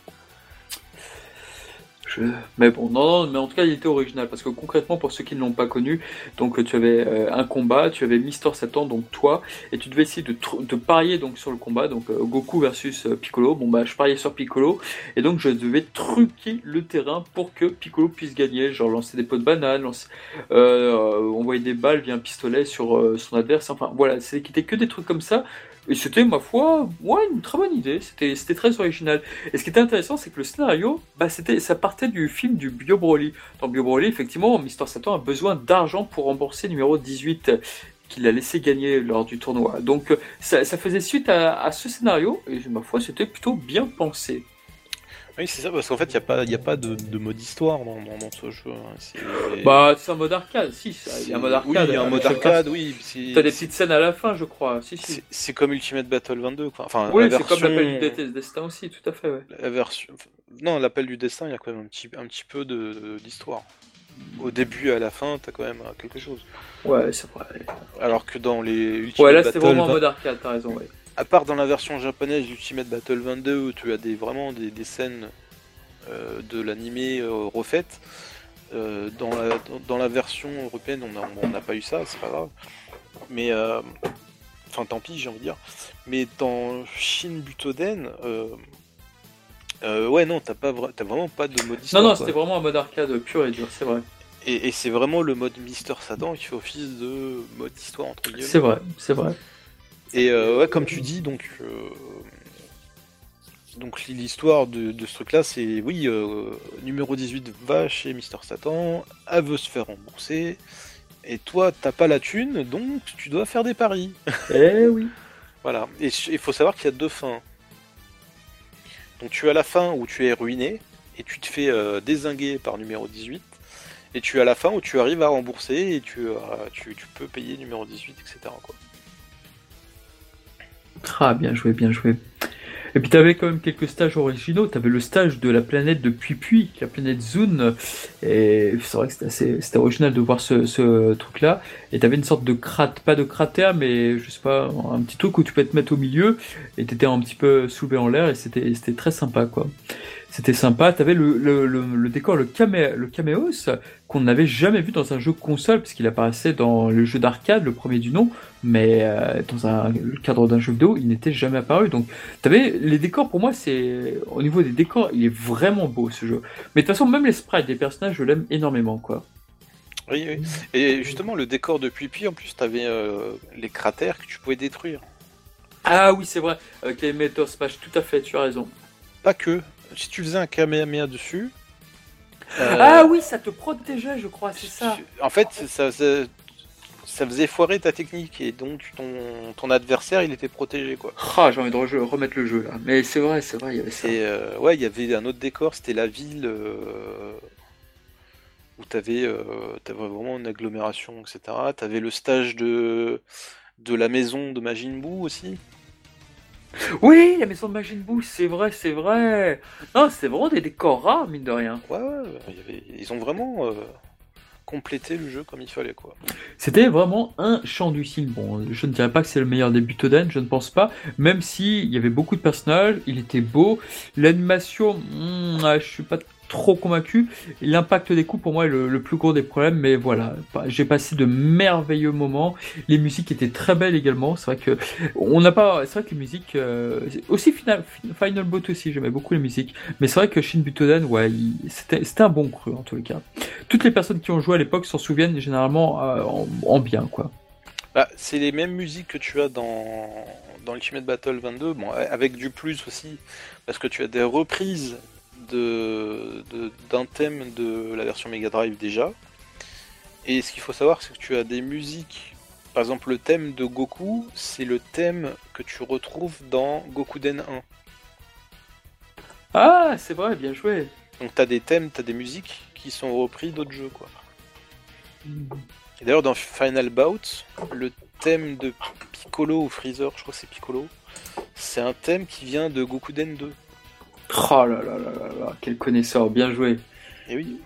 A: Je... Mais bon, non, non, mais en tout cas, il était original parce que concrètement, pour ceux qui ne l'ont pas connu, donc tu avais euh, un combat, tu avais Mister Satan, donc toi, et tu devais essayer de, tr- de parier donc sur le combat, donc euh, Goku versus euh, Piccolo. Bon bah, je pariais sur Piccolo, et donc je devais truquer le terrain pour que Piccolo puisse gagner, genre lancer des pots de banane, lancer, euh, envoyer des balles via un pistolet sur euh, son adversaire. Enfin voilà, c'était que des trucs comme ça. Et c'était, ma foi, ouais, une très bonne idée, c'était, c'était très original. Et ce qui était intéressant, c'est que le scénario, bah, c'était, ça partait du film du Bio Broly. Dans Bio Broly, effectivement, Mister Satan a besoin d'argent pour rembourser numéro dix-huit qu'il a laissé gagner lors du tournoi. Donc ça, ça faisait suite à, à ce scénario, et ma foi, c'était plutôt bien pensé.
B: Oui, c'est ça, parce qu'en fait, il n'y a pas, y a pas de, de mode histoire dans, dans, dans ce jeu. C'est...
A: Bah, c'est un mode arcade, si, il y a un mode arcade.
B: Oui, il y a un mode arcade, oui. C'est...
A: T'as des petites scènes à la fin, je crois. Si, si.
B: C'est, c'est comme Ultimate Battle vingt-deux, quoi. Enfin,
A: oui,
B: la
A: c'est
B: version...
A: comme l'appel du destin aussi, tout à fait, ouais.
B: La version... Non, l'appel du destin, il y a quand même un petit, un petit peu de, d'histoire. Au début et à la fin, t'as quand même quelque chose.
A: Ouais, c'est vrai.
B: Alors que dans les Ultimate
A: ouais, là,
B: Battle...
A: c'est vraiment un mode arcade, t'as raison, ouais.
B: À part dans la version japonaise d'Ultimate Battle vingt-deux, où tu as des, vraiment des, des scènes... Euh, de l'animé euh, refaite euh, dans, la, dans, dans la version européenne on n'a pas eu ça, c'est pas grave, mais euh, enfin tant pis j'ai envie de dire, mais dans Shin Butoden euh, euh, ouais non t'as pas vra- t'as vraiment pas de mode histoire,
A: non non
B: quoi.
A: C'était vraiment un mode arcade pur et dur, c'est vrai,
B: et, et c'est vraiment le mode Mister Satan qui fait office de mode histoire entre guillemets.
A: C'est vrai, c'est vrai.
B: Et euh, ouais comme tu dis donc euh, donc l'histoire de, de ce truc-là, c'est oui, euh, numéro dix-huit va chez Mister Satan, elle veut se faire rembourser, et toi, t'as pas la thune, donc tu dois faire des paris.
A: Eh oui.
B: Voilà. Et il faut savoir qu'il y a deux fins. Donc tu as la fin où tu es ruiné, et tu te fais euh, dézinguer par numéro dix-huit, et tu as la fin où tu arrives à rembourser, et tu, euh, tu, tu peux payer numéro dix-huit, et cetera quoi.
A: Ah, bien joué, bien joué. Et puis t'avais quand même quelques stages originaux. T'avais le stage de la planète de Pui-Pui, la planète Zune. Et c'est vrai que c'était assez, c'était original de voir ce, ce truc-là. Et t'avais une sorte de cratère, pas de cratère, mais je sais pas, un petit truc où tu peux te mettre au milieu. Et t'étais un petit peu soulevé en l'air. Et c'était, c'était très sympa, quoi. C'était sympa. T'avais le, le, le, le décor, le, camé, le caméos, qu'on n'avait jamais vu dans un jeu console, puisqu'il apparaissait dans le jeu d'arcade, le premier du nom. Mais euh, dans un, le cadre d'un jeu vidéo, il n'était jamais apparu. Donc, t'avais les décors. Pour moi, c'est au niveau des décors, il est vraiment beau ce jeu. Mais de toute façon, même les sprites des personnages, je l'aime énormément, quoi.
B: Oui, oui. Et justement, le décor de Pui-Pui, en plus, t'avais euh, les cratères que tu pouvais détruire.
A: Ah oui, c'est vrai. Avec les Meteor Smash, tout à fait. Tu as raison.
B: Pas que. Si tu faisais un Kamehameha dessus.
A: Euh... Ah oui, ça te protégeait, je crois. C'est ça.
B: En fait, ça, ça ça faisait foirer ta technique et donc ton, ton adversaire il était protégé quoi.
A: Ah, j'ai envie de re- remettre le jeu là. Mais c'est vrai, c'est vrai, il y avait ça.
B: Et euh, ouais, il y avait un autre décor, c'était la ville euh, où t'avais euh, t'avais vraiment une agglomération, et cetera. T'avais le stage de de la maison de Majin Buu aussi.
A: Oui, la maison de Majin Buu, c'est vrai, c'est vrai. Non, c'est vraiment des décors rares, mine de rien.
B: Ouais, ouais, il y avait, ils ont vraiment euh, complété le jeu comme il fallait quoi.
A: C'était vraiment un chant du cygne. Bon, je ne dirais pas que c'est le meilleur des Butoden, je ne pense pas. Même si il y avait beaucoup de personnages, il était beau. L'animation, hmm, ah, je suis pas trop convaincu. L'impact des coups pour moi est le, le plus gros des problèmes, mais voilà, j'ai passé de merveilleux moments. Les musiques étaient très belles également. C'est vrai que on n'a pas, c'est vrai que les musiques euh, aussi Final, Final Bout aussi, j'aimais beaucoup les musiques. Mais c'est vrai que Shin Butoden, ouais, il, c'était, c'était un bon cru en tous les cas. Toutes les personnes qui ont joué à l'époque s'en souviennent généralement euh, en, en bien, quoi.
B: Bah, c'est les mêmes musiques que tu as dans dans Ultimate Battle vingt-deux, bon, avec du plus aussi, parce que tu as des reprises de, de d'un thème de la version Mega Drive déjà. Et ce qu'il faut savoir, c'est que tu as des musiques. Par exemple, le thème de Goku, c'est le thème que tu retrouves dans Gokuden un.
A: Ah, c'est vrai, bien joué.
B: Donc t'as des thèmes, t'as des musiques qui sont repris d'autres jeux, quoi. Et d'ailleurs, dans Final Bout, le thème de Piccolo ou Freezer, je crois que c'est Piccolo, c'est un thème qui vient de Gokuden deux.
A: Oh là là là là là, quel connaisseur, bien joué.
B: Et oui.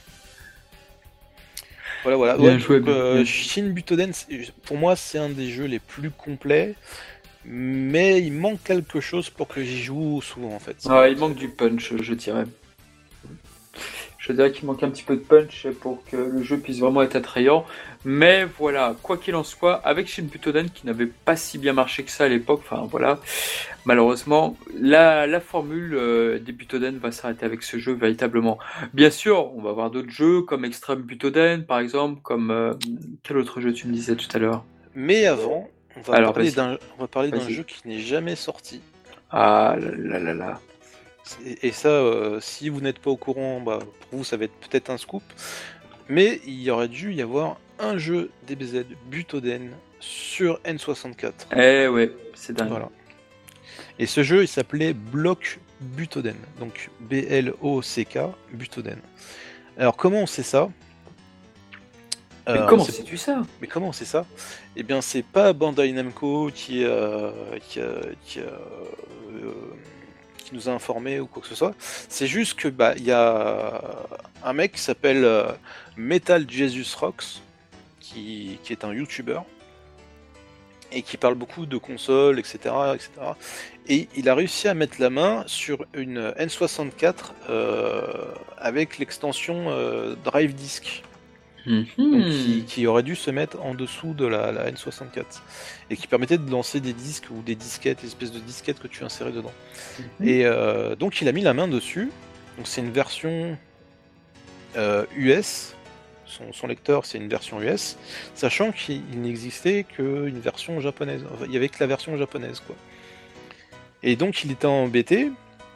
B: Voilà, voilà.
A: Bien
B: Ouais,
A: joué,
B: donc,
A: bien
B: euh,
A: joué.
B: Shin Butoden, pour moi, c'est un des jeux les plus complets, mais il manque quelque chose pour que j'y joue souvent, en fait.
A: Ah, il manque du punch, je dirais. Je dirais qu'il manque un petit peu de punch pour que le jeu puisse vraiment être attrayant. Mais voilà, quoi qu'il en soit, avec Shin Butoden qui n'avait pas si bien marché que ça à l'époque, enfin voilà, malheureusement, la, la formule euh, des Butoden va s'arrêter avec ce jeu véritablement. Bien sûr, on va avoir d'autres jeux comme Extreme Butoden par exemple, comme euh, quel autre jeu tu me disais tout à l'heure?
B: Mais avant, on va
A: Alors,
B: parler
A: vas-y.
B: d'un, on va parler d'un
A: Vas-y.
B: jeu qui n'est jamais sorti.
A: Ah là là là là.
B: Et, et ça, euh, si vous n'êtes pas au courant, bah, pour vous, ça va être peut-être un scoop. Mais il y aurait dû y avoir un jeu D B Z Butoden sur N soixante-quatre.
A: Eh ouais, c'est dingue.
B: Voilà. Et ce jeu, il s'appelait Block Butoden. Donc B L O C K Butoden. Alors, comment on sait ça?
A: Mais
B: Euh,
A: comment
B: c'est-
A: sais-tu ça?
B: Mais comment c'est ça? Eh bien, c'est pas Bandai Namco qui, euh, qui, a- qui, a, euh, qui nous a informé ou quoi que ce soit. C'est juste que bah il y a un mec qui s'appelle euh, Metal Jesus Rocks, qui, qui est un YouTuber et qui parle beaucoup de consoles, et cetera, et cetera. Et il a réussi à mettre la main sur une N soixante-quatre euh, avec l'extension euh, Drive Disk. Donc, qui,
A: Mhm.
B: qui aurait dû se mettre en dessous de la, la N soixante-quatre et qui permettait de lancer des disques ou des disquettes, des espèces de disquettes que tu insérais dedans.
A: Mhm.
B: Et euh, donc il a mis la main dessus. Donc c'est une version euh, U S. Son, son lecteur c'est une version U S, sachant qu'il n'existait qu'une version japonaise. Enfin, il y avait que la version japonaise quoi. Et donc il était embêté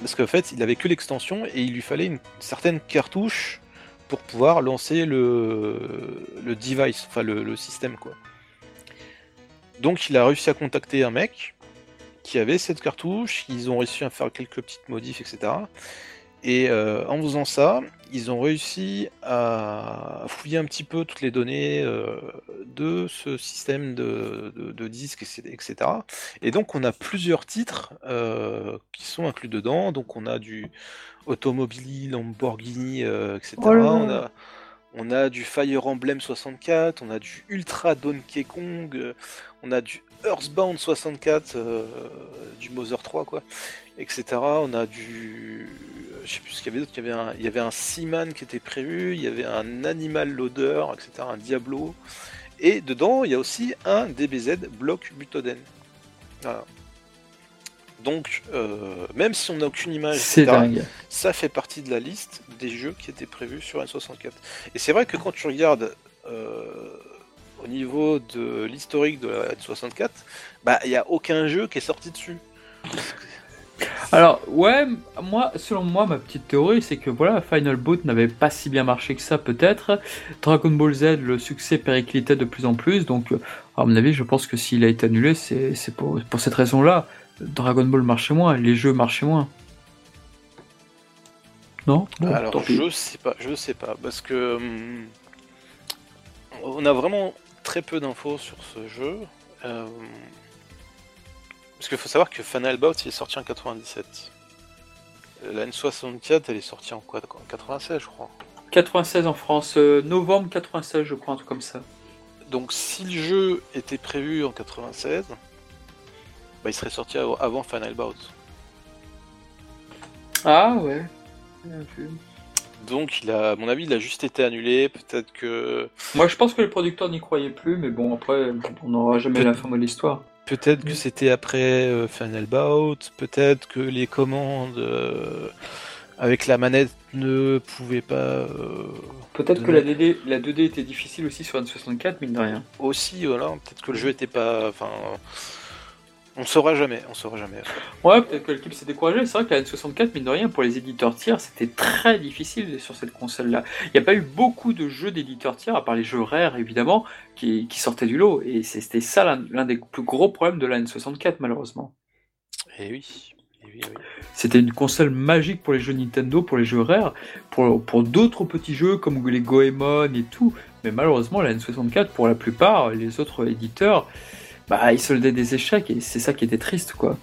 C: parce qu'en fait, il avait que l'extension et il lui fallait une certaine cartouche pour pouvoir lancer le, le device, enfin le, le système, quoi. Donc il a réussi à contacter un mec qui avait cette cartouche, ils ont réussi à faire quelques petites modifs, et cetera. Et euh, en faisant ça, ils ont réussi à fouiller un petit peu toutes les données euh, de ce système de, de, de disques, et cetera. Et donc on a plusieurs titres euh, qui sont inclus dedans. Donc on a du Automobili, Lamborghini, euh, et cetera.
A: Oh là
C: On
A: là.
C: a, on a du Fire Emblem soixante-quatre, on a du Ultra Donkey Kong, euh, on a du Earthbound soixante-quatre, euh, du Mother trois, quoi, et cetera. On a du... Je sais plus ce qu'il y avait d'autre, il y avait un, il y avait un Seaman qui était prévu, il y avait un Animal Loader, et cetera, un Diablo. Et dedans, il y a aussi un D B Z Block Butoden. Voilà. Donc, euh, même si on n'a aucune image,
A: C'est
C: et cetera,
A: dingue.
C: ça fait partie de la liste des jeux qui étaient prévus sur N soixante-quatre. Et c'est vrai que quand tu regardes euh, au niveau de l'historique de la N soixante-quatre, bah il n'y a aucun jeu qui est sorti dessus.
A: Alors, ouais, moi, selon moi, ma petite théorie, c'est que voilà, Final Bout n'avait pas si bien marché que ça, peut-être. Dragon Ball Z, le succès périclitait de plus en plus, donc, à mon avis, je pense que s'il a été annulé, c'est, c'est pour, pour cette raison-là. Dragon Ball marchait moins, les jeux marchaient moins. Non bon,
C: Alors,
A: tant pis.
C: je sais pas, je sais pas, parce que hum, on a vraiment très peu d'infos sur ce jeu. Euh, parce qu'il faut savoir que Final Bout il est sorti en quatre-vingt-dix-sept. La N soixante-quatre elle est sortie en quoi, en quatre-vingt-seize, je crois.
A: quatre-vingt-seize en France, euh, novembre quatre-vingt-seize, je crois, un truc comme ça.
C: Donc si le jeu était prévu en quatre-vingt-seize, bah, il serait sorti av- avant Final Bout.
A: Ah ouais. Bien vu.
C: Donc il a, à mon avis, il a juste été annulé. Peut-être que
A: Moi, je pense que les producteurs n'y croyaient plus, mais bon, après, on n'aura jamais
C: Peut-
A: la fin de l'histoire.
C: peut-être que
A: Mm.
C: c'était après euh, Final Bout. Peut-être que les commandes euh, avec la manette ne pouvaient pas. euh,
A: Peut-être que la,
C: donner-
A: D D, la deux D était difficile aussi sur N soixante-quatre, mine de rien.
C: Aussi, voilà. Peut-être que le jeu était pas. Enfin, on saura jamais. On saura jamais.
A: Ouais, peut-être que l'équipe s'est découragée. C'est vrai que la N soixante-quatre, mine de rien, pour les éditeurs tiers, c'était très difficile sur cette console-là. Il n'y a pas eu beaucoup de jeux d'éditeurs tiers, à part les jeux rares, évidemment, qui, qui sortaient du lot. Et c'était ça l'un, l'un des plus gros problèmes de la N soixante-quatre, malheureusement.
C: Et oui. Et oui, oui.
A: C'était une console magique pour les jeux Nintendo, pour les jeux rares, pour, pour d'autres petits jeux comme les Goemon et tout. Mais malheureusement, la N soixante-quatre, pour la plupart, les autres éditeurs, bah, ils soldaient des échecs et c'est ça qui était triste, quoi.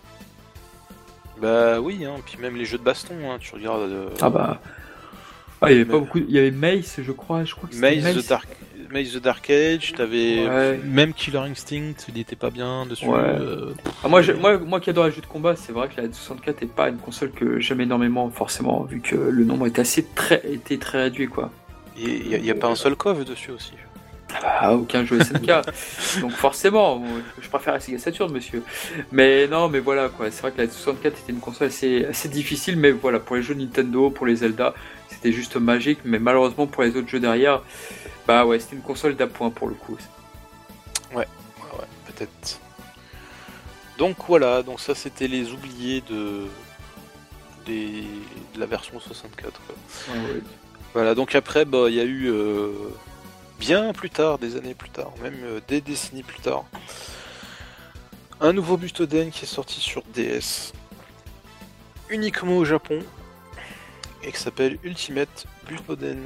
C: Bah oui, hein. Puis même les jeux de baston, hein, tu regardes. euh,
A: Ah bah. Ah, il y avait
C: Mais-
A: pas beaucoup. Il y avait Mace, je crois. Je crois que c'était
C: Maze
A: Mace.
C: the Dark, Maze the Dark Age, t'avais
A: Ouais.
C: même Killer Instinct, il était pas bien dessus.
A: Ouais.
C: euh,
A: Ah, moi, je- moi, moi qui adore les jeux de combat, c'est vrai que la N soixante-quatre n'est pas une console que j'aime énormément, forcément, vu que le nombre était assez très, était très réduit, quoi.
C: Il y, a- y a pas un seul coffre dessus aussi.
A: Ah, aucun jeu S N K. Donc forcément, je préfère la Sega Saturn, monsieur. Mais non, mais voilà, quoi. C'est vrai que la N soixante-quatre était une console assez, assez difficile, mais voilà, pour les jeux Nintendo, pour les Zelda, c'était juste magique. Mais malheureusement, pour les autres jeux derrière, bah ouais, c'était une console d'appoint pour le coup.
C: Ouais, ouais, ouais, peut-être. Donc voilà, donc ça c'était les oubliés de, des, de la version soixante-quatre. Quoi.
A: Ouais, ouais.
C: Voilà, donc après, bah, il y a eu euh, bien plus tard, des années plus tard, même euh, des décennies plus tard, un nouveau Butoden qui est sorti sur D S, uniquement au Japon, et qui s'appelle Ultimate Butoden.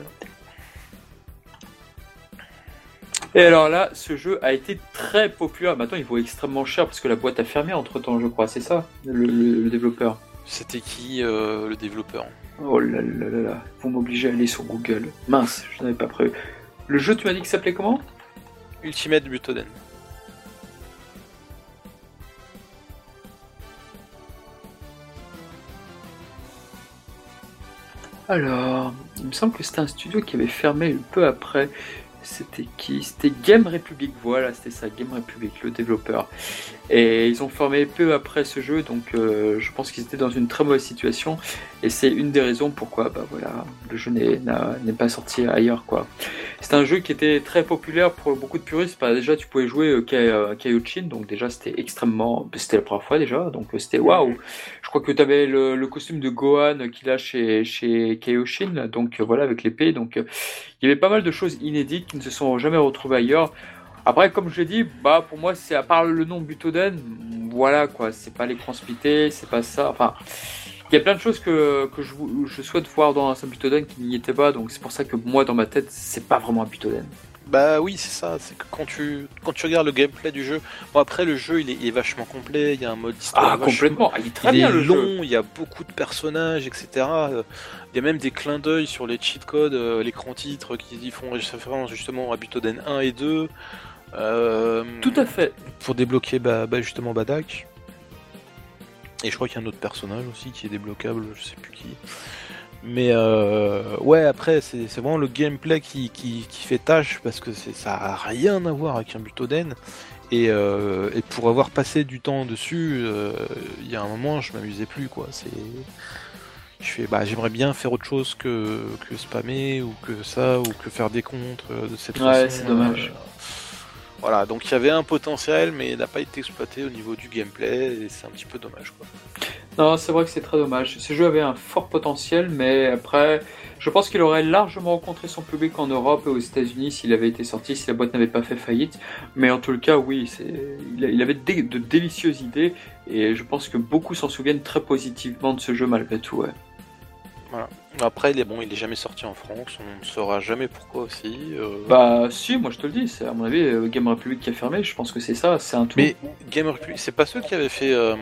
A: Et alors là, ce jeu a été très populaire. Maintenant, il vaut extrêmement cher parce que la boîte a fermé entre temps, je crois. C'est ça, le, le- le développeur.
C: C'était qui euh, le développeur?
A: Oh là là là là, vous m'obligez à aller sur Google. Mince, je n'avais pas prévu. Le jeu, tu m'as dit qu'il s'appelait comment?
C: Ultimate Butoden.
A: Alors, il me semble que c'était un studio qui avait fermé peu après. C'était qui? C'était Game Republic, voilà, c'était ça, Game Republic, le développeur. Et ils ont formé peu après ce jeu, donc euh, je pense qu'ils étaient dans une très mauvaise situation. Et c'est une des raisons pourquoi bah, voilà, le jeu n'est, n'est pas sorti ailleurs, quoi. C'est un jeu qui était très populaire pour beaucoup de puristes. Bah, déjà, tu pouvais jouer euh, Kaioshin, donc déjà c'était extrêmement... C'était la première fois déjà, donc c'était waouh. Je crois que tu avais le, le costume de Gohan qu'il a chez, chez Kaioshin, donc euh, voilà, avec l'épée. Donc euh, il y avait pas mal de choses inédites qui ne se sont jamais retrouvées ailleurs. Après, comme je l'ai dit, bah pour moi, c'est à part le nom Butoden, voilà quoi, c'est pas l'écran splitté, c'est pas ça. Enfin, il y a plein de choses que, que je, je souhaite voir dans un Butoden qui n'y était pas, donc c'est pour ça que moi, dans ma tête, c'est pas vraiment un Butoden.
B: Bah oui, c'est ça, c'est que quand tu, quand tu regardes le gameplay du jeu, bon après le jeu il est, il est vachement complet, il y a un mode histoire
A: ah,
B: vachement...
A: complètement, il est très
B: il
A: bien
B: est
A: le
B: long,
A: jeu.
B: Il y a beaucoup de personnages, et cetera. Il y a même des clins d'œil sur les cheat codes, euh, l'écran titre qui font référence justement à Butoden un et deux. Euh,
A: Tout à fait.
C: Pour débloquer bah, bah justement Badak. Et je crois qu'il y a un autre personnage aussi qui est débloquable, je sais plus qui. Mais euh, ouais, après, c'est, c'est vraiment le gameplay qui, qui, qui fait tâche parce que c'est, ça a rien à voir avec un Butoden. Et, euh, et pour avoir passé du temps dessus, il euh, y a un moment, je m'amusais plus, quoi. C'est, je fais, bah, j'aimerais bien faire autre chose que, que spammer ou que ça, ou que faire des contres de cette
A: ouais,
C: façon.
A: Ouais, c'est dommage.
B: Euh, voilà, donc il y avait un potentiel, mais il n'a pas été exploité au niveau du gameplay, et c'est un petit peu dommage, quoi.
A: Non, c'est vrai que c'est très dommage. Ce jeu avait un fort potentiel, mais après, je pense qu'il aurait largement rencontré son public en Europe et aux États-Unis s'il avait été sorti, si la boîte n'avait pas fait faillite. Mais en tout le cas, oui, c'est... il avait de, de délicieuses idées, et je pense que beaucoup s'en souviennent très positivement de ce jeu malgré tout. Ouais.
B: Voilà. Après, il est bon, il est jamais sorti en France, on ne saura jamais pourquoi aussi. Euh...
A: Bah si, moi je te le dis, c'est à mon avis euh, Game Republic qui a fermé, je pense que c'est ça, c'est un tout.
B: Mais Game Republic, c'est pas ceux qui avaient fait euh,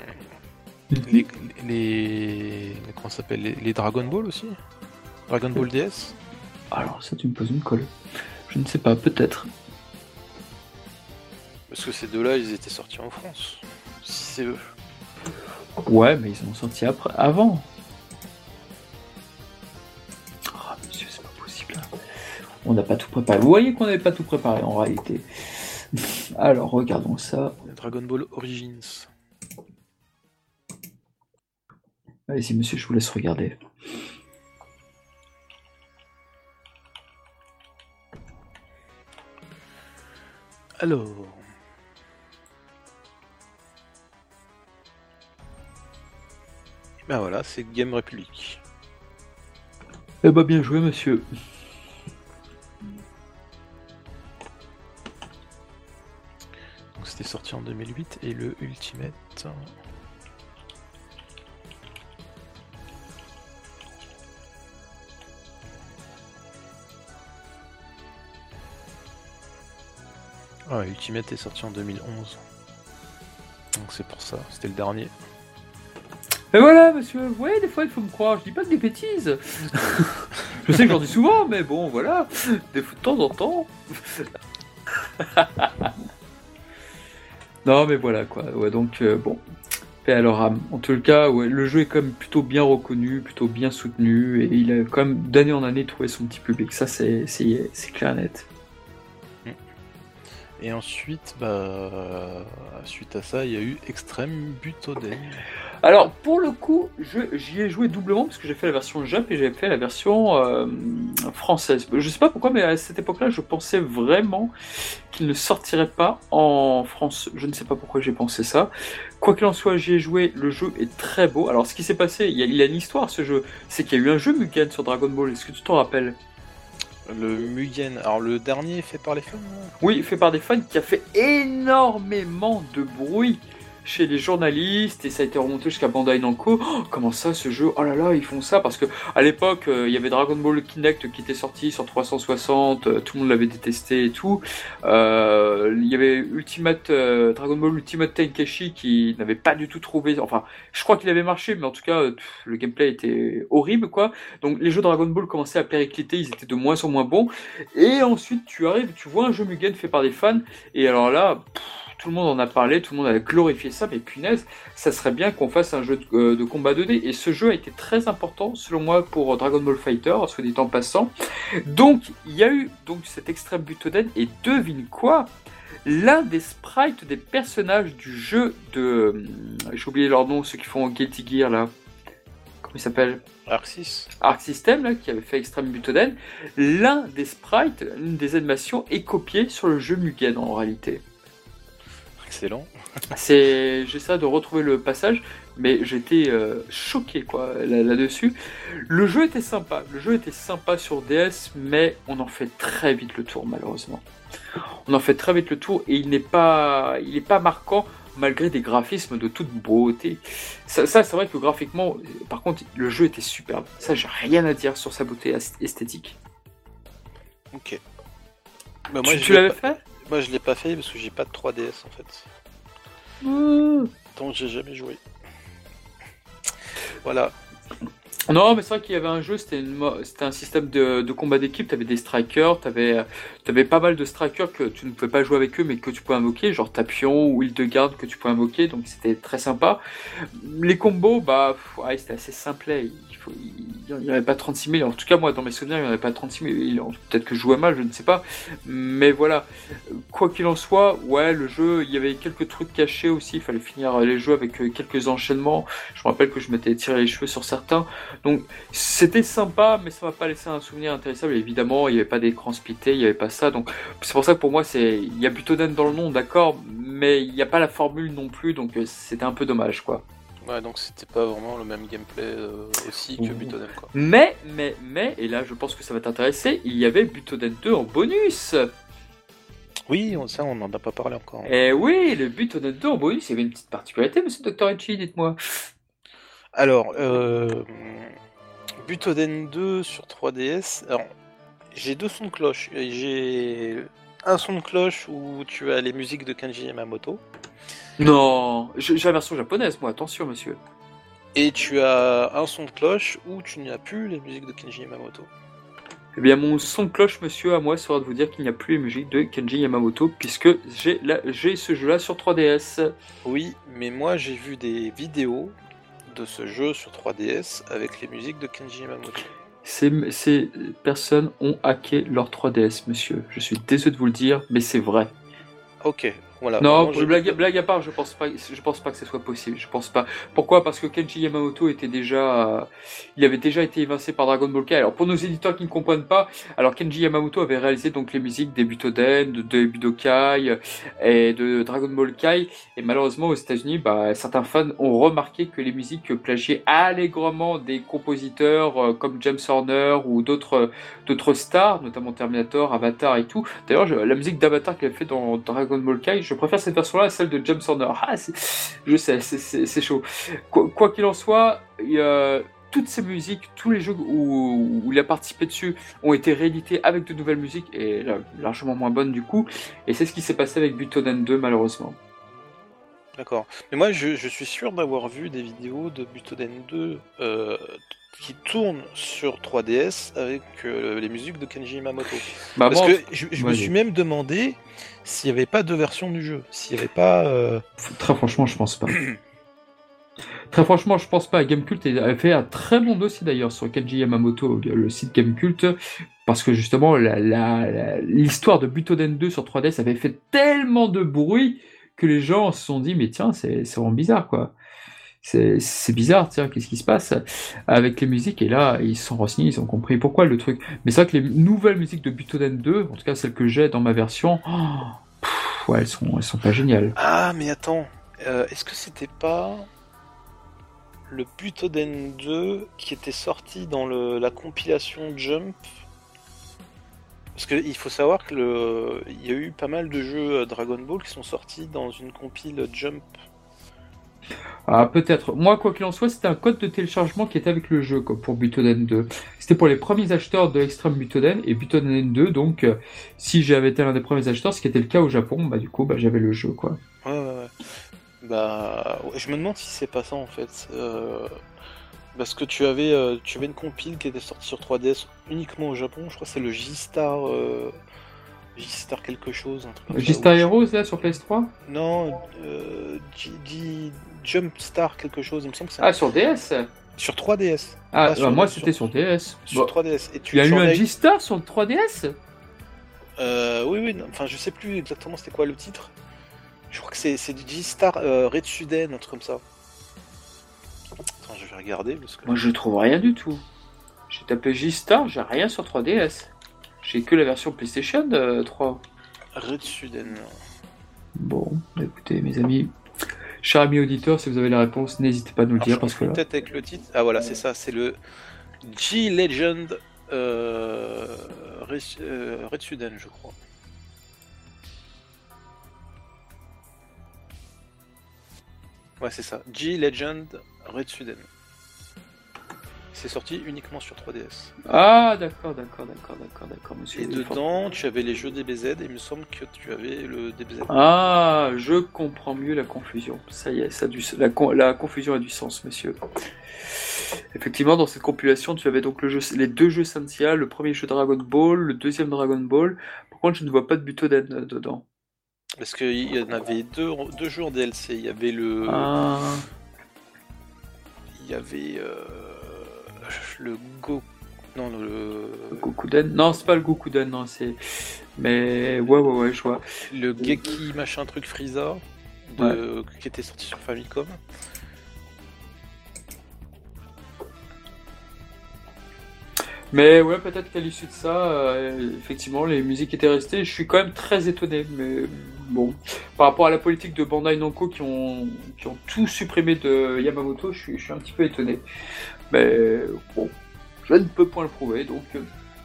C: les, les, comment ça s'appelle, les, les Dragon Ball aussi, Dragon Ball D S.
A: Alors ça tu me poses une colle. Je ne sais pas, peut-être.
B: Parce que ces deux-là, ils étaient sortis en France. Si c'est eux.
A: Ouais, mais ils ont sorti après, avant. On n'a pas tout préparé. Vous voyez qu'on n'avait pas tout préparé en réalité. Alors, regardons ça.
B: Dragon Ball Origins.
A: Allez-y, monsieur, je vous laisse regarder.
B: Alors... Ben voilà, c'est Game Republic.
A: Eh ben, bien joué, monsieur.
C: C'était sorti en deux mille huit et le Ultimate. Ah, Ultimate est sorti en deux mille onze. Donc c'est pour ça, c'était le dernier.
A: Et voilà, monsieur. Vous voyez, des fois, il faut me croire. Je dis pas que des bêtises. Je sais que j'en dis souvent, mais bon, voilà. Des fois, de temps en temps. Non, mais voilà, quoi. Ouais, donc, euh, bon. Et alors, en tout cas, ouais, le jeu est quand même plutôt bien reconnu, plutôt bien soutenu, et il a quand même d'année en année trouvé son petit public. Ça, c'est, c'est, c'est clair et net.
C: Et ensuite, bah, suite à ça, il y a eu Extreme Butoden.
A: Alors, pour le coup, je, j'y ai joué doublement parce que j'ai fait la version Jap et j'ai fait la version euh, française. Je sais pas pourquoi, mais à cette époque-là, je pensais vraiment qu'il ne sortirait pas en France. Je ne sais pas pourquoi j'ai pensé ça. Quoi qu'il en soit, j'y ai joué. Le jeu est très beau. Alors, ce qui s'est passé, il y a, il a une histoire, ce jeu. C'est qu'il y a eu un jeu Mugen sur Dragon Ball. Est-ce que tu t'en rappelles ?
B: Le Mugen, alors le dernier fait par les fans ?
A: Oui, fait par des fans qui a fait énormément de bruit chez les journalistes et ça a été remonté jusqu'à Bandai Namco. Oh, comment ça ce jeu ? Oh là là, ils font ça parce que à l'époque euh, il y avait Dragon Ball Kinect qui était sorti sur trois cent soixante, euh, tout le monde l'avait détesté et tout. Euh, il y avait Ultimate euh, Dragon Ball Ultimate Tenkaichi qui n'avait pas du tout trouvé. Enfin, je crois qu'il avait marché, mais en tout cas euh, le gameplay était horrible quoi. Donc les jeux Dragon Ball commençaient à péricliter, ils étaient de moins en moins bons. Et ensuite tu arrives, tu vois un jeu Mugen fait par des fans et alors là. Pff, tout le monde en a parlé, tout le monde a glorifié ça, mais punaise, ça serait bien qu'on fasse un jeu de, euh, de combat deux D. Et ce jeu a été très important, selon moi, pour Dragon Ball Fighter, soit dit en passant. Donc, il y a eu donc cet Extreme Butoden, et devine quoi ? L'un des sprites des personnages du jeu de... Euh, j'ai oublié leur nom, ceux qui font Guilty Gear, là. Comment il s'appelle ?
B: Arxis.
A: Arc System, là, qui avait fait Extreme Butoden. L'un des sprites, une des animations, est copié sur le jeu Mugen, en réalité.
B: Excellent.
A: C'est... J'essaie de retrouver le passage, mais j'étais euh, choqué, quoi, là- là-dessus. Le jeu était sympa. Le jeu était sympa sur D S, mais on en fait très vite le tour, malheureusement. On en fait très vite le tour, et il n'est pas, il n'est pas marquant, malgré des graphismes de toute beauté. Ça, ça, c'est vrai que graphiquement, par contre, le jeu était superbe. Ça, j'ai rien à dire sur sa beauté ast- esthétique.
B: Ok. Bah, moi,
A: tu
B: je
A: tu
B: l'ai
A: l'avais
B: pas-
A: fait
B: Moi, je l'ai pas fait parce que j'ai pas de trois D S en fait.
A: Mmh.
B: Donc, j'ai jamais joué. Voilà.
A: Non, mais c'est vrai qu'il y avait un jeu, c'était, une mo- c'était un système de, de combat d'équipe, t'avais des strikers, t'avais, t'avais pas mal de strikers que tu ne pouvais pas jouer avec eux, mais que tu pouvais invoquer, genre Tapion ou Hildegarde que tu pouvais invoquer, donc c'était très sympa. Les combos, bah, pff, ouais, c'était assez simplet, il faut, il n'y en avait pas trente-six mille, en tout cas moi dans mes souvenirs il n'y en avait pas trente-six mille, peut-être que je jouais mal, je ne sais pas, mais voilà. Quoi qu'il en soit, ouais, le jeu, il y avait quelques trucs cachés aussi, il fallait finir les jeux avec euh, quelques enchaînements, je me rappelle que je m'étais tiré les cheveux sur certains. Donc c'était sympa, mais ça m'a pas laissé un souvenir intéressant. Et évidemment, il n'y avait pas d'écran splitté, il n'y avait pas ça. Donc c'est pour ça que pour moi, c'est il y a Butoden dans le nom, d'accord, mais il n'y a pas la formule non plus. Donc euh, c'était un peu dommage, quoi.
B: Ouais, donc c'était pas vraiment le même gameplay euh, aussi que
A: Mmh.
B: Butoden, quoi.
A: Mais, mais, mais, et là, je pense que ça va t'intéresser. Il y avait Butoden deux en bonus.
B: Oui, on- ça, on n'en a pas parlé encore.
A: Et oui, le Butoden deux en bonus, il y avait une petite particularité, Monsieur docteur Echi, dites-moi.
B: Alors, euh, Butoden deux sur trois D S. Alors, j'ai deux sons de cloche. J'ai un son de cloche où tu as les musiques de Kenji Yamamoto.
A: Non, j'ai j'ai la version japonaise, moi. Attention, monsieur.
B: Et tu as un son de cloche où tu n'as plus les musiques de Kenji Yamamoto.
A: Eh bien, mon son de cloche, monsieur, à moi, sera de vous dire qu'il n'y a plus les musiques de Kenji Yamamoto, puisque j'ai la- j'ai ce jeu-là sur trois D S.
B: Oui, mais moi j'ai vu des vidéos de ce jeu sur trois D S avec les musiques de Kenji Yamamoto.
A: Ces, ces personnes ont hacké leur trois D S, monsieur. Je suis désolé de vous le dire, mais c'est vrai.
B: Ok, voilà.
A: Non,
B: Vraiment,
A: pour
B: j'ai-
A: blague, blague à part, je pense pas, je pense pas que ce soit possible. Je pense pas. Pourquoi ? Parce que Kenji Yamamoto était déjà, euh, il avait déjà été évincé par Dragon Ball Kai. Alors pour nos éditeurs qui ne comprennent pas, alors Kenji Yamamoto avait réalisé donc les musiques des Butoden, de, de Budokai et de Dragon Ball Kai. Et malheureusement aux États-Unis, bah, certains fans ont remarqué que les musiques plagiaient allègrement des compositeurs euh, comme James Horner ou d'autres d'autres stars, notamment Terminator, Avatar et tout. D'ailleurs, je- la musique d'Avatar qu'elle fait dans Dragon Ball Kai, je préfère cette version-là à celle de James Horner. Ah, c'est- je sais, c'est- c'est c'est chaud. Quoi quoi qu'il en soit, il y a- toutes ces musiques, tous les jeux où, où il a participé dessus ont été réédités avec de nouvelles musiques et là, largement moins bonnes du coup. Et c'est ce qui s'est passé avec Butoden deux malheureusement.
B: D'accord. Mais moi je, je suis sûr d'avoir vu des vidéos de Butoden deux euh, qui tournent sur trois D S avec euh, les musiques de Kenji Yamamoto.
A: Bah,
B: Parce
A: moi,
B: que je, je me
A: vas-y.
B: suis même demandé s'il n'y avait pas deux versions du jeu. S'il n'y avait pas. euh,
A: Très franchement, je pense pas. Très franchement, je pense pas. Gamecult a fait un très bon dossier d'ailleurs sur Kenji Yamamoto, le site Gamecult, parce que justement, la- la- la- l'histoire de Butoden deux sur trois D S avait fait tellement de bruit que les gens se sont dit, mais tiens, c'est c'est vraiment bizarre, quoi. C'est c'est bizarre, tiens, qu'est-ce qui se passe avec les musiques? Et là, ils se sont renseignés, ils ont compris pourquoi le truc. Mais c'est vrai que les nouvelles musiques de Butoden deux, en tout cas celles que j'ai dans ma version, oh, pff, ouais, elles sont, elles sont pas géniales.
B: Ah, mais attends. Euh, Est-ce que c'était pas le Butoden deux qui était sorti dans le, la compilation Jump? Parce qu'il faut savoir que le, il y a eu pas mal de jeux Dragon Ball qui sont sortis dans une compile Jump.
A: Ah, peut-être. Moi, quoi qu'il en soit, c'était un code de téléchargement qui était avec le jeu, quoi, pour Butoden deux. C'était pour les premiers acheteurs de Extreme Butoden et Butoden deux, donc euh, si j'avais été l'un des premiers acheteurs, ce qui était le cas au Japon, bah du coup, bah, j'avais le jeu, quoi.
B: Ouais, ouais, ouais. Bah, ouais, je me demande si c'est pas ça en fait. Euh, parce que tu avais, euh, tu avais une compile qui était sortie sur trois D S uniquement au Japon. Je crois que c'est le J-Star euh, G-Star quelque chose, un truc comme ça,
A: G-Star
B: ou-
A: Heroes là sur P S trois?
B: Non, euh, G- G- Jumpstar quelque chose, il me semble que c'est
A: Ah, sur D S?
B: sur trois D S.
A: Ah,
B: Pas
A: bah,
B: sur-
A: moi
B: sur-
A: c'était sur D S.
B: Sur
A: Bon.
B: trois D S. Et tu
A: Il y a eu
B: tu en
A: un
B: as-
A: G-Star sur le trois D S?
B: Euh, oui, oui, non, enfin je sais plus exactement c'était quoi le titre. Je crois que c'est c'est G-Star euh, Red Suden, un truc comme ça. Attends, je vais regarder parce que.
A: Moi je trouve rien du tout. J'ai tapé G-Star, j'ai rien sur trois D S. J'ai que la version PlayStation euh, trois.
B: Red Suden.
A: Bon, écoutez mes amis, chers amis auditeurs, si vous avez la réponse, n'hésitez pas à nous le
B: Alors,
A: dire
B: je
A: parce que
B: confonds
A: là...
B: peut-être avec le titre. Ah voilà, c'est ça, c'est le G-Legend euh, Red, euh, Red Suden, je crois. Ouais, c'est ça. G-Legend Red Suden. C'est sorti uniquement sur trois D S.
A: Ah d'accord, d'accord, d'accord, d'accord, d'accord, monsieur.
B: Et dedans, tu avais les jeux D B Z, et il me semble que tu avais le D B Z.
A: Ah, je comprends mieux la confusion. Ça y est, ça a du... la, con- la confusion a du sens, monsieur. Effectivement, dans cette compilation, tu avais donc le jeu... les deux jeux Sensia, le premier jeu Dragon Ball, le deuxième Dragon Ball. Par contre, je ne vois pas de Butoden euh, dedans.
B: Parce qu'il y en avait deux, deux jeux en D L C. Il y avait le.
A: Ah,
B: Il y avait. euh, le Go. Non, le.
A: le Gokuden. Non, c'est pas le Gokuden, non, c'est... Mais ouais, ouais, ouais, je vois.
B: Le Geki machin truc Frieza. De... Qui était sorti sur Famicom.
A: Mais ouais, peut-être qu'à l'issue de ça, euh, effectivement, les musiques étaient restées. Je suis quand même très étonné, mais bon, par rapport à la politique de Bandai Namco qui ont, qui ont tout supprimé de Yamamoto, je suis, je suis un petit peu étonné. Mais bon, je ne peux point le prouver, donc euh,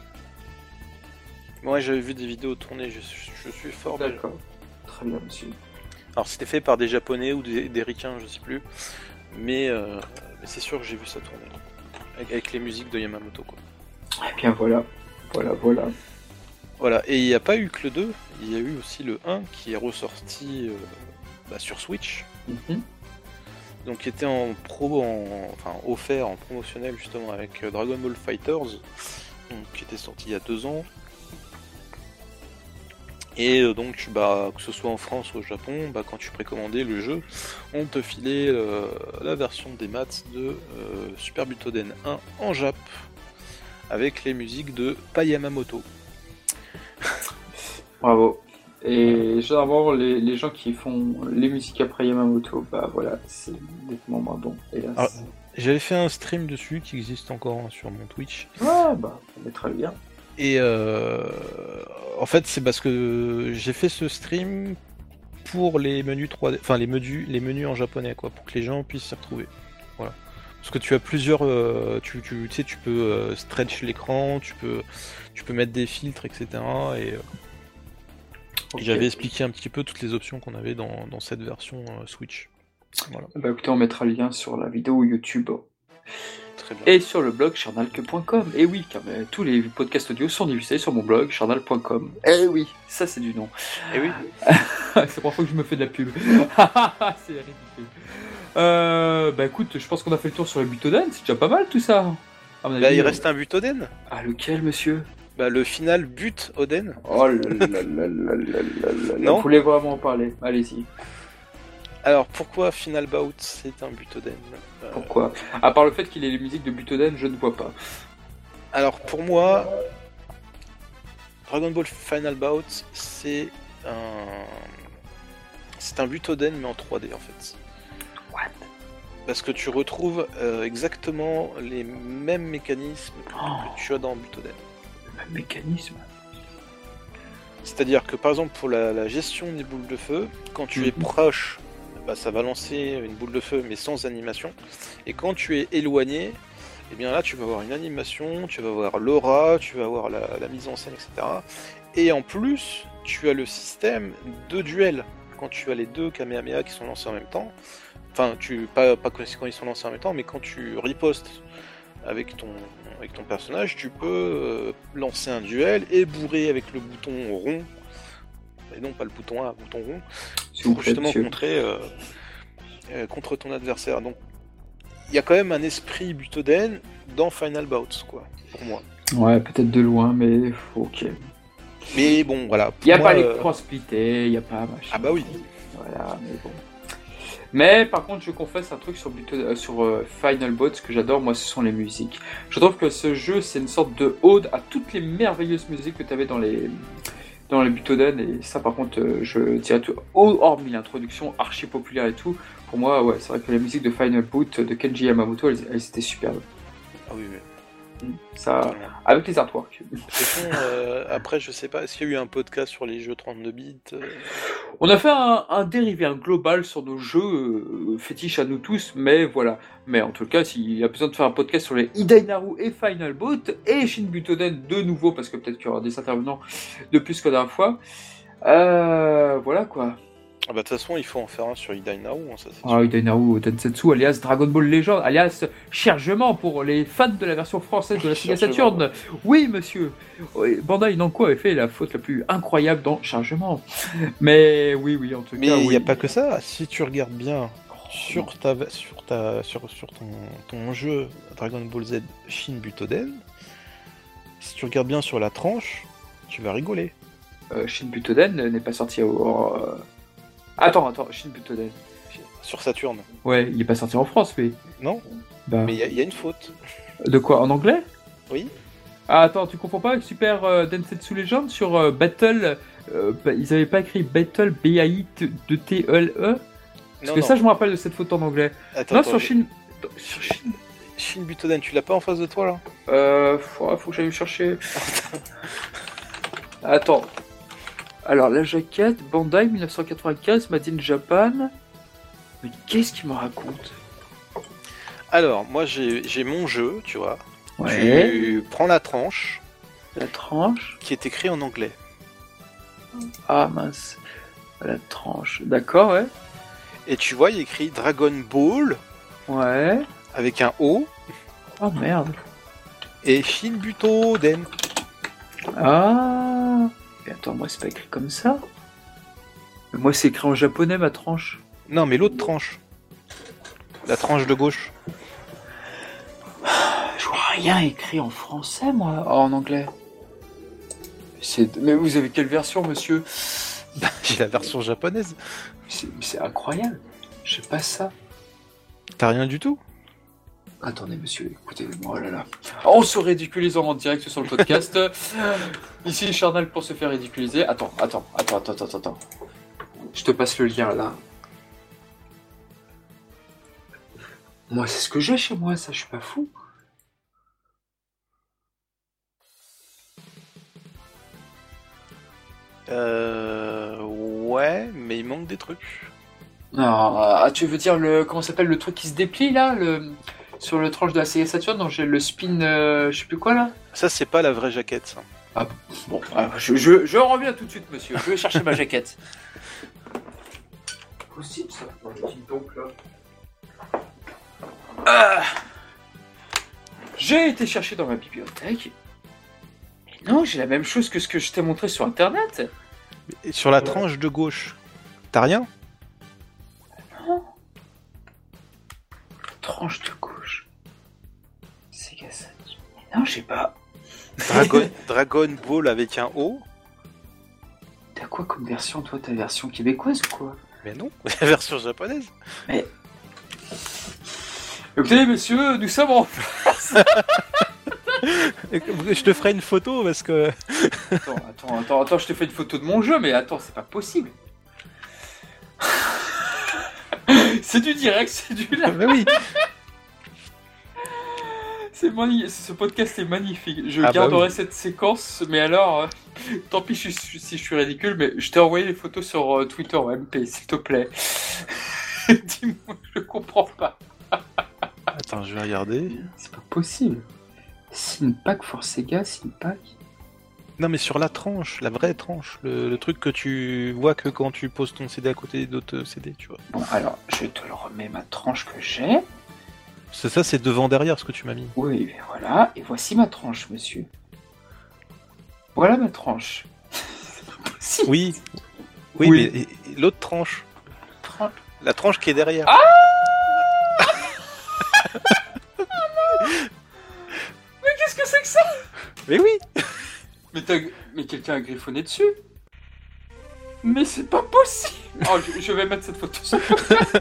B: Moi, j'avais vu des vidéos tourner, je, je suis fort. déjà.
A: d'accord. Très bien, monsieur.
B: Alors, c'était fait par des Japonais ou des, des Ricains, je sais plus. Mais, euh, mais c'est sûr que j'ai vu ça tourner. Avec, avec les musiques de Yamamoto, quoi.
A: Eh bien voilà, voilà, voilà.
B: Voilà, et il n'y a pas eu que le deux, il y a eu aussi le un qui est ressorti euh, bah, sur Switch.
A: Mhm.
B: Donc qui était en pro, en, enfin offert en promotionnel justement avec euh, Dragon Ball Fighters, donc, qui était sorti il y a deux ans. Et euh, donc bah, que ce soit en France ou au Japon, bah, quand tu précommandais le jeu, on te filait euh, la version des maths de euh, Super Butoden un en Jap, avec les musiques de Pai Yamamoto.
A: Bravo. Et généralement, les, les gens qui font les musiques après Yamamoto, bah voilà, c'est nettement moins bon, hélas.
B: Ah. J'avais fait un stream dessus qui existe encore hein, sur mon Twitch.
A: Ah bah, on est très bien.
B: Et euh, en fait, c'est parce que j'ai fait ce stream pour les menus trois D, enfin les menus, les menus en japonais, quoi, pour que les gens puissent s'y retrouver. Voilà. Parce que tu as plusieurs, euh, tu, tu, tu sais, tu peux euh, stretch l'écran, tu peux, tu peux mettre des filtres, et cetera. Et, euh,
A: Ok.
B: et j'avais expliqué un petit peu toutes les options qu'on avait dans, dans cette version euh, Switch. Voilà.
A: Bah écoutez, on mettra le lien sur la vidéo YouTube
B: Très bien.
A: et sur le blog charnalque point com. Et oui, car mais, tous les podcasts audio sont diffusés sur mon blog charnal point com. Eh oui, ça c'est du nom.
B: Et oui.
A: C'est la première fois que je me fais de la pub. C'est ridicule. Euh, bah écoute, je pense qu'on a fait le tour sur le Butoden, c'est déjà pas mal tout ça. À mon
B: Bah,
A: avis,
B: il
A: euh,
B: reste un but Oden.
A: Ah, lequel, monsieur?
B: Bah, le final but Oden.
A: Oh là là là là là là là.
B: Non.
A: Vous voulez vraiment en parler? Allez-y.
B: Alors pourquoi Final Bout c'est un but Oden Euh,
A: Pourquoi? À part le fait qu'il ait les musiques de Butoden, je ne vois pas.
B: Alors pour moi, Dragon Ball Final Bout c'est un c'est un Butoden mais en trois D en fait.
A: What?
B: Parce que tu retrouves euh, exactement les mêmes mécanismes que,
A: Oh.
B: que tu as dans Butoden.
A: Le même mécanisme.
B: C'est-à-dire que par exemple pour la, la gestion des boules de feu, quand tu
A: Mhm.
B: es proche, bah, ça va lancer une boule de feu mais sans animation. Et quand tu es éloigné, et bien là tu vas avoir une animation, tu vas avoir l'aura, tu vas avoir la, la mise en scène, et cetera. Et en plus, tu as le système de duel. Quand tu as les deux Kamehameha qui sont lancés en même temps, enfin tu pas, pas quand ils sont lancés en même temps, mais quand tu ripostes avec ton, avec ton personnage, tu peux euh, lancer un duel et bourrer avec le bouton rond, et non pas le bouton A, le bouton rond,
A: S'il vous
B: pour
A: plaît,
B: justement
A: monsieur.
B: contrer euh, euh, contre ton adversaire. Donc il y a quand même un esprit Butoden dans Final Bouts, quoi, pour moi.
A: Ouais, peut-être de loin, mais ok.
C: Mais bon, voilà.
A: Il n'y a
C: Moi,
A: pas
C: euh,
A: l'écran splitté, il n'y a pas machin.
C: Ah bah oui.
A: Voilà, mais bon. Mais par contre, je confesse un truc sur, Buto- euh, sur euh, Final Boat, ce que j'adore, moi, ce sont les musiques. Je trouve que ce jeu, c'est une sorte de ode à toutes les merveilleuses musiques que tu avais dans les dans les Butoden, et ça, par contre, euh, je dirais tout, oh, hormis l'introduction archi populaire et tout, pour moi, ouais, c'est vrai que les musiques de Final Boat de Kenji Yamamoto, elles, elles étaient superbes.
B: Ah oui, oui.
A: Ça, avec les artworks.
B: De toute façon, euh, après, je sais pas, est-ce qu'il y a eu un podcast sur les jeux trente-deux bits euh...
A: On a fait un, un dérivé, un global sur nos jeux euh, fétiches à nous tous, mais voilà. Mais en tout cas, s'il y a besoin de faire un podcast sur les Hidainaru et Final Boat et Shin Butoden de nouveau, parce que peut-être qu'il y aura des intervenants de plus que d'un fois, euh, voilà quoi.
B: Ah bah de toute façon, il faut en faire un sur Hidainaru, hein, ça c'est
A: Ah,
B: sûr.
A: Hidainaru Densetsu, alias Dragon Ball Legend, alias Chargement pour les fans de la version française de la Sega
B: Chargement.
A: Saturn. Oui, monsieur. Oui, Bandai Namco avait fait la faute la plus incroyable dans Chargement. Mais oui, oui, en tout
C: Mais
A: cas,
C: il
A: oui.
C: n'y a pas que ça. Si tu regardes bien sur ta sur ta sur, sur ton, ton jeu Dragon Ball Z Shin Butoden, si tu regardes bien sur la tranche, tu vas rigoler.
A: Euh, Shin Butoden n'est pas sorti au... euh, Attends, attends, Shin Butoden.
B: Sur Saturn.
A: Ouais, il est pas sorti en France, mais...
B: Non,
A: Bah,
B: mais il y, y a une faute.
A: de quoi, en anglais?
B: Oui.
A: Ah, attends, tu confonds pas avec Super euh, Densetsu Legend sur euh, Battle... euh, bah, ils avaient pas écrit Battle B A I de T L E? Parce
B: Non,
A: que
B: non.
A: ça, je me rappelle de cette faute en anglais.
B: Attends,
A: Non,
B: attends,
A: sur
B: je-
A: Shin... Sur Shin...
B: Shin Butoden, tu l'as pas en face de toi là?
A: Euh... Faut, faut que j'aille le chercher. Attends. Alors, la jaquette, Bandai mille neuf cent quatre-vingt-quinze, Made in Japan... Mais qu'est-ce qu'il me raconte?
B: Alors, moi j'ai j'ai mon jeu, tu vois.
A: Ouais,
B: Tu prends la tranche
A: la tranche...
B: qui est écrite en anglais.
A: Ah mince, la tranche. D'accord, ouais.
B: Et tu vois, il y a écrit Dragon Ball
A: Ouais.
B: avec un O
A: Oh merde.
B: et Shin Butoden.
A: Ah. Mais attends, moi c'est pas écrit comme ça. Mais moi c'est écrit en japonais ma tranche.
C: Non, mais l'autre tranche. La tranche de gauche.
A: Je vois rien écrit en français moi. Oh, en anglais. C'est... Mais vous avez quelle version, monsieur?
C: J'ai la version japonaise.
A: C'est, c'est incroyable. Je sais pas ça.
C: T'as rien du tout?
A: Attendez, monsieur, écoutez-moi, oh là là. On se ridiculise en direct sur le podcast. Ici, Charnal pour se faire ridiculiser. Attends, attends, attends, attends, attends, attends. Je te passe le lien là. Moi, c'est ce que j'ai chez moi, ça, je suis pas fou.
B: Euh. Ouais, mais il manque des trucs.
A: Non, ah, tu veux dire le. Comment ça s'appelle le truc qui se déplie là le, sur le tranche de la Sega Saturn, dont j'ai le spin. Euh, je sais plus quoi là.
B: Ça, c'est pas la vraie jaquette, ça.
A: Bon, ah, je, je, je reviens tout de suite, monsieur. Je vais chercher ma jaquette. C'est possible ça. Dis donc là. Ah. J'ai été chercher dans ma bibliothèque. Mais non, j'ai la même chose que ce que je t'ai montré sur internet.
C: Et sur la tranche de gauche, t'as rien?
A: Tranche de gauche. Sega Saturn. Mais non, j'ai pas.
B: Dragon, Dragon Ball avec un O.
A: T'as quoi comme version, toi? Ta version québécoise ou quoi?
B: Mais non, la version japonaise.
A: Écoutez, messieurs, nous sommes en.
C: Je te ferai une photo parce que.
A: Attends, attends, attends, attends, je te fais une photo de mon jeu, mais attends, c'est pas possible. C'est du direct, c'est du live.
C: Mais oui.
A: C'est mani- Ce podcast est magnifique. Je
C: Ah bah
A: garderai
C: oui.
A: cette séquence, mais alors, euh, tant pis si je, si je suis ridicule, mais je t'ai envoyé les photos sur euh, Twitter, M P, s'il te plaît. Dis-moi, je comprends pas.
C: Attends, je vais regarder.
A: C'est pas possible. Sinpack for Sega, Sinpack.
C: Non, mais sur la tranche, la vraie tranche, le, le truc que tu vois que quand tu poses ton C D à côté d'autres C D, tu vois.
A: Bon, alors, je te le remets, ma tranche que j'ai.
C: C'est ça, c'est devant derrière ce que tu m'as mis.
A: Oui, mais voilà, et voici ma tranche, monsieur. Voilà ma tranche. C'est pas possible.
C: Oui. Oui,
A: Oui.
C: mais et- et l'autre tranche,
A: Tranche.
B: La tranche qui est derrière.
A: Ah Mais qu'est-ce que c'est que ça?
C: Mais oui.
A: Mais, t'as... mais quelqu'un a griffonné dessus. Mais c'est pas possible. Oh, je, je vais mettre cette photo sur le podcast.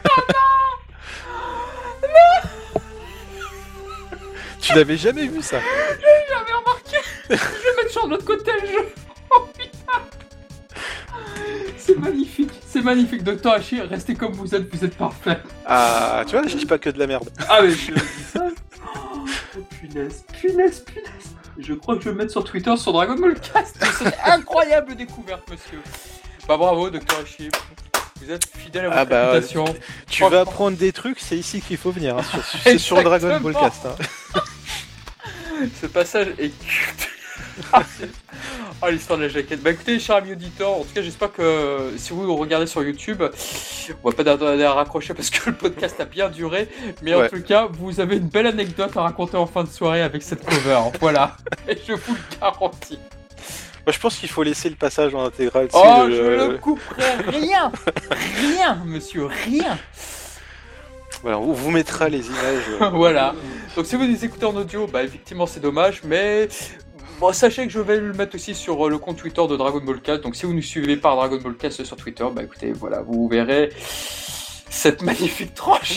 C: Tu l'avais jamais vu ça?
A: J'avais remarqué. Je vais mettre sur l'autre côté le jeu. Oh putain. C'est magnifique. C'est magnifique. Docteur Hachi, restez comme vous êtes. Vous êtes parfait.
B: Ah, tu vois, je dis pas que de la merde.
A: Ah mais je dis ça. Oh punaise, punaise, punaise. Je crois que je vais me mettre sur Twitter sur Dragon Ball Cast. C'est une incroyable découverte, monsieur. Bah bravo, Docteur Hachi. Vous êtes fidèle à votre
B: Ah bah,
A: réputation.
C: Tu
A: Franchement.
C: veux apprendre des trucs, c'est ici qu'il faut venir. Hein, sur, c'est sur le Dragon Ball Cast. Hein.
A: Ce passage est culte. Ah, c'est- oh, l'histoire de la jaquette. Bah écoutez, chers amis auditeurs, en tout cas, j'espère que si vous regardez sur YouTube, on va pas tarder à raccrocher parce que le podcast a bien duré, mais en
B: Ouais.
A: tout cas, vous avez une belle anecdote à raconter en fin de soirée avec cette cover. Voilà. Et je vous le garantis.
B: Moi, je pense qu'il faut laisser le passage en intégrale. tu
A: Oh,
B: sais, le-
A: je le couperai. Rien. Rien, monsieur. Rien.
B: Voilà, on vous mettra les images. euh,
A: Voilà. Donc si vous les écoutez en audio, bah effectivement c'est dommage, mais bon, sachez que je vais le mettre aussi sur euh, le compte Twitter de Dragon Ball Cast. Donc si vous nous suivez par Dragon Ball Cast sur Twitter, bah écoutez, voilà, vous verrez cette magnifique tranche.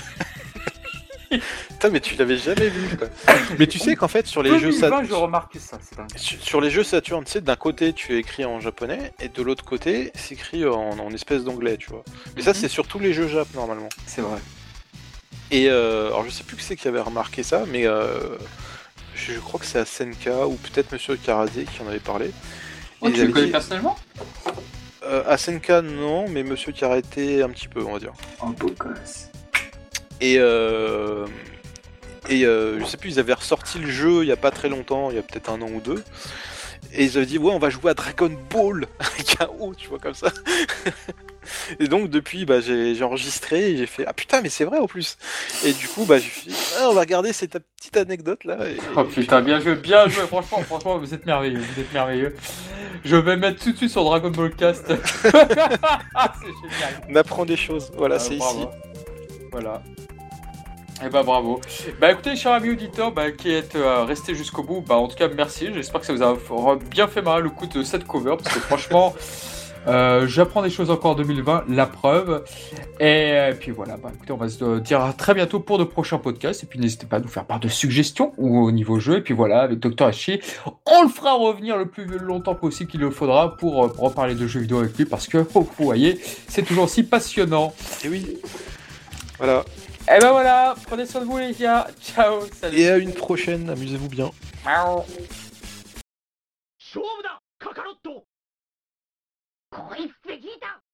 B: Putain, mais tu l'avais jamais vu, quoi.
C: Mais tu sais qu'en fait, sur les jeux
A: deux mille vingt,
C: Saturn,
A: je remarque ça, c'est dingue.
B: Sur sur les jeux Saturn, tu sais, d'un côté, tu es écrit en japonais, et de l'autre côté, c'est écrit en, en espèce d'anglais, tu vois. Mais ça,
A: Mhm.
B: c'est sur tous les jeux Jap, normalement.
A: C'est vrai.
B: Et euh, alors, je sais plus qui c'est qui avait remarqué ça, mais euh, je, je crois que c'est Asenka, ou peut-être Monsieur Karate qui en avait parlé.
A: Oh,
B: Et
A: tu
B: ils
A: le
B: avaient
A: connais
B: dit-
A: personnellement?
B: euh, Asenka, non, mais Monsieur Karate, un petit peu, on va dire.
A: Oh, beau gosse.
B: Et, euh, et euh, je sais plus, ils avaient ressorti le jeu il y a pas très longtemps, il y a peut-être un an ou deux. Et ils avaient dit, ouais, on va jouer à Dragon Ball avec un O, tu vois, comme ça. Et donc, depuis, bah, j'ai j'ai enregistré et j'ai fait, ah putain, mais c'est vrai en plus. Et du coup, bah, j'ai fait, ah, on va regarder cette petite anecdote là. Et,
A: Oh putain, bien joué, bien joué, franchement, franchement, vous êtes merveilleux, vous êtes merveilleux. Je vais mettre tout de suite sur Dragon Ball Cast. Ah, c'est génial.
B: on apprend des choses. Voilà,
A: Ah,
B: c'est
A: bravo.
B: ici.
A: Voilà. Et bah bravo. Bah écoutez, chers amis auditeurs, bah, qui êtes euh, restés jusqu'au bout, bah en tout cas merci. J'espère que ça vous a f- bien fait marrer le coup de cette cover parce que franchement, euh, j'apprends des choses encore en deux mille vingt, la preuve. Et, euh, puis voilà, bah écoutez, on va se dire à très bientôt pour de prochains podcasts. Et puis n'hésitez pas à nous faire part de suggestions ou au niveau jeu. Et puis voilà, avec Docteur Hachi, on le fera revenir le plus longtemps possible qu'il le faudra pour, euh, pour reparler de jeux vidéo avec lui parce que oh, vous voyez, c'est toujours si passionnant.
B: Et oui. Voilà.
A: Et ben voilà, prenez soin de vous les gars. Ciao, salut.
C: et à une prochaine, amusez-vous bien.
A: Miaou.
D: 勝負だカカロットこいベジータ